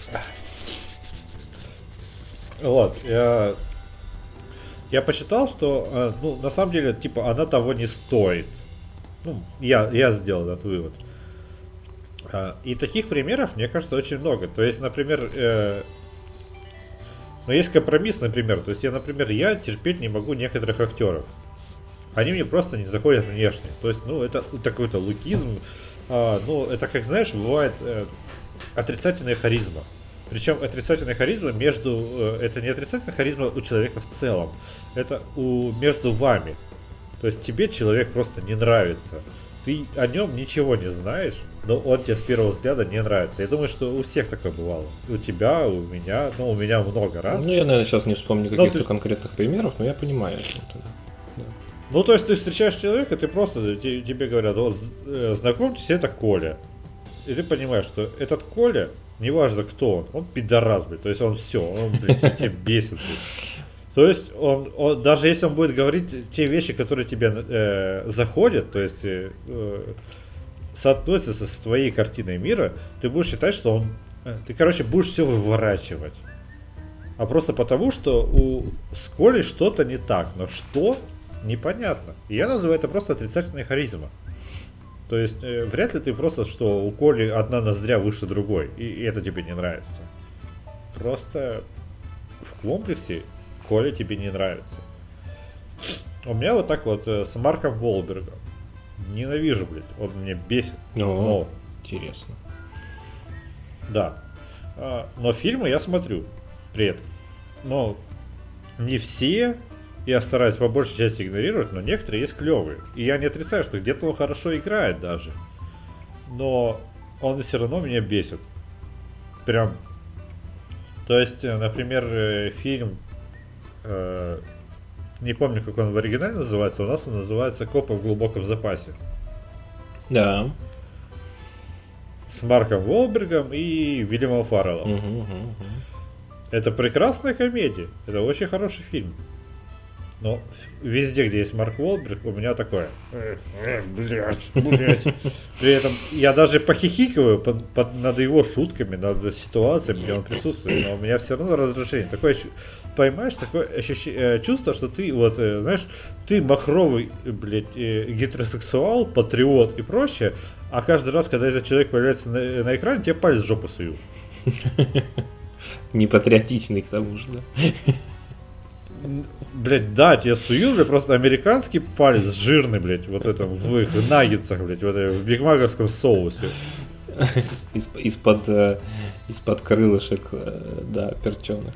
[SPEAKER 1] Вот, я, я посчитал, что, ну, на самом деле, типа, она того не стоит. Ну, я, я сделал этот вывод. И таких примеров, мне кажется, очень много. То есть, например, э, ну, есть компромисс, например. То есть, я, например, я терпеть не могу некоторых актеров. Они мне просто не заходят внешне. То есть, ну, это какой-то лукизм. А, ну, это, как знаешь, бывает э, отрицательная харизма. Причем отрицательная харизма между... Э, это не отрицательная харизма у человека в целом. Это у, между вами. То есть тебе человек просто не нравится. Ты о нем ничего не знаешь, но он тебе с первого взгляда не нравится. Я думаю, что у всех такое бывало. У тебя, у меня, ну у меня много раз.
[SPEAKER 2] Ну я, наверное, сейчас не вспомню каких-то ты... конкретных примеров, но я понимаю. Да.
[SPEAKER 1] Ну то есть ты встречаешь человека, ты просто, тебе говорят, вот, знакомьтесь, это Коля. И ты понимаешь, что этот Коля, неважно кто он, он пидорас, блядь. То есть он все, он, блядь, тебя бесит, блядь. То есть он, он, даже если он будет говорить те вещи, которые тебе э, заходят, то есть э, соотносятся с твоей картиной мира, ты будешь считать, что он, э, ты, короче, будешь все выворачивать. А просто потому, что у с Колей что-то не так, но что, непонятно. И я называю это просто отрицательная харизма. То есть э, вряд ли ты просто, что у Коли одна ноздря выше другой, и, и это тебе не нравится. Просто в комплексе Коля тебе не нравится. У меня вот так вот э, с Марком Уолбергом. Ненавижу, блядь. Он меня бесит.
[SPEAKER 2] О,
[SPEAKER 1] но...
[SPEAKER 2] Интересно.
[SPEAKER 1] Да. А, но фильмы я смотрю при этом. Но не все. Я стараюсь по большей части игнорировать, но некоторые есть клевые. И я не отрицаю, что где-то он хорошо играет даже. Но он все равно меня бесит. Прям. То есть, например, фильм... Не помню, как он в оригинале называется. У нас он называется «Копы в глубоком запасе».
[SPEAKER 2] Да.
[SPEAKER 1] С Марком Уолбергом и Вильямом Фарреллом.
[SPEAKER 2] Угу, угу, угу.
[SPEAKER 1] Это прекрасная комедия. Это очень хороший фильм. Но везде, где есть Марк Уолберг, у меня такое. Блять, блять. При этом я даже похихикиваю под, под, над его шутками, над ситуациями, где он присутствует. Но у меня все равно раздражение. Такое, поймаешь, такое ощущение, чувство, что ты вот, знаешь, ты махровый, блядь, гетеросексуал, патриот и прочее, а каждый раз, когда этот человек появляется на, на экране, тебе палец в жопу суют.
[SPEAKER 2] Непатриотичный к тому же, да?
[SPEAKER 1] Блять, да, тебе суют, блядь, просто американский палец жирный, блядь, вот это в их наггетсах, блядь, вот это, в бигмаковском соусе.
[SPEAKER 2] Из, из-под, э, из-под крылышек, э, да, перченых.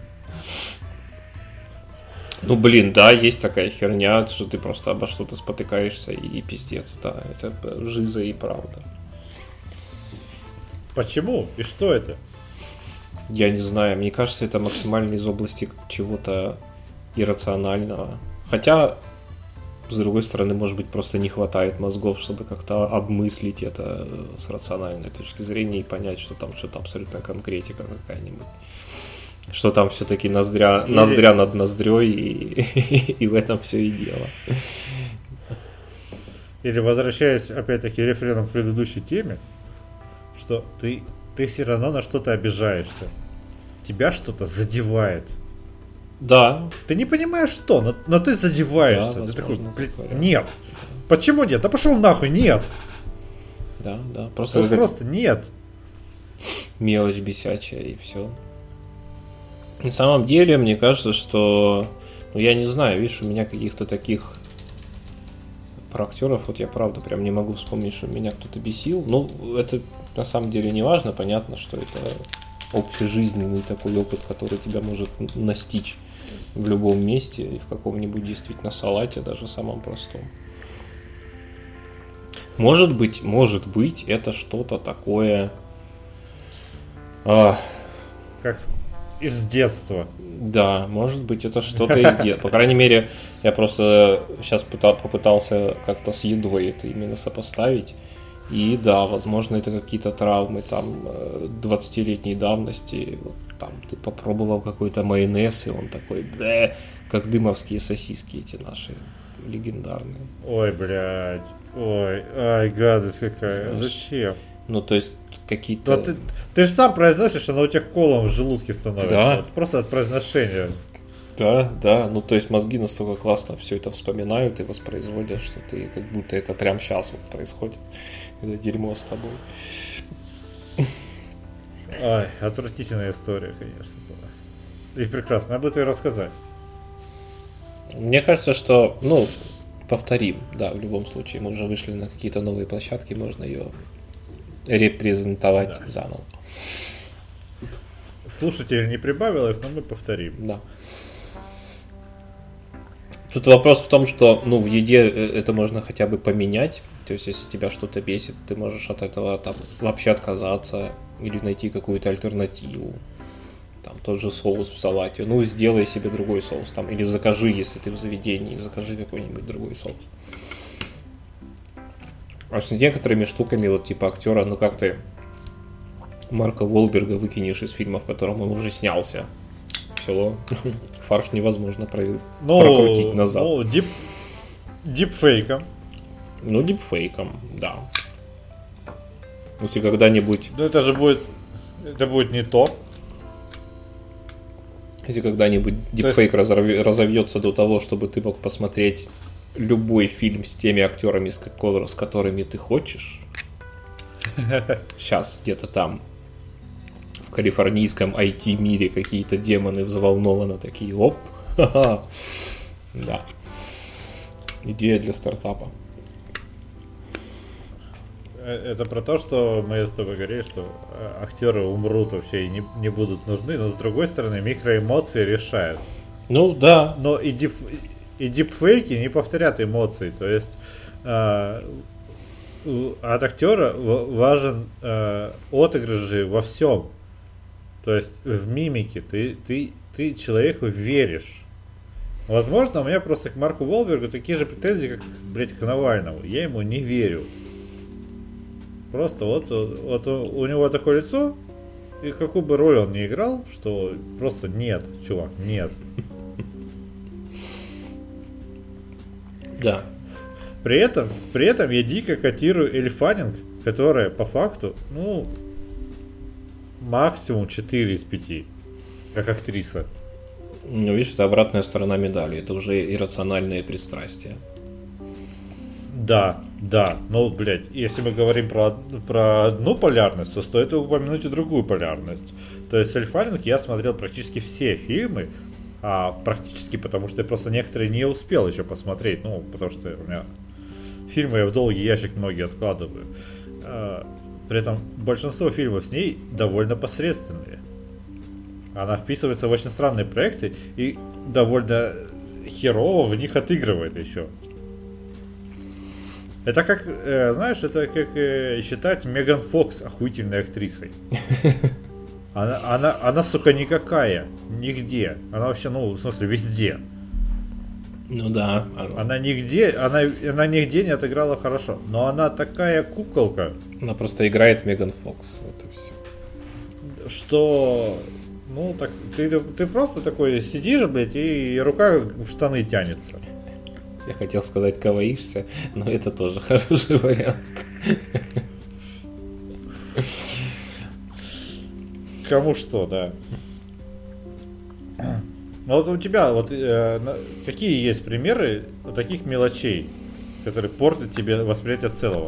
[SPEAKER 2] Ну, блин, да, есть такая херня, что ты просто обо что-то спотыкаешься и, и пиздец, да, это жиза и правда.
[SPEAKER 1] Почему? И что это?
[SPEAKER 2] Я не знаю, мне кажется, это максимально из области чего-то иррационального. Хотя, с другой стороны, может быть, просто не хватает мозгов, чтобы как-то обмыслить это с рациональной точки зрения и понять, что там что-то абсолютно конкретика какая-нибудь. Что там все-таки ноздря, Или... ноздря над ноздрёй, и, и в этом все и дело.
[SPEAKER 1] Или возвращаясь, опять-таки, рефреном к предыдущей теме, что ты ты все равно на что-то обижаешься. Тебя что-то задевает.
[SPEAKER 2] Да.
[SPEAKER 1] Ты не понимаешь что, но, но ты задеваешься. Да, ты такой, нет. Почему нет? Да пошел нахуй, нет.
[SPEAKER 2] Да, да. Просто,
[SPEAKER 1] как... просто нет.
[SPEAKER 2] Мелочь бесячая и все. На самом деле, мне кажется, что... Ну, я не знаю, видишь, у меня каких-то таких... Про актеров, вот я правда прям не могу вспомнить, что меня кто-то бесил. Ну, это на самом деле не важно. Понятно, что это общежизненный такой опыт, который тебя может настичь в любом месте и в каком-нибудь действительно салате, даже самом простом. Может быть, может быть, это что-то такое... А...
[SPEAKER 1] Как из детства.
[SPEAKER 2] Да, может быть, это что-то из детства. По крайней мере, я просто сейчас пытал, попытался как-то с едой это именно сопоставить. И да, возможно, это какие-то травмы там двадцатилетней давности. Вот, там ты попробовал какой-то майонез, и он такой, бэ, как дымовские сосиски эти наши легендарные.
[SPEAKER 1] Ой, блядь. Ой, ай, гадость какая. Знаешь, зачем?
[SPEAKER 2] Ну, то есть, какие-то...
[SPEAKER 1] Да ты, ты же сам произносишь, оно у тебя колом в желудке становится.
[SPEAKER 2] Да.
[SPEAKER 1] Вот, просто от произношения.
[SPEAKER 2] Да, да. Ну, то есть, мозги настолько классно все это вспоминают и воспроизводят, что ты как будто это прямо сейчас вот происходит. Это дерьмо с тобой.
[SPEAKER 1] Ай, отвратительная история, конечно, была. И прекрасно. Надо будет ее рассказать.
[SPEAKER 2] Мне кажется, что, ну, повторим, да, в любом случае. Мы уже вышли на какие-то новые площадки, можно ее репрезентовать да. заново.
[SPEAKER 1] Слушателей не прибавилось, но мы повторим.
[SPEAKER 2] Да. Тут вопрос в том, что, ну, в еде это можно хотя бы поменять. То есть, если тебя что-то бесит, ты можешь от этого там вообще отказаться или найти какую-то альтернативу. Там тот же соус в салате. Ну, сделай себе другой соус там. Или закажи, если ты в заведении, закажи какой-нибудь другой соус. А с некоторыми штуками, вот типа актера, ну как ты Марка Уолберга выкинешь из фильма, в котором он уже снялся. Все, фарш невозможно про...
[SPEAKER 1] ну,
[SPEAKER 2] прокрутить назад.
[SPEAKER 1] Ну, дип... дипфейком.
[SPEAKER 2] Ну, дипфейком, да. Если когда-нибудь...
[SPEAKER 1] Ну, это же будет... Это будет не то.
[SPEAKER 2] Если когда-нибудь дипфейк есть... разорв... разовьется до того, чтобы ты мог посмотреть любой фильм с теми актерами, с, какого... с которыми ты хочешь. Сейчас где-то там в калифорнийском ай ти-мире какие-то демоны взволнованно такие, оп, ха-ха. Да. Идея для стартапа.
[SPEAKER 1] Это про то, что мы с тобой говорили, что актеры умрут вообще и не, не будут нужны, но с другой стороны микроэмоции решают.
[SPEAKER 2] Ну да.
[SPEAKER 1] Но и, дип, и дипфейки не повторят эмоций, то есть э, от актера важен э, отыгрыш же во всем, то есть в мимике ты, ты, ты человеку веришь. Возможно, у меня просто к Марку Уолбергу такие же претензии, как, блядь, к Навальному. Я ему не верю. Просто вот, вот у него такое лицо, и какую бы роль он ни играл, что просто нет, чувак, нет.
[SPEAKER 2] Да.
[SPEAKER 1] При этом, при этом я дико котирую Элли Фаннинг, которая по факту, ну, максимум четыре из пяти, как актриса.
[SPEAKER 2] Ну, видишь, это обратная сторона медали, это уже иррациональное пристрастие.
[SPEAKER 1] Да, да, но, блядь, если мы говорим про, про одну полярность, то стоит упомянуть и другую полярность. То есть Элли Фаннинг я смотрел практически все фильмы, а практически потому, что я просто некоторые не успел еще посмотреть, ну, потому что у меня фильмы я в долгий ящик многие откладываю. При этом большинство фильмов с ней довольно посредственные. Она вписывается в очень странные проекты и довольно херово в них отыгрывает еще. Это как, э, знаешь, это как э, считать Меган Фокс охуительной актрисой. Она, она, она, сука, никакая. Нигде. Она вообще, ну, в смысле, везде.
[SPEAKER 2] Ну да.
[SPEAKER 1] Она, она нигде, она, она нигде не отыграла хорошо. Но она такая куколка.
[SPEAKER 2] Она просто играет Меган Фокс. Вот и все.
[SPEAKER 1] Что, ну, так, ты, ты просто такой сидишь, блядь, и рука в штаны тянется.
[SPEAKER 2] Я хотел сказать, каваишься, но это тоже хороший вариант.
[SPEAKER 1] Кому что, да. Ну вот у тебя вот э, какие есть примеры вот таких мелочей, которые портят тебе восприятие целого?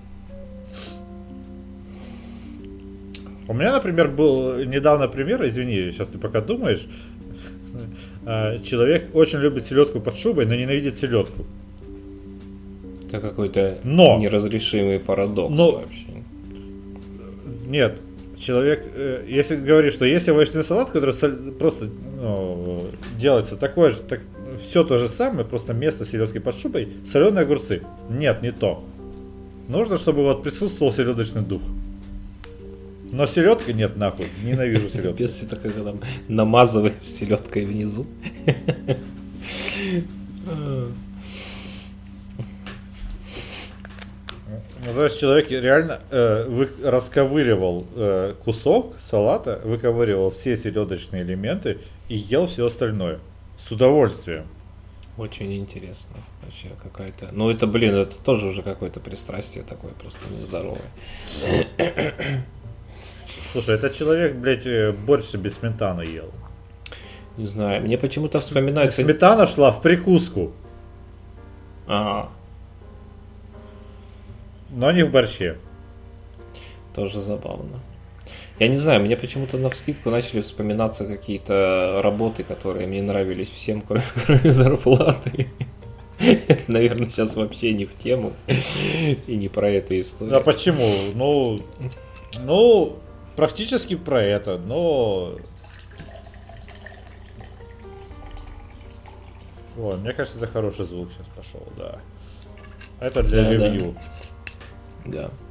[SPEAKER 1] У меня, например, был недавно пример, извини, сейчас ты пока думаешь. Человек очень любит селедку под шубой, но ненавидит селедку.
[SPEAKER 2] Это какой-то
[SPEAKER 1] но,
[SPEAKER 2] неразрешимый парадокс
[SPEAKER 1] но,
[SPEAKER 2] вообще.
[SPEAKER 1] Нет, человек, если говорит, что есть овощной салат, который просто ну, делается такой же, так, все то же самое, просто вместо селедки под шубой соленые огурцы. Нет, не то. Нужно, чтобы вот присутствовал селедочный дух. Но селедка нет, нахуй. Ненавижу селедку.
[SPEAKER 2] Если ты когда намазываешь селедкой внизу.
[SPEAKER 1] Ну, то есть человек реально э, вы, расковыривал э, кусок салата, выковыривал все селедочные элементы и ел все остальное. С удовольствием.
[SPEAKER 2] Очень интересно. Вообще какая-то. Ну это, блин, это тоже уже какое-то пристрастие такое, просто нездоровое.
[SPEAKER 1] Слушай, этот человек, блядь, борщ без сметаны ел.
[SPEAKER 2] Не знаю, мне почему-то вспоминается...
[SPEAKER 1] Сметана шла в прикуску.
[SPEAKER 2] Ага.
[SPEAKER 1] Но не в борще.
[SPEAKER 2] Тоже забавно. Я не знаю, мне почему-то навскидку начали вспоминаться какие-то работы, которые мне нравились всем, кроме, кроме зарплаты. Это, наверное, сейчас вообще не в тему и не про эту историю.
[SPEAKER 1] А почему? Ну, ну, практически про это, но... О, мне кажется, это хороший звук сейчас пошел, да. Это для
[SPEAKER 2] да,
[SPEAKER 1] ревью.
[SPEAKER 2] Да. да.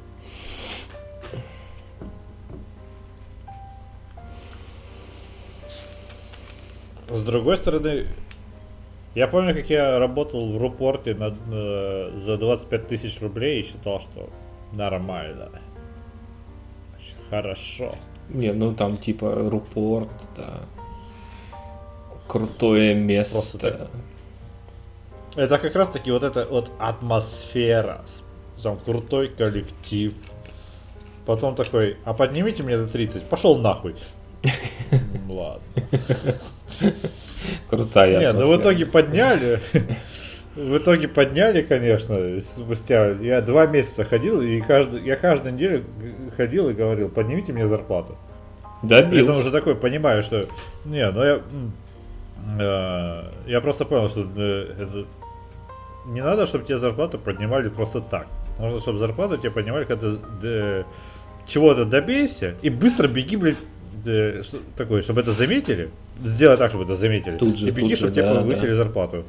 [SPEAKER 1] С другой стороны, я помню, как я работал в Рупорте над, э, за двадцать пять тысяч рублей и считал, что нормально. Очень хорошо.
[SPEAKER 2] Не, ну там типа Рупорт, да. Крутое место.
[SPEAKER 1] Так... Это как раз таки вот эта вот атмосфера. Там крутой коллектив. Потом такой, а поднимите мне до тридцать. Пошел нахуй. Ладно.
[SPEAKER 2] Крутая
[SPEAKER 1] атмосфера. Не, ну в итоге подняли. В итоге подняли, конечно, спустя... Я два месяца ходил, и каждый, я каждую неделю ходил и говорил, поднимите мне зарплату.
[SPEAKER 2] Добился.
[SPEAKER 1] Поэтому уже такой понимаю, что... Не, ну я... Э, я просто понял, что э, это... не надо, чтобы тебе зарплату поднимали просто так. Нужно, чтобы зарплату тебе поднимали, когда ты чего-то добейся, и быстро беги, блядь, да, что такое, чтобы это заметили. Сделай так, чтобы это заметили.
[SPEAKER 2] Тут же,
[SPEAKER 1] и беги,
[SPEAKER 2] тут
[SPEAKER 1] чтобы
[SPEAKER 2] же,
[SPEAKER 1] тебе
[SPEAKER 2] да,
[SPEAKER 1] повысили
[SPEAKER 2] да.
[SPEAKER 1] зарплату.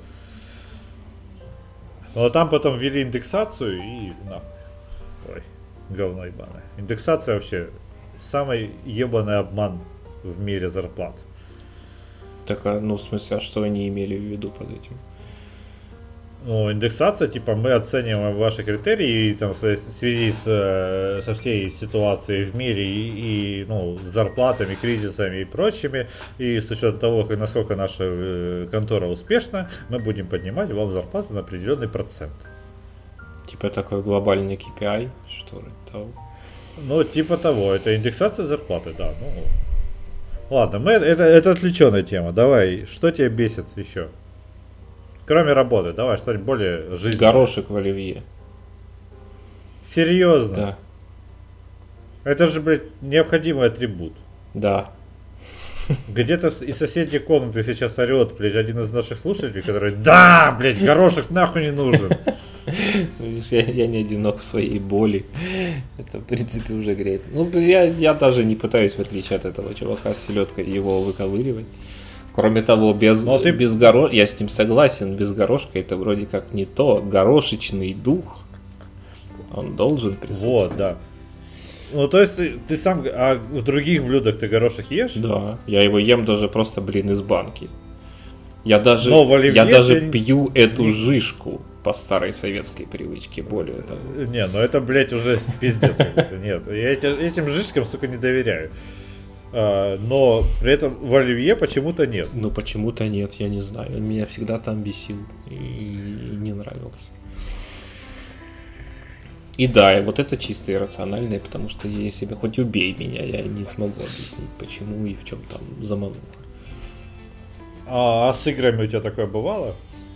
[SPEAKER 1] Но там потом ввели индексацию и нахуй. Ой, говно ебаное. Индексация вообще самый ебаный обман в мире зарплат.
[SPEAKER 2] Так, а, ну, в смысле, а что они имели в виду под этим?
[SPEAKER 1] Ну, индексация, типа, мы оцениваем ваши критерии и, там, в связи с, со всей ситуацией в мире и, и ну, зарплатами, кризисами и прочими, и с учетом того, насколько наша контора успешна, мы будем поднимать вам зарплату на определенный процент.
[SPEAKER 2] Типа такой глобальный кей пи ай, что ли? Того?
[SPEAKER 1] Ну, типа того, это индексация зарплаты, да. Ну, ладно, мы, это, это отвлеченная тема. Давай, что тебя бесит еще? Кроме работы, давай что-нибудь более жизненное.
[SPEAKER 2] Горошек в оливье.
[SPEAKER 1] Серьезно?
[SPEAKER 2] Да.
[SPEAKER 1] Это же, блядь, необходимый атрибут.
[SPEAKER 2] Да.
[SPEAKER 1] Где-то из соседней комнаты сейчас орет, блядь, один из наших слушателей, который: да, блядь, горошек нахуй не нужен.
[SPEAKER 2] Видишь, я, я не одинок в своей боли. Это, в принципе, уже греет. Ну, я, я даже не пытаюсь, в отличие от этого чувака с селедкой, его выковыривать. Кроме того, без, ты... без горошка, я с ним согласен, без горошка это вроде как не то. Горошечный дух, он должен присутствовать.
[SPEAKER 1] Вот, да. Ну, то есть ты, ты сам, а в других блюдах ты горошек ешь?
[SPEAKER 2] Да, я его ем даже просто, блин, из банки. Я даже,
[SPEAKER 1] оливье
[SPEAKER 2] я даже
[SPEAKER 1] ты...
[SPEAKER 2] пью эту жишку по старой советской привычке, более того.
[SPEAKER 1] Не, ну это, блядь, уже пиздец какой-то. Нет, я этим, этим жишкам, сука, не доверяю. А, но при этом в оливье почему-то нет.
[SPEAKER 2] Ну почему-то нет, я не знаю. Он меня всегда там бесил и не нравился. И да, и вот это чисто иррациональное, потому что если бы хоть убей меня, я не смогу объяснить, почему и в чем там замануха.
[SPEAKER 1] А, а с играми у тебя такое бывало?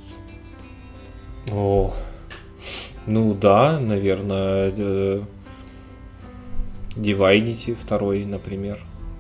[SPEAKER 2] О, ну да, наверное, Divinity второй, например.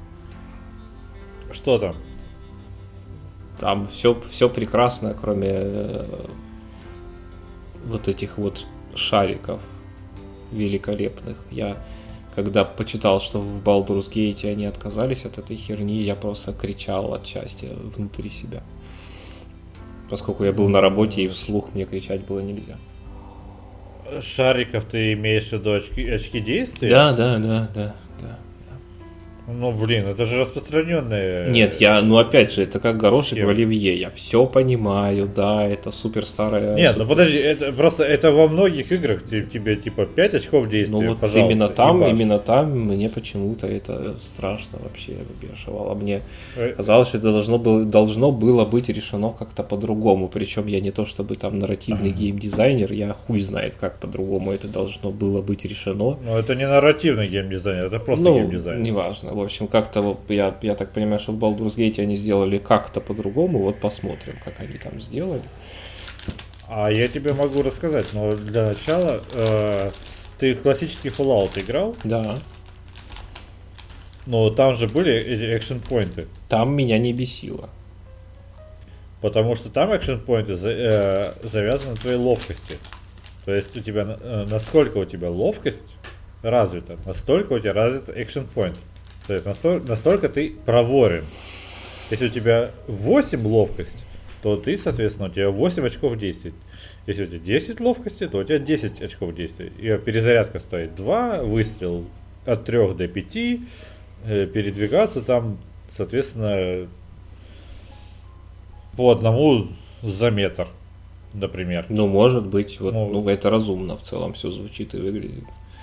[SPEAKER 1] Что там?
[SPEAKER 2] Там все, все прекрасно, кроме э, вот этих вот шариков великолепных. Я, когда почитал, что в Baldur's Gate они отказались от этой херни, я просто кричал от счастья внутри себя. Поскольку я был на работе и вслух мне кричать было нельзя.
[SPEAKER 1] Шариков ты имеешь в виду очки, очки действия?
[SPEAKER 2] Да, да, да, да, да.
[SPEAKER 1] Ну, блин, это же распространенные...
[SPEAKER 2] Нет, я, ну опять же, это как горошек в оливье. Я все понимаю, да, это супер старая...
[SPEAKER 1] Нет,
[SPEAKER 2] супер...
[SPEAKER 1] ну подожди, это просто это во многих играх тебе типа пять очков действия,
[SPEAKER 2] ну, вот
[SPEAKER 1] пожалуйста.
[SPEAKER 2] именно там, именно там мне почему-то это страшно вообще выбешивало. Мне казалось, что это должно было, должно было быть решено как-то по-другому. Причем я не то чтобы там нарративный геймдизайнер, я хуй знает, как по-другому это должно было быть решено.
[SPEAKER 1] Ну, это не нарративный геймдизайнер, это просто
[SPEAKER 2] ну,
[SPEAKER 1] геймдизайнер.
[SPEAKER 2] Неважно. В общем, как-то вот я, я так понимаю, что в Baldur's Gate они сделали как-то по-другому. Вот посмотрим, как они там сделали.
[SPEAKER 1] А я тебе могу рассказать, но для начала э, ты в классический Fallout играл?
[SPEAKER 2] Да.
[SPEAKER 1] Но там же были эти экшн-поинты.
[SPEAKER 2] Там меня не бесило.
[SPEAKER 1] Потому что там экшн-поинты за, э, завязаны на твоей ловкости. То есть у тебя, э, насколько у тебя ловкость развита, настолько у тебя развит экшн-поинт. То есть настолько, настолько ты проворен. Если у тебя восемь ловкость, то ты, соответственно, у тебя восемь очков действий. Если у тебя десять ловкости, то у тебя десять очков действий. И перезарядка стоит два, выстрел от трёх до пяти, э, передвигаться там, соответственно, по одному за метр, например.
[SPEAKER 2] Ну, может быть, вот,
[SPEAKER 1] ну,
[SPEAKER 2] ну, это разумно в целом все звучит и выглядит.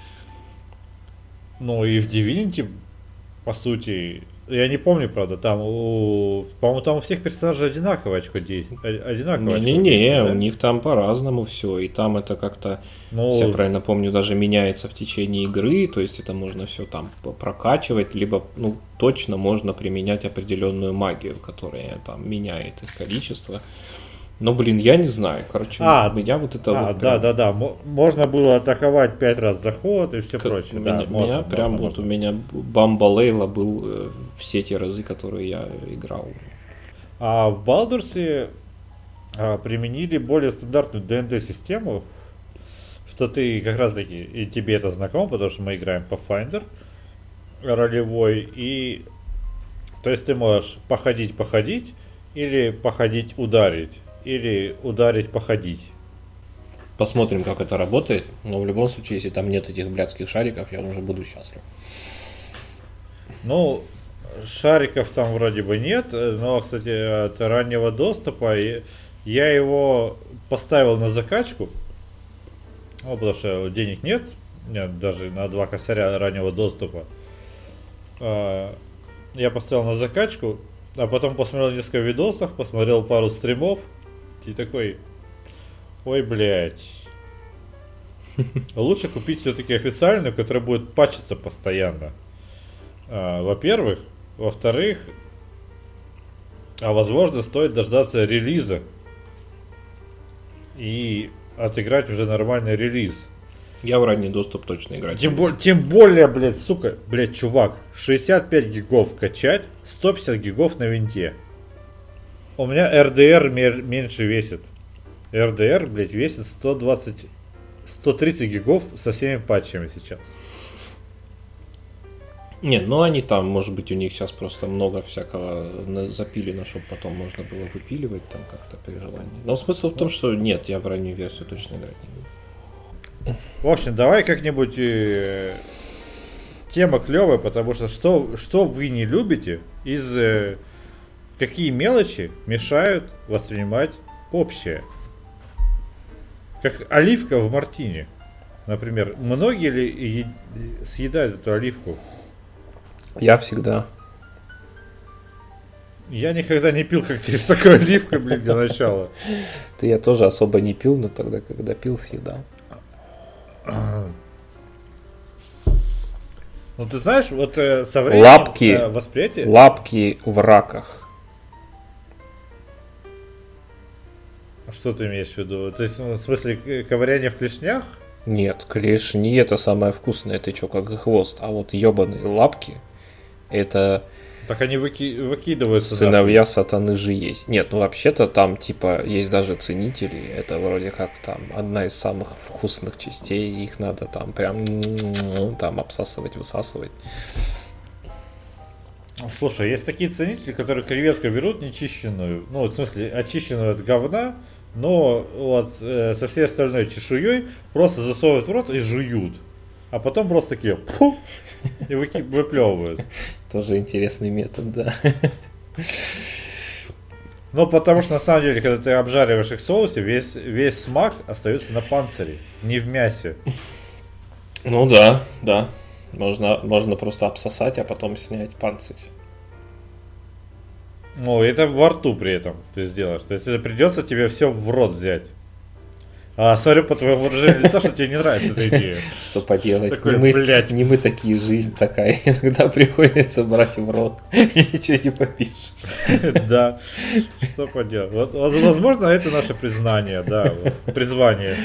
[SPEAKER 1] Ну и в Divinity, по сути, я не помню, правда, там, у, по-моему, там у всех персонажей одинаковое очко действий. Одинаковое
[SPEAKER 2] не, не, не, да? У них там по-разному все, и там это как-то, ну, если я правильно помню, даже меняется в течение игры, то есть это можно все там прокачивать, либо, ну, точно можно применять определенную магию, которая там меняет их количество. Но, блин, я не знаю. Короче,
[SPEAKER 1] а,
[SPEAKER 2] у меня вот это
[SPEAKER 1] а,
[SPEAKER 2] вот.
[SPEAKER 1] Да, прям... да, да. Можно было атаковать пять раз заход и все как... прочее.
[SPEAKER 2] Меня,
[SPEAKER 1] да, можно,
[SPEAKER 2] меня
[SPEAKER 1] можно,
[SPEAKER 2] прям
[SPEAKER 1] можно.
[SPEAKER 2] вот у меня Бамба Лейла был все те разы, которые я играл.
[SPEAKER 1] А в Балдурсе а, применили более стандартную ди энд ди-систему, что ты как раз таки, и тебе это знакомо, потому что мы играем по Pathfinder ролевой, и то есть ты можешь походить-походить, или походить-ударить. Или ударить, походить.
[SPEAKER 2] Посмотрим, как это работает. Но в любом случае, если там нет этих блядских шариков, я уже буду счастлив.
[SPEAKER 1] Ну, шариков там вроде бы нет. Но, кстати, от раннего доступа я его поставил на закачку. Ну, потому что денег нет. Нет, даже на два косаря раннего доступа. Я поставил на закачку. А потом посмотрел несколько видосов, посмотрел пару стримов. И такой, ой, блядь, лучше купить все-таки официальную, которая будет патчиться постоянно. А, во-первых. Во-вторых, а возможно, стоит дождаться релиза и отыграть уже нормальный релиз.
[SPEAKER 2] Я в ранний доступ точно играть.
[SPEAKER 1] Тем, бо- тем более, блядь, сука, блядь, чувак, шестьдесят пять гигов качать, сто пятьдесят гигов на винте. У меня эр ди эр мер- меньше весит. эр ди эр, блядь, весит сто двадцать, сто тридцать гигов со всеми патчами сейчас.
[SPEAKER 2] Нет, ну они там, может быть, у них сейчас просто много всякого запилено, чтобы потом можно было выпиливать там как-то при желании. Но смысл в том, что нет, я в раннюю версию точно играть не буду.
[SPEAKER 1] В общем, давай как-нибудь э, тема клевая, потому что что, что вы не любите из... Э, какие мелочи мешают воспринимать общее? Как оливка в мартине. Например, многие ли е- съедают эту оливку?
[SPEAKER 2] Я всегда.
[SPEAKER 1] Я никогда не пил коктейль с такой оливкой, блин, для начала.
[SPEAKER 2] Ты я тоже особо не пил, но тогда, когда пил, съедал.
[SPEAKER 1] Ну ты знаешь, вот э, со временем
[SPEAKER 2] лапки,
[SPEAKER 1] э, восприятие...
[SPEAKER 2] Лапки в раках.
[SPEAKER 1] Что ты имеешь в виду? То есть, в смысле, ковыряние в клешнях?
[SPEAKER 2] Нет, клешни это самое вкусное, это что, как и хвост. А вот ебаные лапки, это...
[SPEAKER 1] Так они выки... выкидываются.
[SPEAKER 2] Сыновья нахуй. Сатаны же есть. Нет, ну вообще-то там типа есть даже ценители. Это вроде как там одна из самых вкусных частей. Их надо там прям там обсасывать, высасывать.
[SPEAKER 1] Слушай, есть такие ценители, которые креветку берут нечищенную. Ну, в смысле, очищенную от говна, но вот э, со всей остальной чешуей просто засовывают в рот и жуют. А потом просто такие пух, и выки- выплевывают.
[SPEAKER 2] Тоже интересный метод, да.
[SPEAKER 1] Ну, потому что на самом деле, когда ты обжариваешь их в соусе, весь, весь смак остается на панцире, не в мясе.
[SPEAKER 2] Ну да, да. Можно, можно просто обсосать, а потом снять панцирь.
[SPEAKER 1] Ну, это во рту при этом ты сделаешь. То есть это придется тебе все в рот взять. А, смотрю по твоему выражению лица, что тебе не нравится эта идея.
[SPEAKER 2] Что поделать?
[SPEAKER 1] Такой,
[SPEAKER 2] не, мы,
[SPEAKER 1] блядь.
[SPEAKER 2] не мы такие, жизнь такая. Иногда приходится брать в рот. И ничего не попишешь.
[SPEAKER 1] Да, что поделать. Вот, возможно, это наше признание, да, вот, призвание.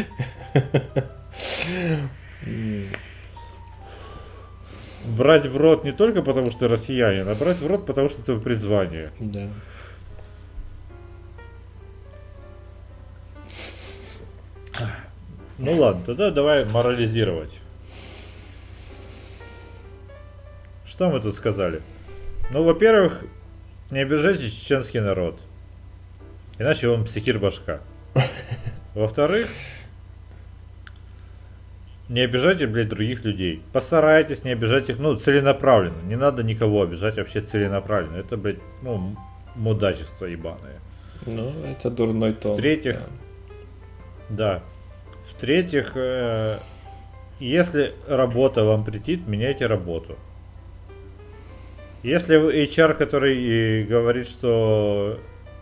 [SPEAKER 1] Брать в рот не только потому, что ты россиянин, а брать в рот, потому что это призвание.
[SPEAKER 2] Да.
[SPEAKER 1] Ну ладно, тогда давай морализировать. Что мы тут сказали? Ну, во-первых, не обижайте чеченский народ. Иначе он психир башка. Во-вторых, не обижайте, блядь, других людей. Постарайтесь не обижать их, ну, целенаправленно. Не надо никого обижать вообще целенаправленно. Это, блядь, ну, мудачество ебаное.
[SPEAKER 2] Ну, это дурной тон.
[SPEAKER 1] В-третьих, да. да. В-третьих, э, если работа вам претит, меняйте работу. Если эйч ар, который говорит, что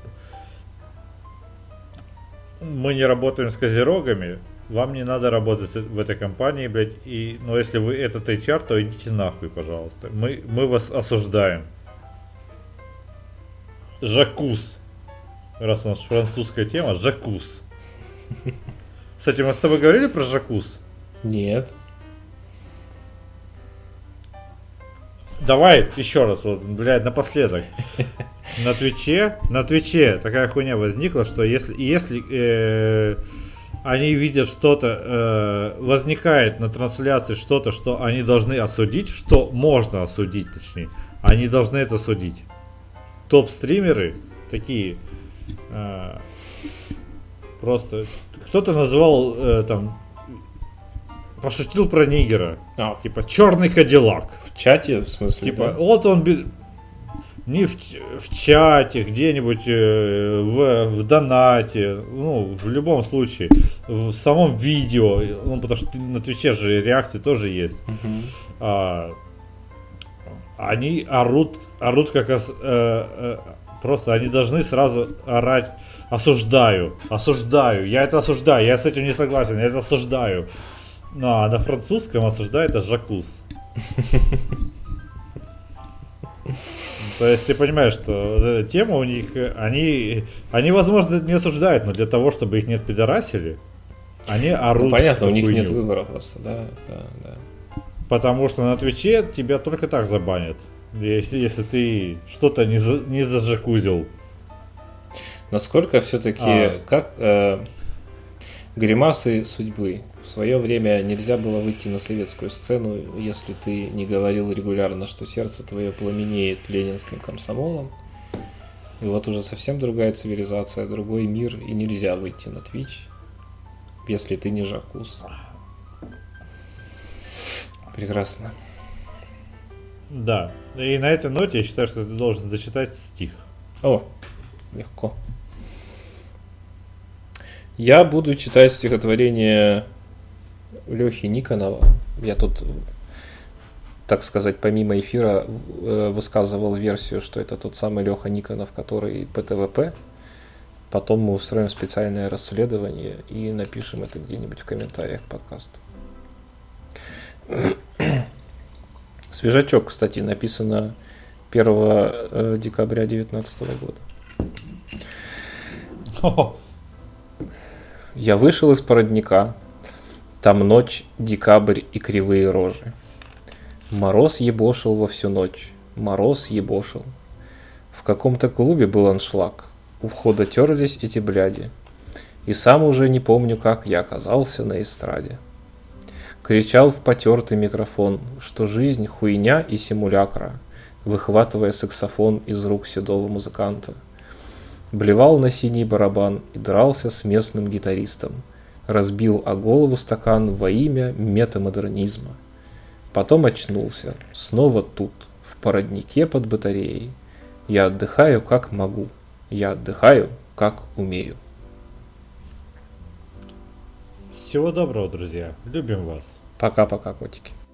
[SPEAKER 1] мы не работаем с козерогами, вам не надо работать в этой компании, блядь, и, но если вы этот эйч ар, то идите нахуй, пожалуйста. Мы, мы вас осуждаем. Жакуз. Раз у нас французская тема, жакуз. Кстати, мы с тобой говорили про жакуз?
[SPEAKER 2] Нет.
[SPEAKER 1] Давай еще раз, вот, блядь, напоследок. На Твиче, на Твиче такая хуйня возникла, что если, если э, они видят что-то, э, возникает на трансляции что-то, что они должны осудить, что можно осудить, точнее, они должны это судить. Топ-стримеры такие, э, просто, кто-то называл, э, там, пошутил про нигера,
[SPEAKER 2] а.
[SPEAKER 1] типа, черный кадиллак.
[SPEAKER 2] В чате, в смысле?
[SPEAKER 1] Типа,
[SPEAKER 2] да?
[SPEAKER 1] вот он без... не в, в чате, где-нибудь э, в, в донате, ну, в любом случае, в самом видео, ну, потому что на Твиче же реакции тоже есть.
[SPEAKER 2] Uh-huh.
[SPEAKER 1] А, они орут, орут как ос, э, э, просто они должны сразу орать: осуждаю, осуждаю, я это осуждаю, я с этим не согласен, я это осуждаю. Ну, а на французском осуждаю это жакуз. То есть ты понимаешь, что тема у них, они, они, возможно, не осуждают, но для того, чтобы их не отпидорасили, они орут.
[SPEAKER 2] Ну, понятно, у них
[SPEAKER 1] хуйню.
[SPEAKER 2] нет выбора просто, да, да, да.
[SPEAKER 1] Потому что на Твиче тебя только так забанят, если, если ты что-то не, за, не зажакузил.
[SPEAKER 2] Насколько все-таки, а. как э, гримасы судьбы. В свое время нельзя было выйти на советскую сцену, если ты не говорил регулярно, что сердце твое пламенеет ленинским комсомолом. И вот уже совсем другая цивилизация, другой мир, и нельзя выйти на Twitch, если ты не жакуз. Прекрасно.
[SPEAKER 1] Да. И на этой ноте я считаю, что ты должен зачитать стих.
[SPEAKER 2] О, легко. Я буду читать стихотворение Лехи Никонова. Я тут, так сказать, помимо эфира высказывал версию, что это тот самый Леха Никонов, который пэ тэ вэ пэ. Потом мы устроим специальное расследование и напишем это где-нибудь в комментариях к подкасту. Свежачок, кстати, написано первого декабря две тысячи девятнадцатого года.
[SPEAKER 1] О.
[SPEAKER 2] Я вышел из породника. Там ночь, декабрь и кривые рожи. Мороз ебошил во всю ночь. Мороз ебошил. В каком-то клубе был аншлаг. У входа терлись эти бляди. И сам уже не помню, как я оказался на эстраде. Кричал в потертый микрофон, что жизнь хуйня и симулякра, выхватывая саксофон из рук седого музыканта. Блевал на синий барабан и дрался с местным гитаристом. Разбил о голову стакан во имя метамодернизма. Потом очнулся, снова тут, в породнике под батареей. Я отдыхаю как могу, я отдыхаю как умею.
[SPEAKER 1] Всего доброго, друзья. Любим вас.
[SPEAKER 2] Пока-пока, котики.